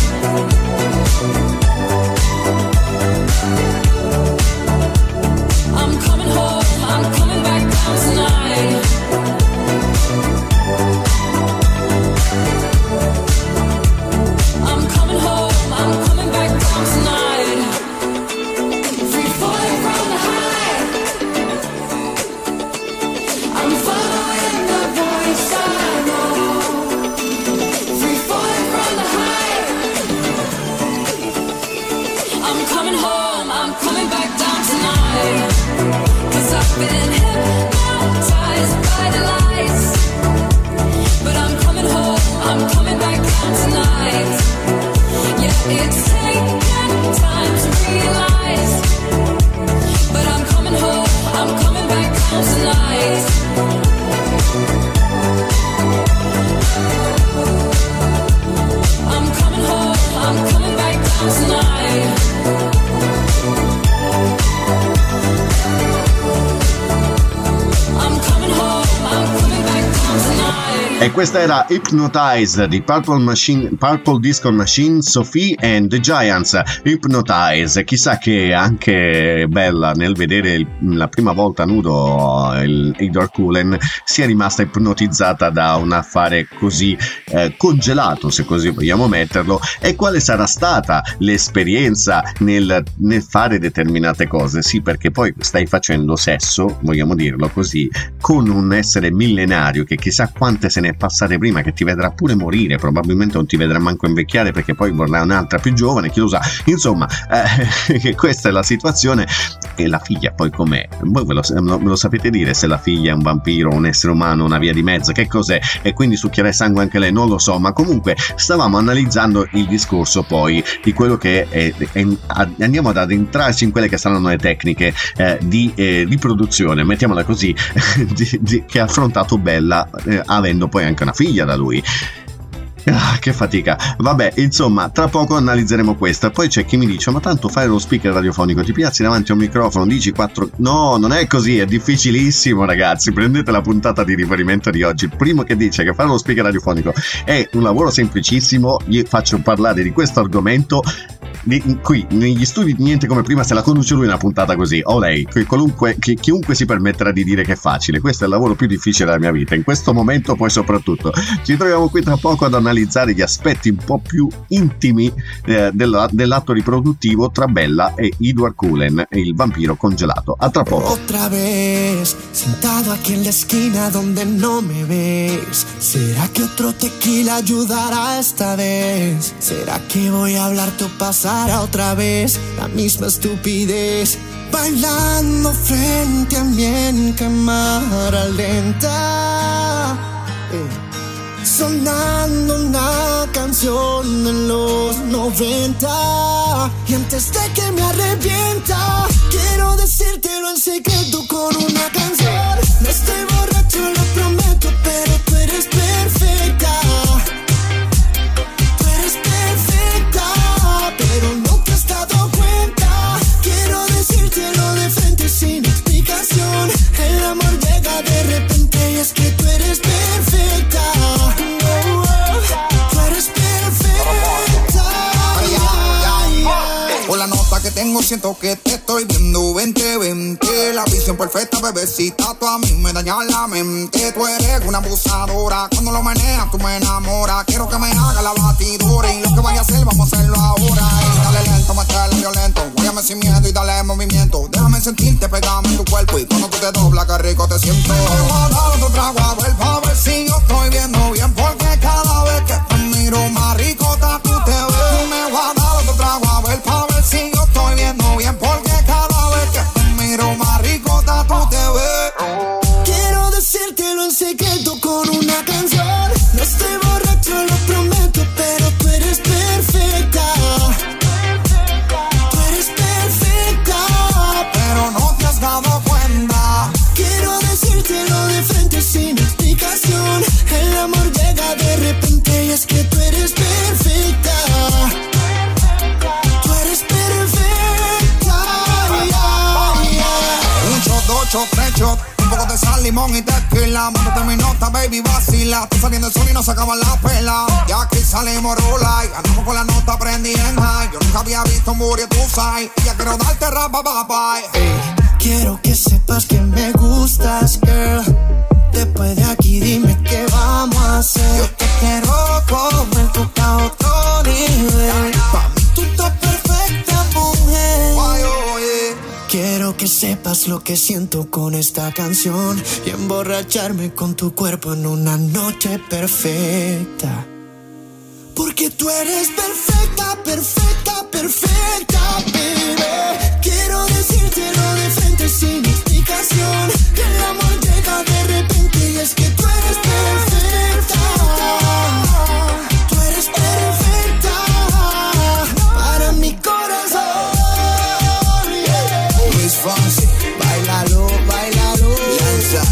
I'm coming home, I'm coming back down tonight. I'm coming home, I'm coming back down tonight. Free falling from the high, I'm following the voice I know. Free falling from the high, I'm coming home, I'm coming back down tonight, 'cause I've been hypnotized by the lights, but I'm coming home, I'm coming back down tonight. Yeah, it's taken time to realize, but I'm coming home, I'm coming back down tonight. I'm coming home, I'm coming back down tonight. I'm coming home, I'm coming back down tonight. E questa era Hypnotize di Purple Machine, Purple Disco Machine, Sophie and the Giants. Hypnotize, chissà che anche Bella nel vedere il, la prima volta nudo il Edward Cullen sia rimasta ipnotizzata da un affare così eh, congelato, se così vogliamo metterlo, e quale sarà stata l'esperienza nel, nel fare determinate cose. Sì, perché poi stai facendo sesso, vogliamo dirlo così, con un essere millenario che chissà quante se ne è passate prima, che ti vedrà pure morire, probabilmente non ti vedrà manco invecchiare perché poi vorrà un'altra più giovane, chi lo sa. Insomma, eh, questa è la situazione. E la figlia poi com'è? Voi ve lo, me lo sapete dire se la figlia è un vampiro, un essere umano, una via di mezzo, che cos'è? E quindi succhierà sangue anche lei? Non lo so, ma comunque stavamo analizzando il discorso poi di quello che è, è, andiamo ad addentrarci in quelle che saranno le tecniche eh, di eh, riproduzione, mettiamola così, di, di, che ha affrontato Bella eh, avendo poi anche una figlia da lui. Ah, che fatica. Vabbè, insomma, tra poco analizzeremo questa. Poi c'è chi mi dice: ma tanto fare lo speaker radiofonico, ti piazzi davanti a un microfono, dici quattro... No, non è così, è difficilissimo, ragazzi. Prendete la puntata di riferimento di oggi. Il primo che dice che fare lo speaker radiofonico è un lavoro semplicissimo, gli faccio parlare di questo argomento. Di, qui negli studi Niente Come Prima se la conduce lui una puntata così, o lei, qualunque, chi, chiunque si permetterà di dire che è facile. Questo è il lavoro più difficile della mia vita in questo momento, poi soprattutto ci troviamo qui tra poco ad analizzare gli aspetti un po' più intimi eh, della, dell'atto riproduttivo tra Bella e Edward Cullen e il vampiro congelato. A tra poco. Otra vez, sentado aquí en la esquina donde no me ves. ¿Será que otro tequila ayudará esta vez? ¿Será que voy a hablar tu pasar otra vez la misma estupidez? Bailando frente a mí en cámara lenta, eh. sonando una canción de los noventa. Y antes de que me arrepienta, quiero decírtelo en secreto con una canción. No estoy borracho, lo prometo, pero tú eres perfecta. Tú eres perfecta, pero no te has dado cuenta. Quiero decírtelo de frente sin explicación. El amor llega de repente y es que tú eres perfecta. Oh, oh, tú eres perfecta. Por la nota que tengo siento que te estoy viendo veinte veinte. La visión perfecta, bebecita, tú a mí me dañas la mente. Tú eres una abusadora, cuando lo meneas tú me enamoras. Quiero que me haga la batidura y lo que vaya a hacer vamos a hacerlo ahora. Y dale lento, métele violento, guáyame sin miedo y dale movimiento. Déjame sentirte, pegame en tu cuerpo y cuando tú te doblas, que rico te siento. Me voy a dar otro trago a ver, pa' ver si yo estoy viendo bien, porque cada vez que te miro más ricota tú te ves. Me voy a dar otro trago a ver, pa' ver si yo estoy viendo bien, porque cada vez que te miro más ricota tú te ves. Quiero decírtelo en secreto con una canción. No estoy borracho, lo prometo, pero tú eres perfecta. Tú eres perfecta, pero no te has dado cuenta. Quiero decírtelo de frente sin explicación. El amor llega de repente y es que tú eres perfecta. Tú eres perfecta. Yeah, yeah. Un shot, dos shot, tres shot, un poco de sal, limón y tequila. Mándate mi nota, baby, vacila. Tú saliendo el sol y no se acaban la pela. Ya aquí salimos rola y andamos con la nota prendida en high. Yo nunca había visto un booty tu side y ya quiero darte rapa, bye, bye. Quiero que sepas que me gustas, girl. Después de aquí dime qué vamos a hacer. Yo te quiero comer, tú a otro nivel. Pa' mí tú estás perfecta, mujer. Ay, oye. Quiero que sepas lo que siento con esta canción y emborracharme con tu cuerpo en una noche perfecta. Porque tú eres perfecta, perfecta, perfecta, baby. Quiero decírtelo de frente sin explicación. Que el amor llega de repente y es que tú eres perfecta. Tú eres perfecta para mi corazón. Yeah. Luis Fonsi, bailalo, bailalo. Lanza.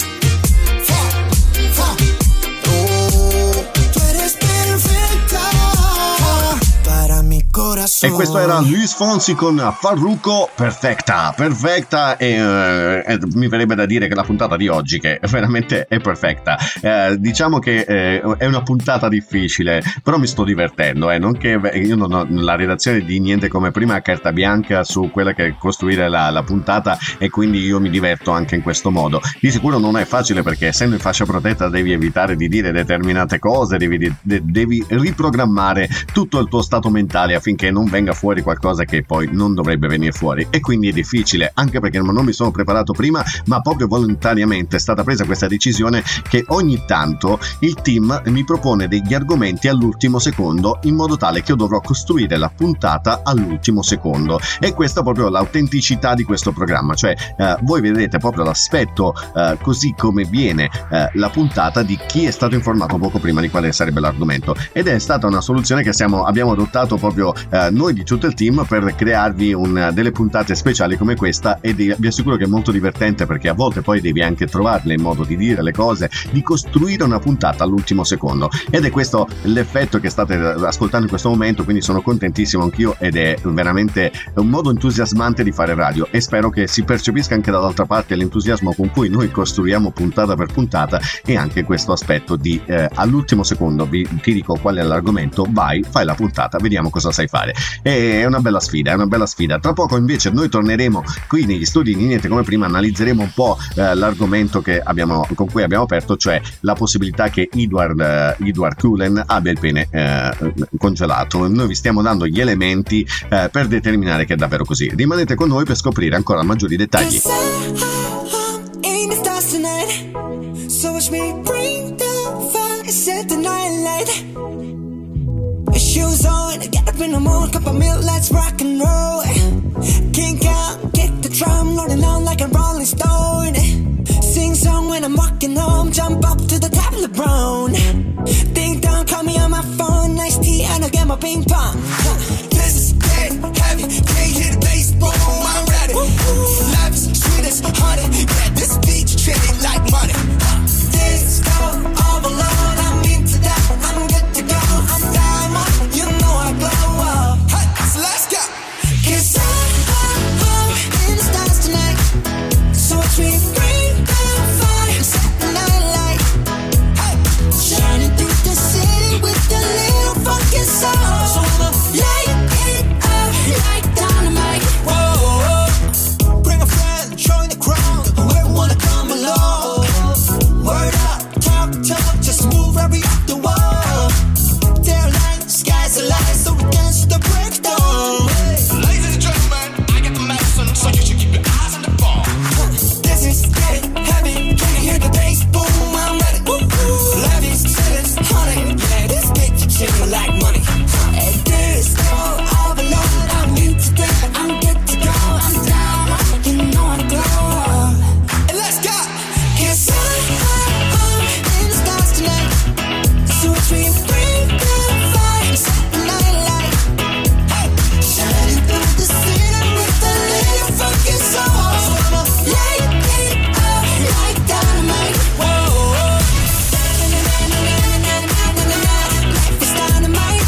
Fa, fa. Oh. Tú eres perfecta para mi corazón. E questo era Luis Fonsi con Farruko, perfetta, perfetta e, eh, e mi verrebbe da dire che la puntata di oggi che veramente è perfetta. Eh, diciamo che eh, è una puntata difficile, però mi sto divertendo, eh, non che io non ho la redazione di Niente Come Prima a carta bianca su quella che è costruire la, la puntata e quindi io mi diverto anche in questo modo. Di sicuro non è facile perché essendo in fascia protetta devi evitare di dire determinate cose, devi, de, devi riprogrammare tutto il tuo stato mentale affinché non venga fuori qualcosa che poi non dovrebbe venire fuori e quindi è difficile anche perché non mi sono preparato prima, ma proprio volontariamente è stata presa questa decisione che ogni tanto il team mi propone degli argomenti all'ultimo secondo in modo tale che io dovrò costruire la puntata all'ultimo secondo e questa è proprio l'autenticità di questo programma, cioè eh, voi vedete proprio l'aspetto eh, così come viene eh, la puntata di chi è stato informato poco prima di quale sarebbe l'argomento ed è stata una soluzione che siamo, abbiamo adottato proprio eh, noi di tutto il team per crearvi un, delle puntate speciali come questa e di, vi assicuro che è molto divertente perché a volte poi devi anche trovarle in modo di dire le cose, di costruire una puntata all'ultimo secondo ed è questo l'effetto che state ascoltando in questo momento, quindi sono contentissimo anch'io ed è veramente un modo entusiasmante di fare radio e spero che si percepisca anche dall'altra parte l'entusiasmo con cui noi costruiamo puntata per puntata e anche questo aspetto di eh, all'ultimo secondo vi, ti dico qual è l'argomento, vai, fai la puntata, vediamo cosa sai fare. E è una bella sfida, è una bella sfida. Tra poco invece noi torneremo qui negli studi di Niente Come Prima, analizzeremo un po' eh, l'argomento che abbiamo, con cui abbiamo aperto, cioè la possibilità che Edward, eh, Edward Cullen abbia il pene eh, congelato. Noi vi stiamo dando gli elementi eh, per determinare che è davvero così. Rimanete con noi per scoprire ancora maggiori dettagli. Shoes on, get up in the morning, cup of milk, let's rock and roll. Kink out, kick the drum, rolling on like a rolling stone. Sing song when I'm walking home, jump up to the top of the brown. Ding dong, call me on my phone, nice tea, and I'll get my ping pong. This is dead heavy, can't hit the baseball, I'm ready. Life is sweet as honey, yeah, this beach chilling like money. This go all alone, I'm into that, I'm good to go, I'm diamond, you know I glow up. Hey, so let's go. Cause I'm in the stars tonight, so watch me bring the fire, set the night light. Hey, shining through the city with a little funky soul. So I'ma light it up, just move right up the wall. They're like, sky's the line, so we dance to the breakdown. Ladies and gentlemen, I got the medicine, so you should keep your eyes on the ball. This is getting heavy, can you hear the bass? Boom, I'm ready. Love is sentence, honey. Yeah, this bitch is chicken like money. And this girl, all alone, I'm in today, I'm good to go. I'm down, you know I'm glow. And let's go. Cause I'm in the stars tonight. So we bring the fire, set the night light. Hey, shining through the city with a little funky soul. So I'ma light it up like dynamite. Whoa. Life is dynamite.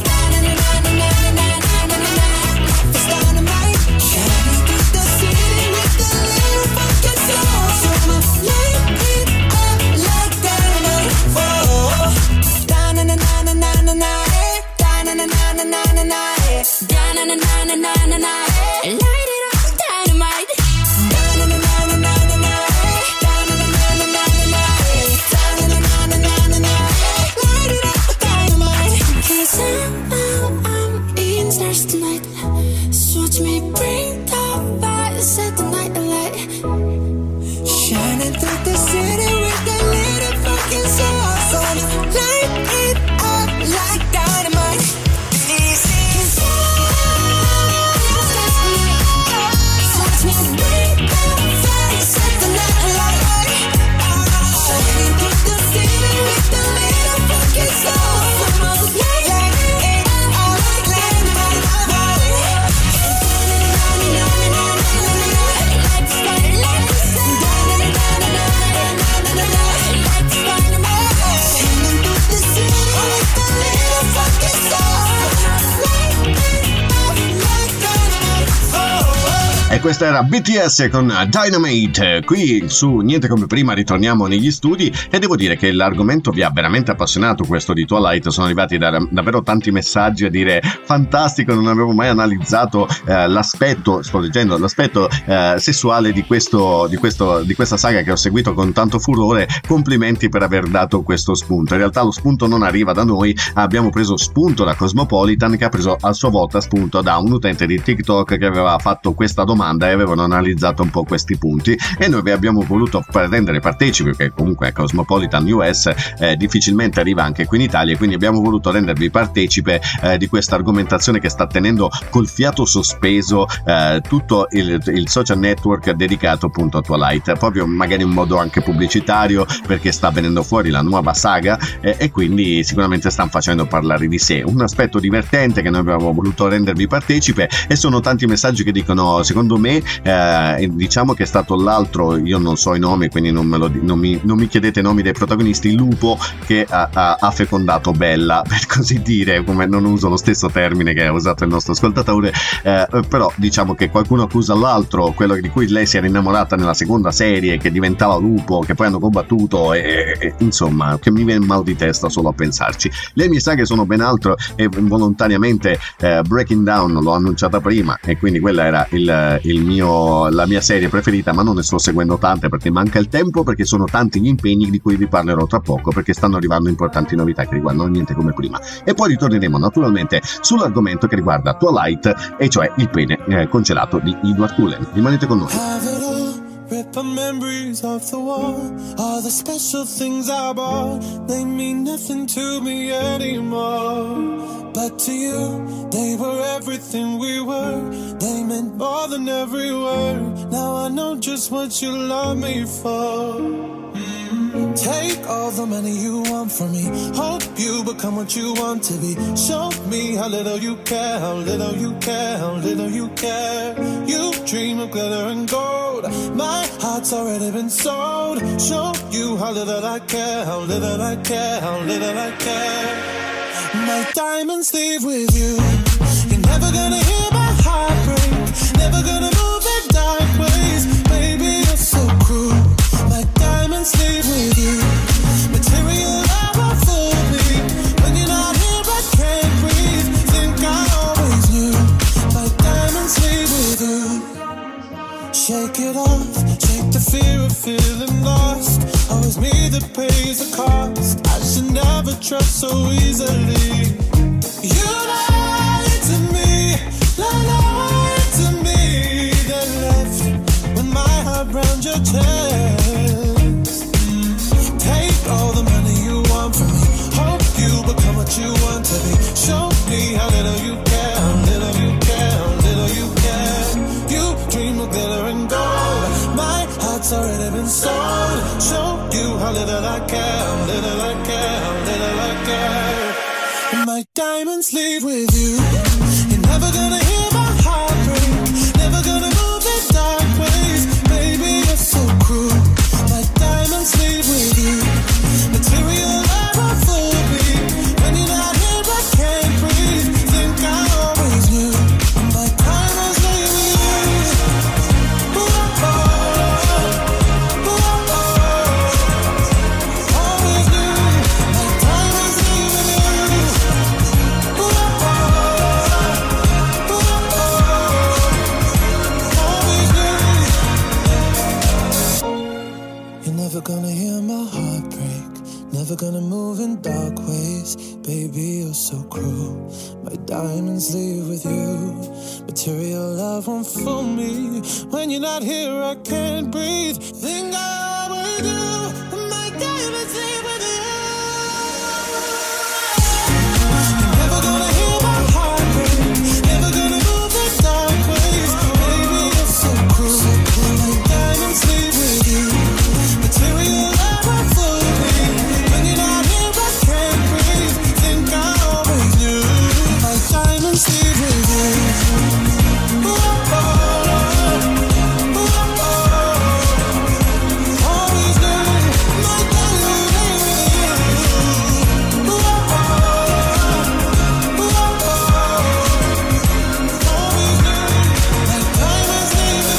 Life is dynamite. Shining through the city with a little funky soul. So I'ma light it up like dynamite. Whoa. Da-na-na-na-na-na-na, eh. Da-na-na-na-na-na-na, eh. Da-na-na-na-na-na-na, eh. Light it up with dynamite. Da-na-na-na-na-na-na, eh. Da-na-na-na-na-na-na, eh. Da-na-na-na-na-na-na, eh. Light it up with dynamite. 'Cause I'm, I'm in stars tonight. So watch me bring the fire, set the night alight. Shining through the city with a little fucking soul. So light it up like dynamite. Easy. 'Cause so watch me bring the fire, set the night alight. Shining through the city with a little fucking soul. So light it up like dynamite. E questa era B T S con Dynamite. Qui su Niente Come Prima ritorniamo negli studi e devo dire che l'argomento vi ha veramente appassionato, questo di Twilight. Sono arrivati da, davvero tanti messaggi a dire fantastico, non avevo mai analizzato eh, l'aspetto, sto leggendo, l'aspetto eh, sessuale di questo, di questo di questa saga che ho seguito con tanto furore. Complimenti per aver dato questo spunto. In realtà lo spunto non arriva da noi, abbiamo preso spunto da Cosmopolitan, che ha preso a sua volta spunto da un utente di TikTok che aveva fatto questa domanda e avevano analizzato un po' questi punti e noi vi abbiamo voluto rendere partecipi, perché comunque Cosmopolitan U S eh, difficilmente arriva anche qui in Italia, e quindi abbiamo voluto rendervi partecipe eh, di questa argomentazione che sta tenendo col fiato sospeso eh, tutto il, il social network dedicato appunto a Twilight, proprio magari in modo anche pubblicitario, perché sta venendo fuori la nuova saga eh, e quindi sicuramente stanno facendo parlare di sé. Un aspetto divertente che noi abbiamo voluto rendervi partecipe, e sono tanti messaggi che dicono: secondo me eh, diciamo che è stato l'altro, io non so i nomi quindi non, me lo, non, mi, non mi chiedete i nomi dei protagonisti, il lupo che ha, ha, ha fecondato Bella, per così dire, come non uso lo stesso termine che ha usato il nostro ascoltatore, eh, però diciamo che qualcuno accusa l'altro, quello di cui lei si era innamorata nella seconda serie, che diventava lupo, che poi hanno combattuto e, e insomma che mi viene mal di testa solo a pensarci. Le mie saghe sono ben altro e volontariamente eh, Breaking Down l'ho annunciata prima e quindi quella era il, il mio, la mia serie preferita, ma non ne sto seguendo tante perché manca il tempo, perché sono tanti gli impegni di cui vi parlerò tra poco, perché stanno arrivando importanti novità che riguardano Niente Come Prima. E poi ritorneremo naturalmente sull'argomento che riguarda Twilight, e cioè il pene eh, congelato di Edward Cullen. Rimanete con noi. Rip my memories off the wall. All the special things I bought, they mean nothing to me anymore. But to you, they were everything we were. They meant more than every word. Now I know just what you love me for. Mm-hmm. Take all the money you want from me. Hope you become what you want to be. Show me how little you care, how little you care, how little you care. You dream of glitter and gold. My heart's already been sold. Show you how little I care, how little I care, how little I care. My diamonds leave with you. You're never gonna hear my heart break. Never gonna move in dark ways. Baby, you're so cruel. My diamonds leave with you. Material never fooled me. When you're not here, I can't breathe. Think I always knew. My diamonds leave with you. Shake it off, shake the fear of feeling lost. Always me that pays the cost. never trust so easily. You lied to me, lied to me, then left with my heart round your chest. Take all the money you want from me, hope you become what you want to be. Show me how little you care, how little you care, how little you care. You dream of glitter and gold, my heart's already been sold. Show you how little I care, how little I care, how little I care. And my diamonds leave with you. You're never gonna hear my heart break, never gonna move in dark ways. Baby, you're so cruel. My diamonds leave with you. Material love won't fool me. When you're not here, I can't breathe. Think I always knew. My diamonds leave with you. Ooh, oh, oh, ooh, oh, oh. Always knew. My diamonds leave with you. Ooh, oh, oh, ooh, oh, oh. Always knew. You're never gonna hear my heart break, never gonna move in dark ways. Baby, you're so cruel. My diamonds leave with you. Material love won't fool me. When you're not here, I can't breathe. Think I always do. My diamonds leave with you. You're never gonna hear my heart break, never gonna move in dark ways. Baby, you're so cruel. My diamonds leave with you. Material love won't fool me. When you're not here, I can't breathe. Think I always knew. My diamonds leave with you. Ooh, oh, oh, ooh, oh, oh. Always knew. My diamonds leave with you. Ooh, oh, oh, ooh, oh, oh. Always knew. My diamonds leave with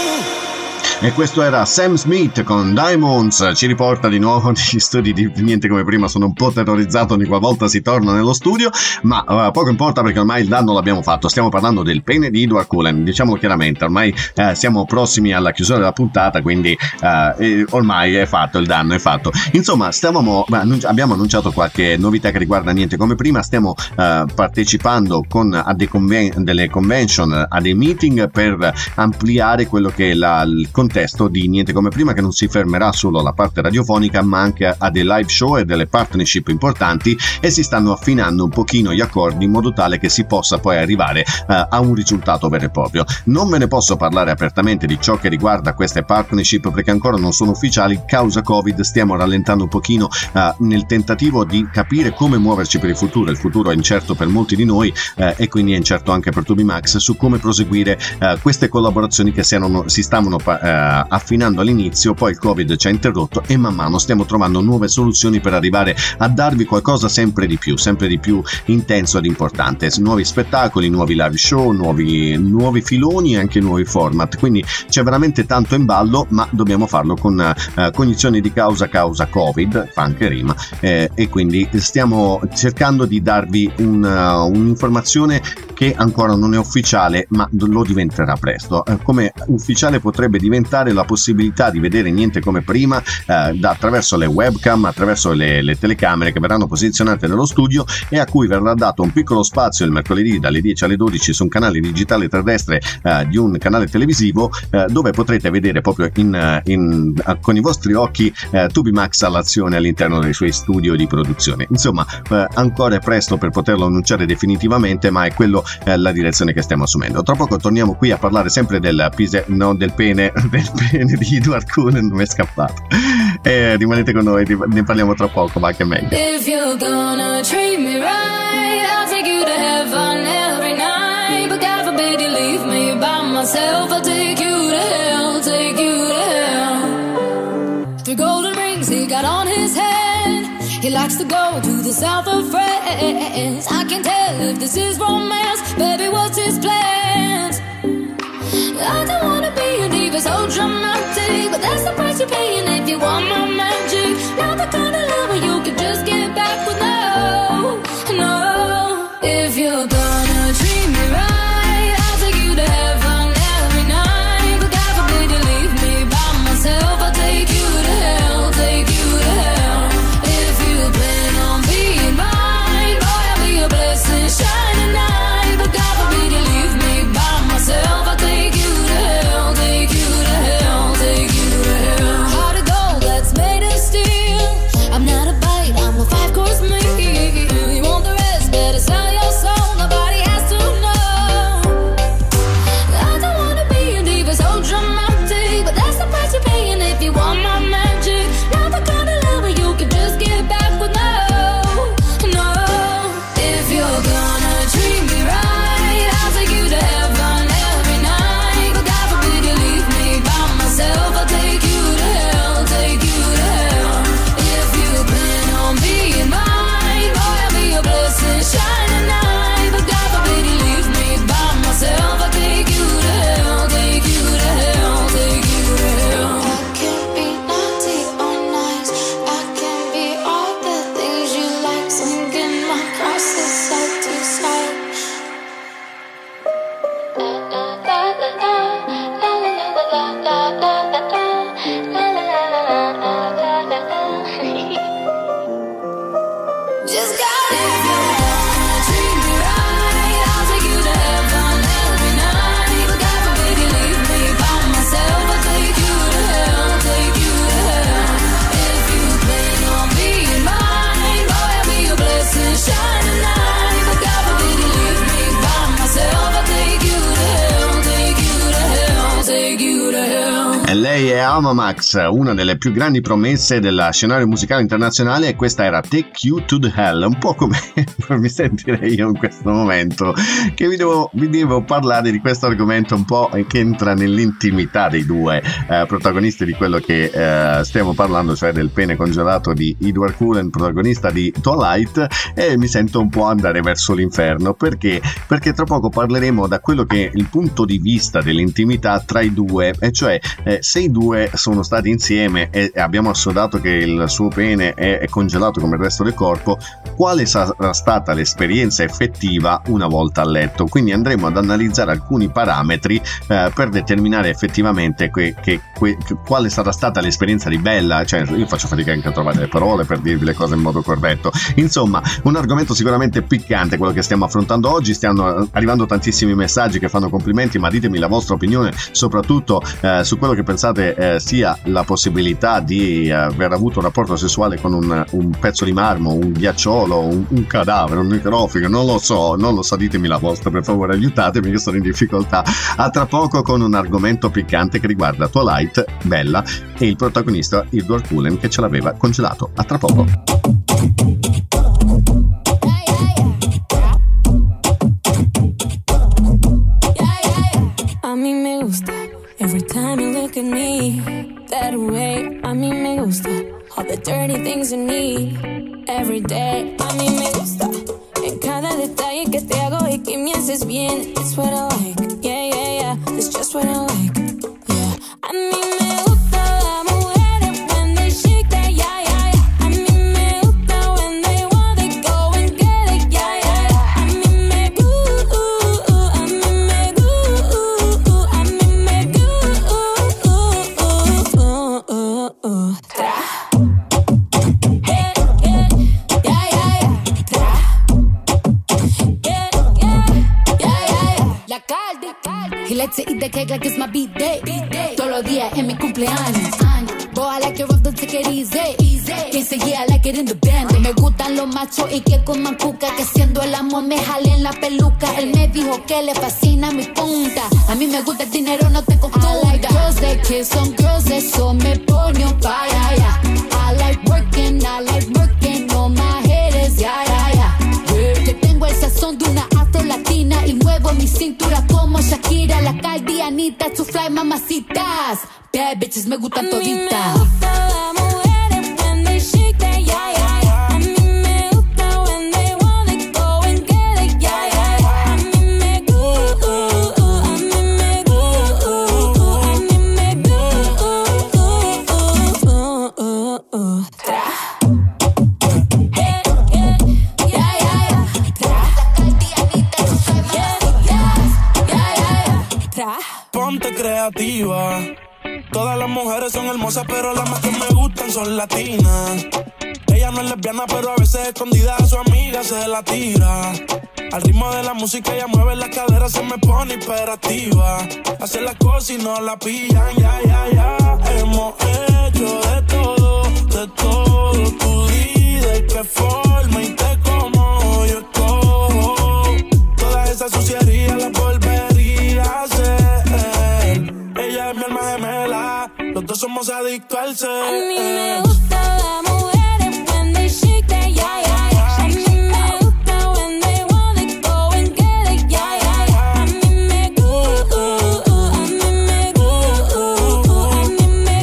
you. E questo era Sam Smith con Diamonds, ci riporta di nuovo negli studi di Niente Come Prima. Sono un po' terrorizzato ogni qualvolta si torna nello studio, ma uh, poco importa perché ormai il danno l'abbiamo fatto. Stiamo parlando del pene di Edward Cullen, diciamolo chiaramente, ormai uh, siamo prossimi alla chiusura della puntata, quindi uh, eh, ormai è fatto, il danno è fatto. Insomma, stavamo, beh, abbiamo annunciato qualche novità che riguarda Niente Come Prima. Stiamo uh, partecipando con, a dei conven- delle convention, a dei meeting per ampliare quello che è la, il contesto di Niente Come Prima, che non si fermerà solo alla parte radiofonica ma anche a dei live show e delle partnership importanti, e si stanno affinando un pochino gli accordi in modo tale che si possa poi arrivare uh, a un risultato vero e proprio. Non ve ne posso parlare apertamente di ciò che riguarda queste partnership perché ancora non sono ufficiali. Causa Covid stiamo rallentando un pochino uh, nel tentativo di capire come muoverci per il futuro. Il futuro è incerto per molti di noi uh, e quindi è incerto anche per Tubimax su come proseguire uh, queste collaborazioni che si, erano, si stavano uh, affinando all'inizio. Poi il Covid ci ha interrotto e man mano stiamo trovando nuove soluzioni per arrivare a darvi qualcosa sempre di più, sempre di più intenso ed importante. Nuovi spettacoli, nuovi live show, nuovi, nuovi filoni e anche nuovi format. Quindi c'è veramente tanto in ballo, ma dobbiamo farlo con uh, cognizione di causa, causa Covid, fa anche rima, eh, e quindi stiamo cercando di darvi un, uh, un'informazione che ancora non è ufficiale, ma lo diventerà presto. Eh, come ufficiale potrebbe diventare la possibilità di vedere Niente Come Prima eh, da, attraverso le webcam, attraverso le, le telecamere che verranno posizionate nello studio e a cui verrà dato un piccolo spazio il mercoledì dalle dieci alle dodici su un canale digitale terrestre eh, di un canale televisivo eh, dove potrete vedere proprio in, in, con i vostri occhi eh, Tubimax all'azione all'interno dei suoi studio di produzione. Insomma, eh, ancora è presto per poterlo annunciare definitivamente, ma è quello eh, la direzione che stiamo assumendo. Tra poco torniamo qui a parlare sempre del, pise, no, del pene del pene di Edward Cullen, non mi è scappato. Eh, rimanete con noi, ne parliamo tra poco, ma anche meglio. If you're gonna treat me right, I'll take you to heaven every night. But God forbid you leave me by myself, I'll take you to hell, take you to hell. Three golden rings he got on his head, he likes to go to the south of France. I can tell if this is romance, baby, what's his plans? I don't wanna be a diva, so dramatic, but that's the price you're paying if you want my magic. Not the kind of love where you can just get back with no, no. If you're gonna treat me right, I'll take you to heaven every night. But God forbid you leave me by myself, I'll take you to hell, take you to hell. If you plan on Just got it. If you wanna treat me right, I'll take you to heaven every night. But God forbid you leave me by myself, I'll take you to hell, take you to hell. If you plan on being mine, boy, I'll be your blessing, shining light. But God forbid you leave me by myself, I'll take you to hell, take you to hell, take you to hell. E lei è Alma Max, una delle più grandi promesse del scenario musicale internazionale, e questa era Take You to the Hell, un po' come mi sentirei io in questo momento, che vi devo, vi devo parlare di questo argomento un po' che entra nell'intimità dei due eh, protagonisti di quello che eh, stiamo parlando, cioè del pene congelato di Edward Cullen, protagonista di Twilight, e mi sento un po' andare verso l'inferno, perché? Perché tra poco parleremo da quello che è il punto di vista dell'intimità tra i due, e cioè eh, se i due sono stati insieme e abbiamo assodato che il suo pene è, è congelato come il resto del corpo, quale sarà stata l'esperienza effettiva una volta a letto. Quindi andremo ad analizzare alcuni parametri eh, per determinare effettivamente que, che, que, che, quale sarà stata l'esperienza di Bella. Cioè, io faccio fatica anche a trovare le parole per dirvi le cose in modo corretto. Insomma, un argomento sicuramente piccante quello che stiamo affrontando oggi. Stiano arrivando tantissimi messaggi che fanno complimenti, ma ditemi la vostra opinione soprattutto eh, su quello che pensate eh, sia la possibilità di eh, aver avuto un rapporto sessuale con un, un pezzo di marmo, un ghiacciolo, un, un cadavere, un necrofigo, non lo so, non lo so, ditemi la vostra, per favore, aiutatemi, che sono in difficoltà. A tra poco con un argomento piccante che riguarda Twilight, Bella e il protagonista Edward Cullen che ce l'aveva congelato. A tra poco. A mí me gusta every time you look at me that way. A mí me gusta all the dirty things you need every day. A mí me gusta en cada detalle que te hago y que me haces bien. It's what I like, yeah, yeah, yeah. It's just what I like, yeah. A mí me gusta la mujeres when they shake that, yeah, yeah, yeah. A mí me gusta when they want it, go and get it, yeah, yeah, yeah. A mí me gusta, a mí me gusta, a mí me gusta. Tra. He likes to eat the cake like it's my B-day. Todos los días es mi cumpleaños. Boy, I like it rough, don't take it easy. Quien se yeah, I like it in the band. Me gustan los machos y que coman cuca, que siendo el amor me jalen la peluca. Él me dijo que le fascina mi punta. A mí me gusta el dinero, no te confunda. I like girls that kiss on girls, eso me pone un fire, yeah. I like working, I like working on my haters, yeah, yeah, yeah. Que tengo el sazón de una afro latina y muevo mi cintura como Shakira, la caldianita, to fly mamacitas. Bad bitches me gustan toditas. Ponte creativa. Todas las mujeres son hermosas, pero las más que me gustan son latinas. Ella no es lesbiana, pero a veces escondida a su amiga se la tira. Al ritmo de la música ella mueve la cadera, se me pone hiperactiva. Hace las cosas y no la pillan, ya, ya, ya. Hemos hecho de todo, de todo. Tú di de qué forma y te como yo escojo. Toda esa suciería la volvería a hacer. Ella es mi alma gemela, los dos somos adictos al ser. A mí me gusta la mujeres when they shake that, yeah, yeah, yeah. A mí me gusta when they want it, go and get it, yeah, yeah, yeah. A mí me gusta, a mí me gusta, a mí me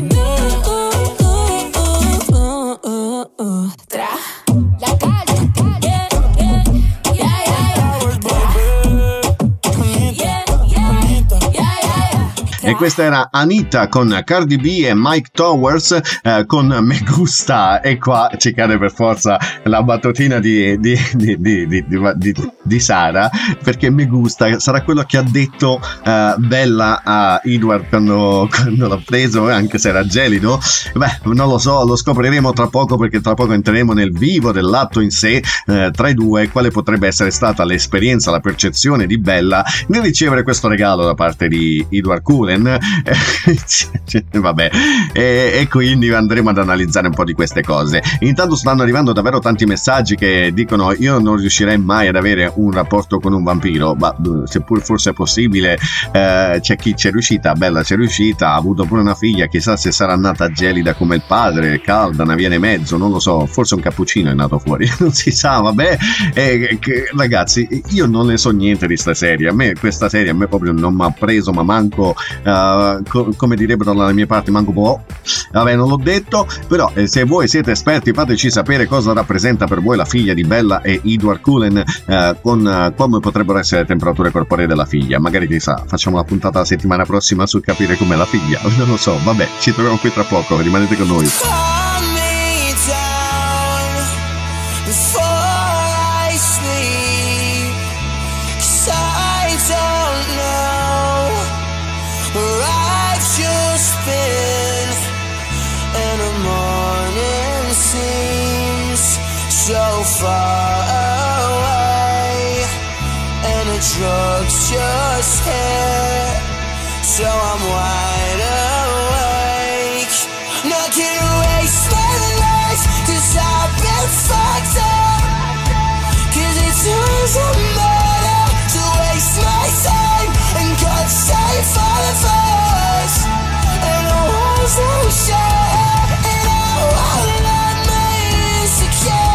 gusta. Tra. La calle, yeah, yeah, yeah, yeah, yeah. E questa era Anita con Cardi B e Mike Towers eh, con Me Gusta, e qua ci cade per forza la battutina di, di, di, di, di, di, di, di Sara, perché Me Gusta sarà quello che ha detto eh, Bella a Edward quando, quando l'ha preso, anche se era gelido. Beh, non lo so, lo scopriremo tra poco, perché tra poco entreremo nel vivo dell'atto in sé eh, tra i due, quale potrebbe essere stata l'esperienza, la percezione di Bella nel ricevere questo regalo da parte di Edward Cullen. Vabbè, e, e quindi andremo ad analizzare un po' di queste cose. Intanto stanno arrivando davvero tanti messaggi che dicono: io non riuscirei mai ad avere un rapporto con un vampiro, ma seppur forse è possibile, eh, c'è chi c'è riuscita, Bella c'è riuscita, ha avuto pure una figlia, chissà se sarà nata gelida come il padre, calda, una via e mezzo, non lo so, forse un cappuccino è nato fuori, non si sa, vabbè. E, che, ragazzi, io non ne so niente di sta serie, a me questa serie a me proprio non mi ha preso, ma manco uh, co- come direbbero dalle mie parti, manco po', vabbè, non l'ho detto, però eh, se voi siete esperti fateci sapere cosa rappresenta per voi la figlia di Bella e Edward Cullen, uh, con uh, come potrebbero essere le temperature corporee della figlia. Magari chissà, facciamo la puntata la settimana prossima su capire com'è la figlia, non lo so, vabbè, ci troviamo qui tra poco, rimanete con noi. So far away, and the drugs just hit, so I'm wide awake. Not gonna waste my life, cause I've been fucked up, cause it doesn't matter to waste my time, and God save all of us, and I wasn't sure, and I won't let my insecurity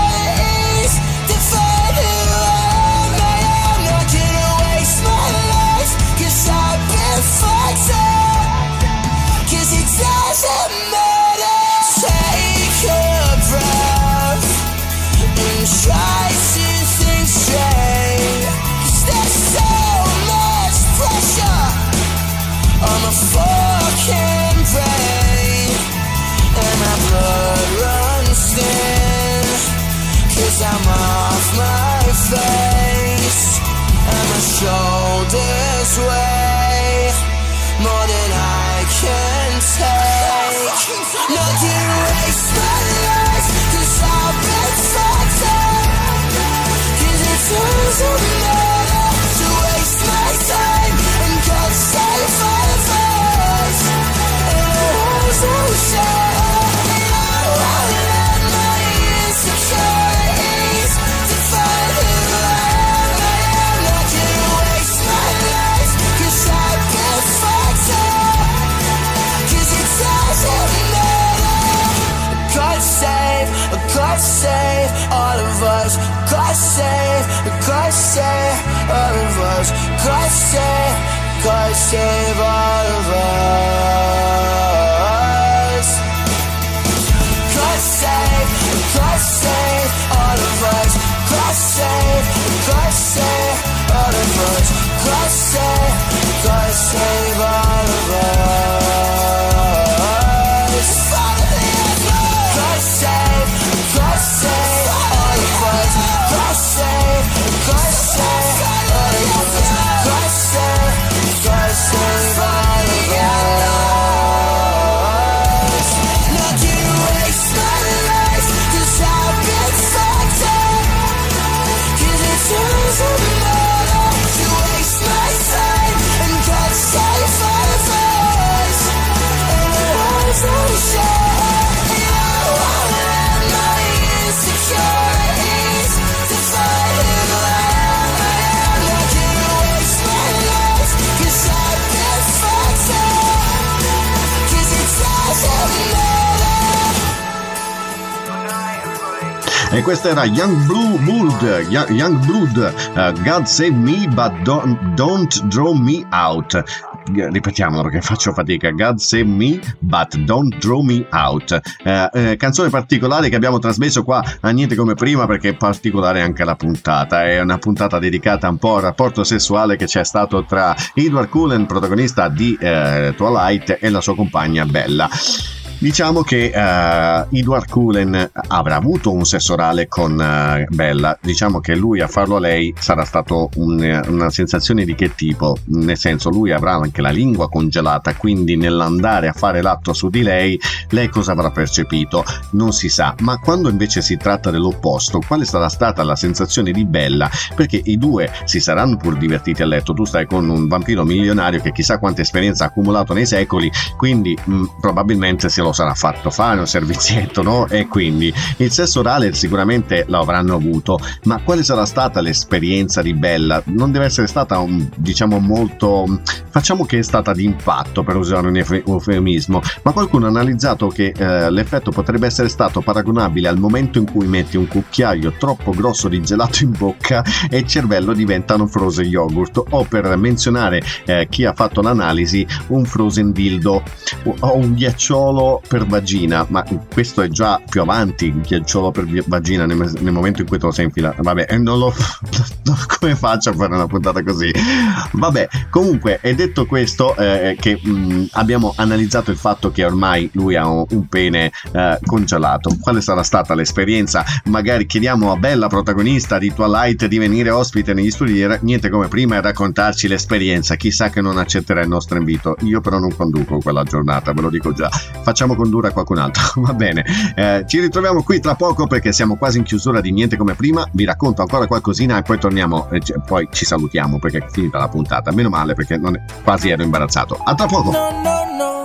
fucked up, cause it doesn't matter. Take a breath and try to think straight, cause there's so much pressure on my fucking brain, and my blood runs thin, cause I'm off my face, and my shoulders weigh more than I can take. Not to waste my life, cause I've been fucked up, cause it doesn't matter to waste my time, and God save all of us, and I wasn't sure, and I won't let my insecurities define who I am. I am not gonna waste my life, cause I've been fucked up, cause it doesn't matter. God save, God save all of us. God save, God save all of us. God save, God save all of us. God save, God save all of us. God save, God save all of us. God save, God save all of us. God save, God save all of us. God save, God save all of us. God save, God save all of us. Not gonna waste my life, cause I've been fucked up, cause it doesn't matter to waste my time, and God save all of us, and I wasn't sure, and I won't let my insecurities define who I am. I am not gonna waste my life, cause I've been fucked up, cause it doesn't matter. E questo era Young Blue Blood, Young Blood, uh, God Save Me But Don't, don't Draw Me Out. ripetiamolo perché faccio fatica. God save me but don't throw me out. Eh, eh, canzone particolare che abbiamo trasmesso qua a Niente Come Prima, perché è particolare anche la puntata. È una puntata dedicata un po' al rapporto sessuale che c'è stato tra Edward Cullen, protagonista di eh, Twilight, e la sua compagna Bella. Diciamo che uh, Edward Cullen avrà avuto un sesso orale con uh, Bella. Diciamo che lui a farlo a lei sarà stato un, una sensazione di che tipo? Nel senso, lui avrà anche la lingua congelata, quindi nell'andare a fare l'atto su di lei, lei cosa avrà percepito? Non si sa. Ma quando invece si tratta dell'opposto, quale sarà stata la sensazione di Bella? Perché i due si saranno pur divertiti a letto. Tu stai con un vampiro milionario che chissà quanta esperienza ha accumulato nei secoli, quindi mh, probabilmente se lo sarà fatto fare un servizietto, no? E quindi il sesso orale sicuramente lo avranno avuto, ma quale sarà stata l'esperienza di Bella? Non deve essere stata un, diciamo molto, facciamo che è stata d'impatto, per usare un eufemismo, ma qualcuno ha analizzato che eh, l'effetto potrebbe essere stato paragonabile al momento in cui metti un cucchiaio troppo grosso di gelato in bocca e il cervello diventa un frozen yogurt, o per menzionare eh, chi ha fatto l'analisi, un frozen dildo o un ghiacciolo per vagina. Ma questo è già più avanti, il ghiacciolo per vagina, nel, nel momento in cui te lo sei infilato. Vabbè, non lo come faccio a fare una puntata così? Vabbè, comunque, è detto questo, eh, che mh, abbiamo analizzato il fatto che ormai lui ha un, un pene eh, congelato. Quale sarà stata l'esperienza? Magari chiediamo a Bella, protagonista di Twilight, di venire ospite negli studi di Niente Come Prima e raccontarci l'esperienza. Chissà che non accetterà il nostro invito. Io però non conduco quella giornata, ve lo dico già. Facciamo condurre a qualcun altro. Va bene, eh, ci ritroviamo qui tra poco perché siamo quasi in chiusura di Niente Come Prima. Vi racconto ancora qualcosina e poi torniamo, eh, poi ci salutiamo perché è finita la puntata. Meno male, perché non è, quasi ero imbarazzato. A tra poco. No, no, no.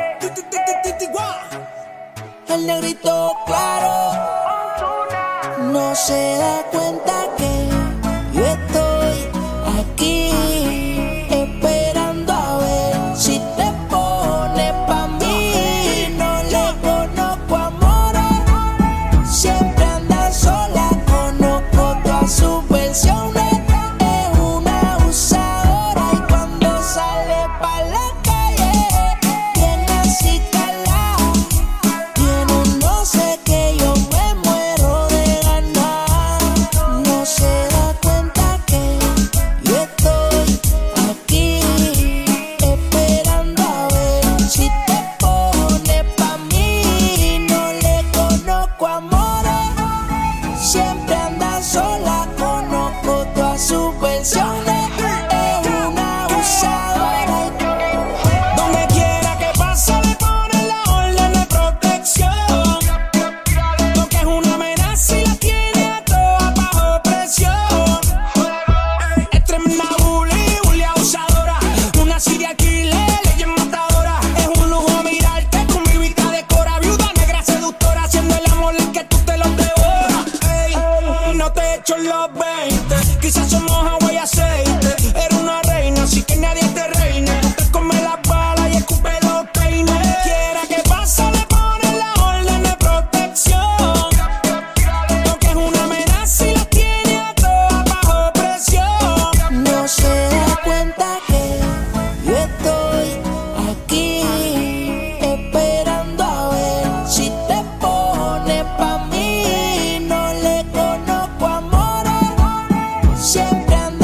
El negrito claro no se da cuenta que yo estoy aquí esperando a ver si te pones pa' mí. No le conozco amor, siempre anda sola, conozco todas sus versiones. Es una abusadora y cuando sale pa' la calle viene así calada. Tiene un no sé que yo me muero de ganar. No se da cuenta que yo estoy aquí esperando a ver si te pones pa' mí. No le conozco amor, siempre anda sola, conozco todas sus versiones. Es una abusadora. Donde quiera que pase le ponen la orden de protección, porque es una amenaza y la tiene a todas bajo presión. Es tremenda bully, bully abusadora, una serial killer, leyenda matadora. Es un lujo mirarte con mi vista de cora, viuda negra seductora, haciendo el amor el que tú te lo devoras. Ey, no te echo los veinte, quizás somos agua y aceite. Eres una reina, así que nadie te reine. Tú te comes las balas y escupe los peines. Quiera que pase le ponen la orden de protección, porque es una amenaza y la tiene a todas bajo presión. No se da cuenta que yo estoy aquí esperando a ver si te pones pa' mí. No le conozco amor, siempre anda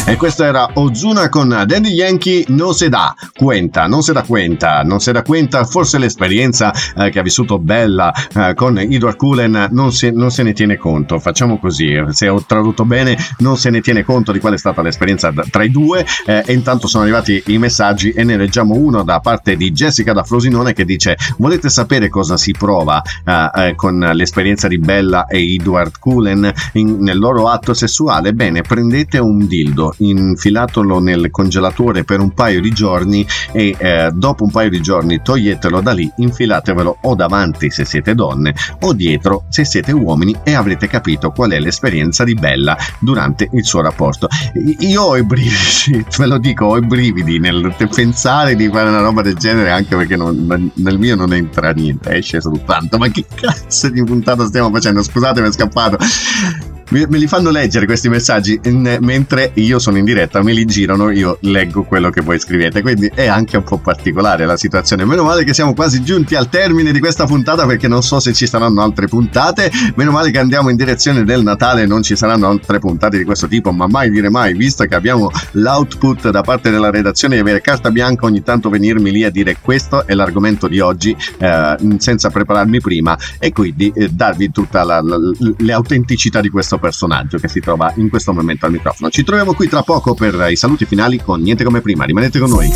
E questo era Ozuna con Daddy Yankee, no se da cuenta, non se da cuenta, non se da cuenta, forse l'esperienza eh, che ha vissuto Bella eh, con Edward Cullen non, se, non se ne tiene conto, facciamo così, se ho tradotto bene, non se ne tiene conto di qual è stata l'esperienza tra i due, eh, e intanto sono arrivati i messaggi e ne leggiamo uno da parte di Jessica da Frosinone che dice: volete sapere cosa si prova eh, eh, con l'esperienza di Bella e Edward Cullen in, nel loro atto sessuale? Bene, prendete un dildo, infilatelo nel congelatore per un paio di giorni e eh, dopo un paio di giorni toglietelo da lì, infilatevelo o davanti se siete donne o dietro se siete uomini e avrete capito qual è l'esperienza di Bella durante il suo rapporto. Io ho i brividi, ve lo dico, ho i brividi nel pensare di fare una roba del genere, anche perché non, nel mio non entra niente, esce soltanto. Ma che cazzo di puntata stiamo facendo? Scusate, mi è scappato. Me li fanno leggere questi messaggi in, mentre io sono in diretta, me li girano, io leggo quello che voi scrivete, quindi è anche un po' particolare la situazione. Meno male che siamo quasi giunti al termine di questa puntata, perché non so se ci saranno altre puntate. Meno male che andiamo in direzione del Natale, non ci saranno altre puntate di questo tipo, ma mai dire mai, visto che abbiamo l'output da parte della redazione di avere carta bianca, ogni tanto venirmi lì a dire questo è l'argomento di oggi eh, senza prepararmi prima, e quindi eh, darvi tutta la, la, le autenticità di questo personaggio che si trova in questo momento al microfono. Ci troviamo qui tra poco per i saluti finali con Niente come prima. Rimanete con noi.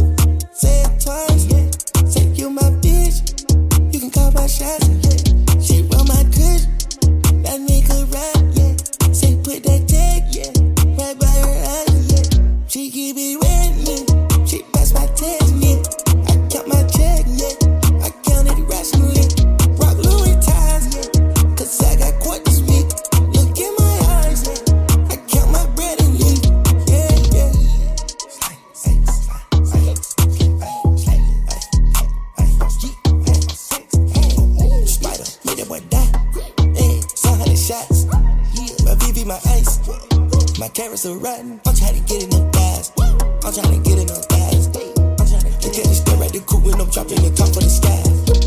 Carrots are rotten. I'm trying to get in the thighs. I'm trying to get in the thighs. I'm trying to get in the stare at the coupe when I'm dropping the top of the sky.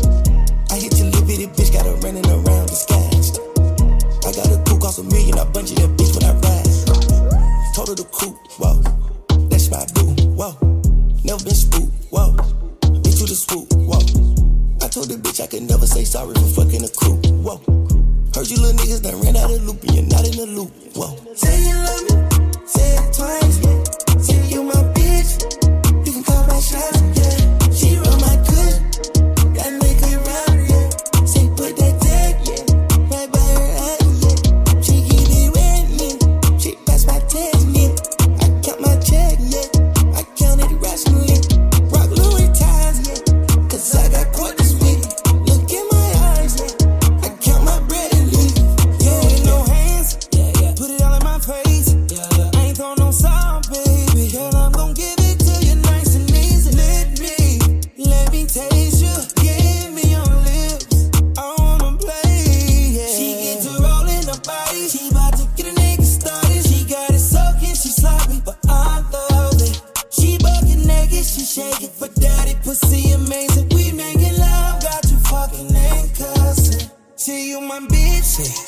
I hit your little bitty bitch, got her running around the skies. I got a coupe, cost a million, I bungee that bitch when I ride. Told her the coupe, whoa, that's my boo, whoa. Never been spooked, whoa. Bitch to the swoop, whoa. I told the bitch I could never say sorry for fucking a coupe, whoa. Heard you little niggas done ran out of the loop and you're not in the loop, whoa. Say you love me. Say it twice, yeah. Say you my bitch. You can call my shots, yeah. She run my good. That make her run, yeah. Say put that tag, yeah. Right by her eyes, yeah. She keep it with me. She pass my test, yeah. I count my check, yeah. I count it rationally. Rock Louis ties, yeah. Cause I got caught this week. Look in my eyes, yeah. I count my bread and leave. Yeah, ain't no hands. Yeah, yeah. Put it all in my face. Yeah, yeah. Song, baby, girl, I'm gon' give it to you nice and easy. Let me, let me taste you. Give me your lips, I wanna play, yeah. She get to rollin' her body. She bout to get a nigga started. She got it soaking, she sloppy, but I love it. She bucket naked, she shake it for daddy. Pussy amazing, we making love. Got you fucking and cussing. See you my bitch.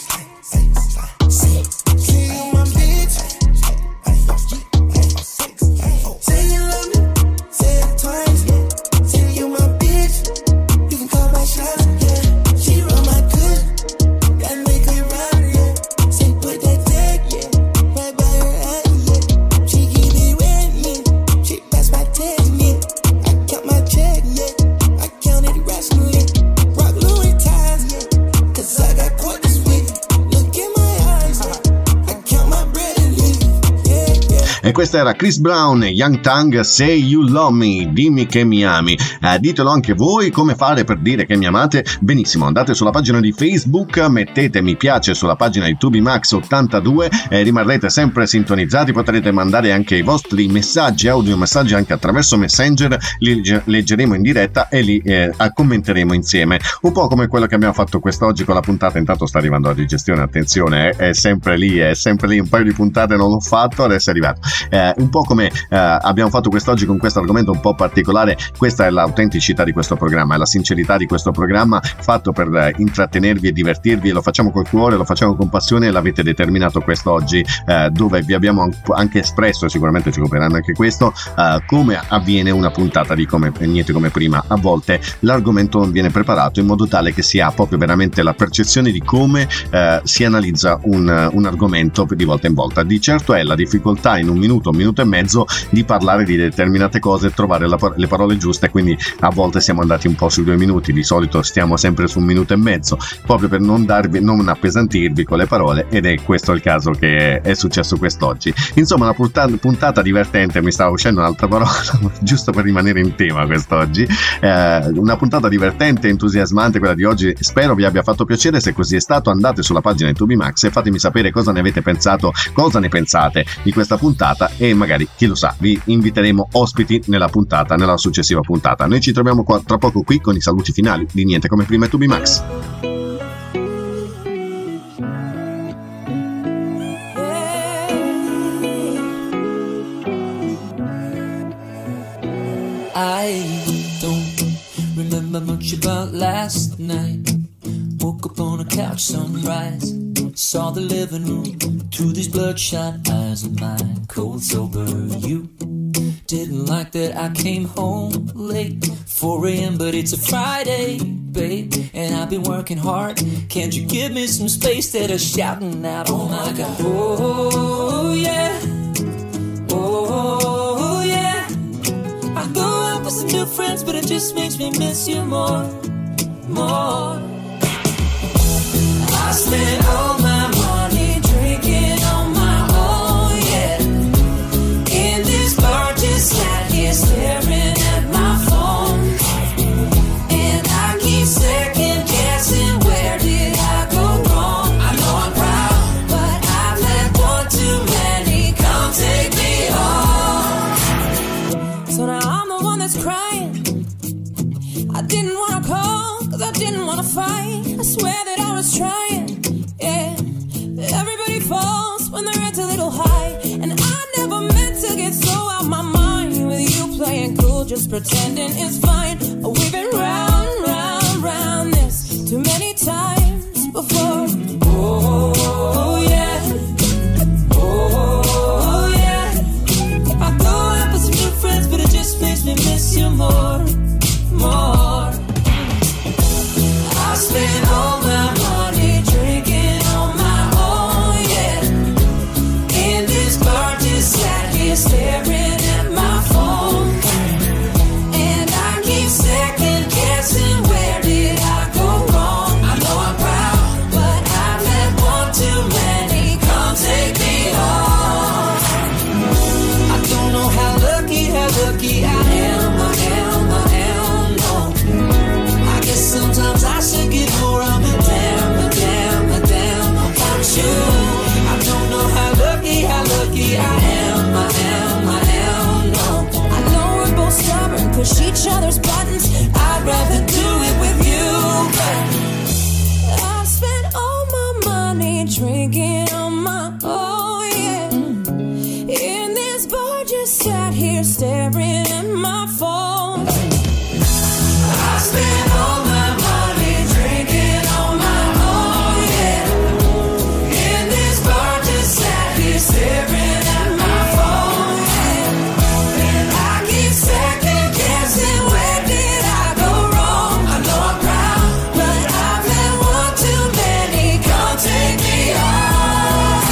See you my bitch. Say you love me, say it twice, yeah. Say you my bitch, you can call my shots, yeah. She run my good, that make her run, yeah. Say put that tag, yeah, right by her eyes, yeah. She keep it with me, she pass my test, yeah. I count my check, yeah, I count it rationally. Rock Louis ties, yeah, cause I got caught this week. Look in my eyes, yeah. I count my bread and leave, yeah, yeah. E questa era Chris Brown e Young Thug, Say You Love Me, dimmi che mi ami. Eh, ditelo anche voi come fare per dire che mi amate. Benissimo, andate sulla pagina di Facebook, mettete mi piace sulla pagina di Tubimax ottantadue e rimarrete sempre sintonizzati. Potrete mandare anche i vostri messaggi, audio messaggi anche attraverso Messenger, li leggeremo in diretta e li eh, commenteremo insieme. Un po' come quello che abbiamo fatto quest'oggi con la puntata. Intanto sta arrivando la digestione, attenzione, eh, è sempre lì, è sempre lì, un paio di puntate non l'ho fatto, adesso è arrivato. eh, un po' come eh, abbiamo fatto quest'oggi con questo argomento un po' particolare. Questa è l'autenticità di questo programma, è la sincerità di questo programma fatto per eh, intrattenervi e divertirvi, e lo facciamo col cuore, lo facciamo con passione, e l'avete determinato quest'oggi, eh, dove vi abbiamo anche espresso, e sicuramente ci copriranno anche questo, eh, come avviene una puntata di come, niente come prima. A volte l'argomento non viene preparato in modo tale che si ha proprio veramente la percezione di come eh, si analizza un, un argomento di volta in volta. Di certo è la difficoltà in un minuto, un minuto e mezzo di parlare di determinate cose e trovare la, le parole giuste, quindi a volte siamo andati un po' sui due minuti, di solito stiamo sempre su un minuto e mezzo, proprio per non darvi, non appesantirvi con le parole, ed è questo il caso che è successo quest'oggi. Insomma, una puntata, puntata divertente, mi stava uscendo un'altra parola giusto per rimanere in tema quest'oggi, eh, una puntata divertente, entusiasmante quella di oggi. Spero vi abbia fatto piacere. Se così è stato, andate sulla pagina di Tubimax e fatemi sapere cosa ne avete pensato, cosa ne pensate di questa puntata, e magari, chi lo sa, vi inviteremo ospiti nella puntata, nella successiva puntata. Noi ci troviamo qua, tra poco qui con i saluti finali di Niente come prima e Tubimax. I don't remember much about last night. Woke up on a couch, sunrise. Saw the living room through these bloodshot eyes of mine. Cold sober, you didn't like that I came home late, four a.m. but it's a Friday, babe, and I've been working hard. Can't you give me some space? That are shouting out, oh my God. Oh yeah, oh yeah. I go out with some new friends, but it just makes me miss you more, more. I spend all my money drinking on my own, yeah. In this bar, just sat here staring at my phone, and I keep second guessing, where did I go wrong? I know I'm proud, but I've had one too many. Come take me home. So now I'm the one that's crying. I didn't wanna call, cause I didn't wanna fight. I swear that I was trying, yeah. Everybody falls when their head's a little high, and I never meant to get so out my mind. With you playing cool, just pretending it's fine. We've been round, round, round this too many times before. Oh yeah, oh yeah. I go out with some new friends, but it just makes me miss you more, more. I spend all my money drinking on my own, yeah. In this bar, just sat here staring at my phone, and I keep second guessing, where did I go wrong? I know I'm proud, but I've had one too many. Come take me home. I don't know how lucky, how lucky I am, I am, I am, no. I guess sometimes I should get more of a damn, a damn, a damn about you. I don't know how lucky, how lucky I am, I am, I am, no. I know we're both stubborn, push each other's buttons. I'd rather do it with you, but I've spent all my money drinking on my own, yeah. In this bar, just sat here staring at my phone. I spent all my money drinking on my own, yeah. In this bar, just sat here staring at my phone, yeah. And I keep second guessing, where did I go wrong? I know I'm proud, but I've had one too many. Come take me home.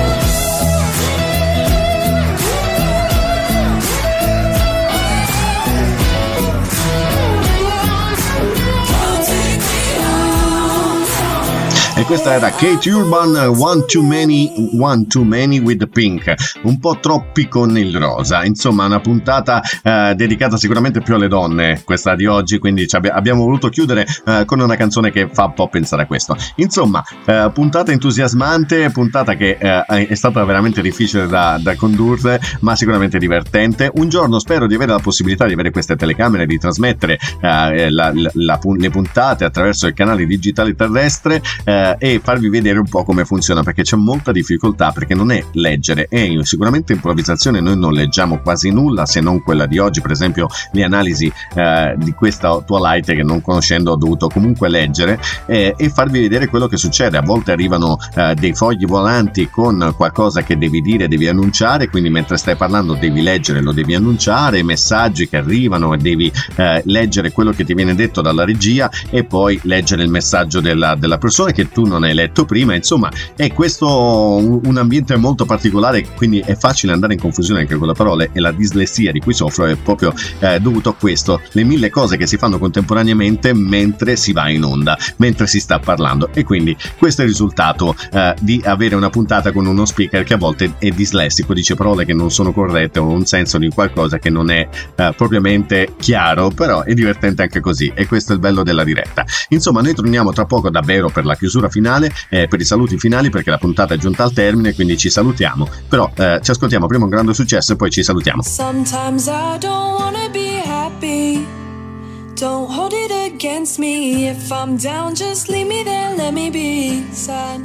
Come take me home. E questa era Kate Urban, One Too Many, One Too Many with the Pink, un po' troppi con il rosa. Insomma, una puntata eh, dedicata sicuramente più alle donne, questa di oggi, quindi abbiamo voluto chiudere eh, con una canzone che fa un po' pensare a questo. Insomma, eh, puntata entusiasmante, puntata che eh, è stata veramente difficile da, da condurre, ma sicuramente divertente. Un giorno spero di avere la possibilità di avere queste telecamere, di trasmettere eh, la, la, la, le puntate attraverso i canali digitali terrestri. Eh, eh, e farvi vedere un po' come funziona, perché c'è molta difficoltà, perché non è leggere, è sicuramente improvvisazione. Noi non leggiamo quasi nulla, se non quella di oggi, per esempio le analisi eh, di questa tua light che non conoscendo ho dovuto comunque leggere, eh, e farvi vedere quello che succede. A volte arrivano eh, dei fogli volanti con qualcosa che devi dire, devi annunciare, quindi mentre stai parlando devi leggere, lo devi annunciare, messaggi che arrivano e devi eh, leggere quello che ti viene detto dalla regia e poi leggere il messaggio della, della persona che tu non hai letto prima. Insomma, è questo un, un ambiente molto particolare, quindi è facile andare in confusione anche con le parole, e la dislessia di cui soffro è proprio eh, dovuto a questo, le mille cose che si fanno contemporaneamente mentre si va in onda, mentre si sta parlando. E quindi questo è il risultato eh, di avere una puntata con uno speaker che a volte è dislessico, dice parole che non sono corrette o un senso di qualcosa che non è eh, propriamente chiaro, però è divertente anche così, e questo è il bello della diretta. Insomma, noi torniamo tra poco davvero per la chiusura finale, eh, per i saluti finali, perché la puntata è giunta al termine, quindi ci salutiamo, però eh, ci ascoltiamo prima un grande successo e poi ci salutiamo. Sometimes I don't wanna be happy. Don't hold it against me. If I'm down, just leave me there, let me be sad.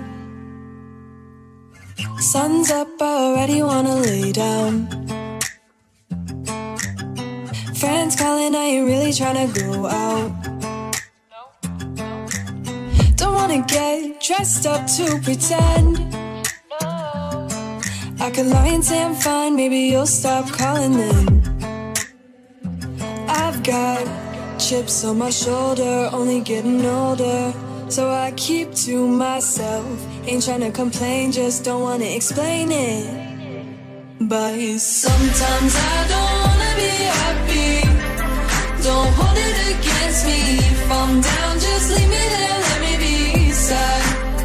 Sun's up, I already wanna lay down. Friends calling, I ain't really tryna go out. Don't wanna get dressed up to pretend. I could lie and say I'm fine, maybe you'll stop calling then. I've got chips on my shoulder, only getting older, so I keep to myself. Ain't tryna complain, just don't wanna explain it. But sometimes I don't wanna be happy. Don't hold it against me. If I'm down, just leave me there, let me be sad.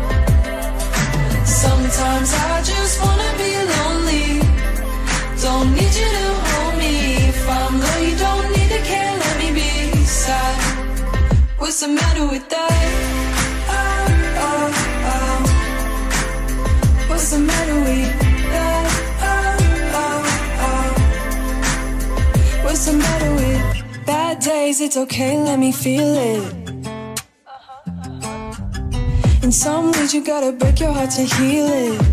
Sometimes I just wanna be lonely. Don't need you to hold me. If I'm low, you don't need to care, let me be sad. What's the matter with that? Oh, oh, oh. What's the matter with that? Oh, oh, oh. What's the matter with bad days? It's okay, let me feel it. In some ways you gotta break your heart to heal it.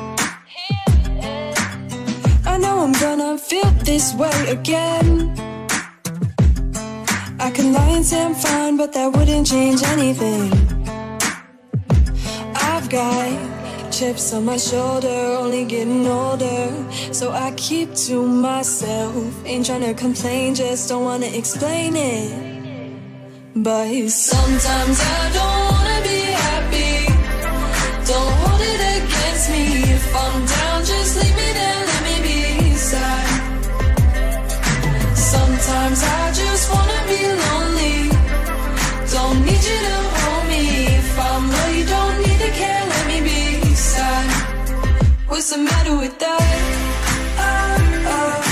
I know I'm gonna feel this way again. I can lie and say I'm fine, but that wouldn't change anything. I've got chips on my shoulder, only getting older, so I keep to myself. Ain't tryna complain, just don't wanna explain it. But sometimes I don't wanna be happy. Don't hold it against me. If I'm down, just leave me there, let me be sad. Sometimes I just wanna be lonely. Don't need you to hold me. If I'm low, you don't need to care, let me be sad. What's the matter with that? Oh, oh,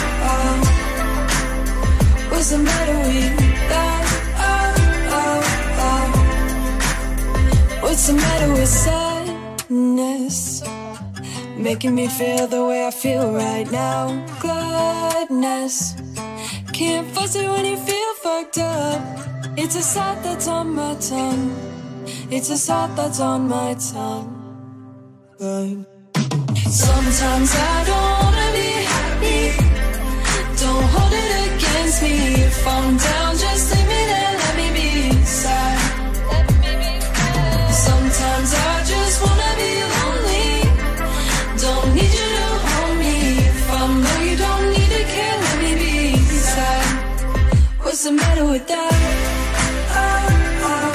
oh. What's the matter with that? Oh, oh, oh. What's the matter with sadness? Making me feel the way I feel right now. Gladness. Can't fuss it when you feel fucked up. It's a thought that's on my tongue. It's a thought that's on my tongue. But sometimes I don't wanna be happy. Don't hold it against me. If I'm down, just leave me there, let me be sad. Sometimes I just wanna be lonely. Don't need you to hold me. If I'm low, you don't need to care, let me be sad. What's the matter with that? Oh, oh,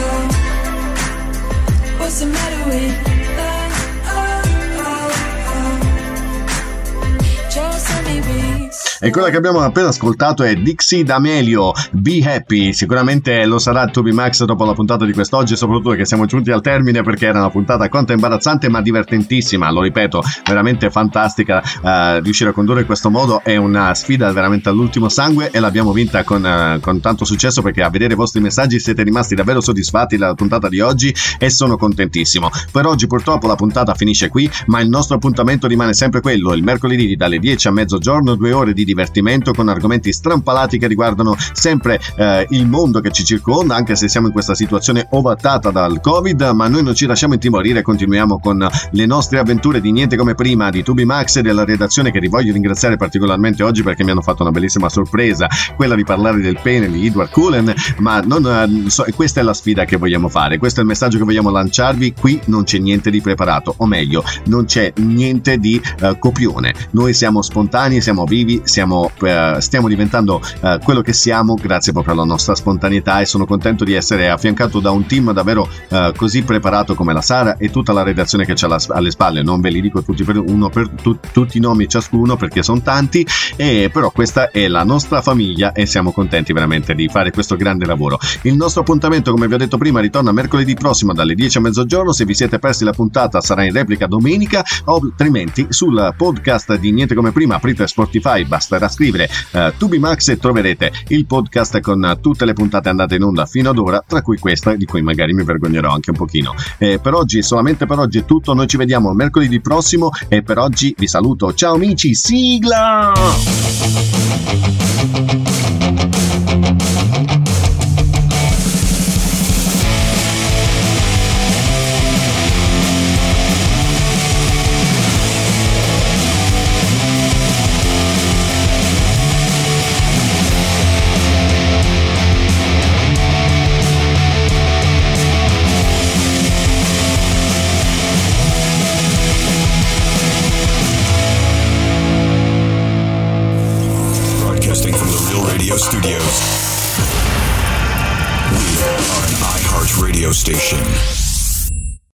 oh. What's the matter with that? Oh, oh, oh. Just let me be. E quella che abbiamo appena ascoltato è Dixie D'Amelio, Be Happy. Sicuramente lo sarà Toby Max dopo la puntata di quest'oggi, soprattutto che siamo giunti al termine, perché era una puntata quanto imbarazzante ma divertentissima, lo ripeto, veramente fantastica. Uh, riuscire a condurre in questo modo è una sfida veramente all'ultimo sangue, e l'abbiamo vinta con, uh, con tanto successo, perché a vedere i vostri messaggi siete rimasti davvero soddisfatti della puntata di oggi, e sono contentissimo. Per oggi purtroppo la puntata finisce qui, ma il nostro appuntamento rimane sempre quello: il mercoledì dalle dieci a mezzogiorno, due ore di divertimento con argomenti strampalati che riguardano sempre eh, il mondo che ci circonda, anche se siamo in questa situazione ovattata dal Covid, ma noi non ci lasciamo intimorire, continuiamo con le nostre avventure di Niente Come Prima, di Tubi Max e della redazione, che vi voglio ringraziare particolarmente oggi perché mi hanno fatto una bellissima sorpresa, quella di parlare del pene di Edward Cullen, ma non, so, questa è la sfida che vogliamo fare, questo è il messaggio che vogliamo lanciarvi. Qui non c'è niente di preparato, o meglio, non c'è niente di uh, copione, noi siamo spontanei, siamo vivi, siamo, uh, stiamo diventando uh, quello che siamo grazie proprio alla nostra spontaneità, e sono contento di essere affiancato da un team davvero uh, così preparato come la Sara e tutta la redazione che c'è alle spalle. Non ve li dico tutti per uno per tu, tutti i nomi ciascuno perché sono tanti, e però questa è la nostra famiglia e siamo contenti veramente di fare questo grande lavoro. Il nostro appuntamento, come vi ho detto prima, ritorna mercoledì prossimo dalle dieci a mezzogiorno. Se vi siete persi la puntata sarà in replica domenica, altrimenti sul podcast di Niente Come Prima aprite Spotify, basterà scrivere uh, Tubi Max e troverete il podcast con uh, tutte le puntate andate in onda fino ad ora, tra cui questa di cui magari mi vergognerò anche un pochino. Eh, per oggi, solamente per oggi è tutto, noi ci vediamo mercoledì prossimo e per oggi vi saluto, ciao amici, sigla! Studios. We are an iHeart radio station.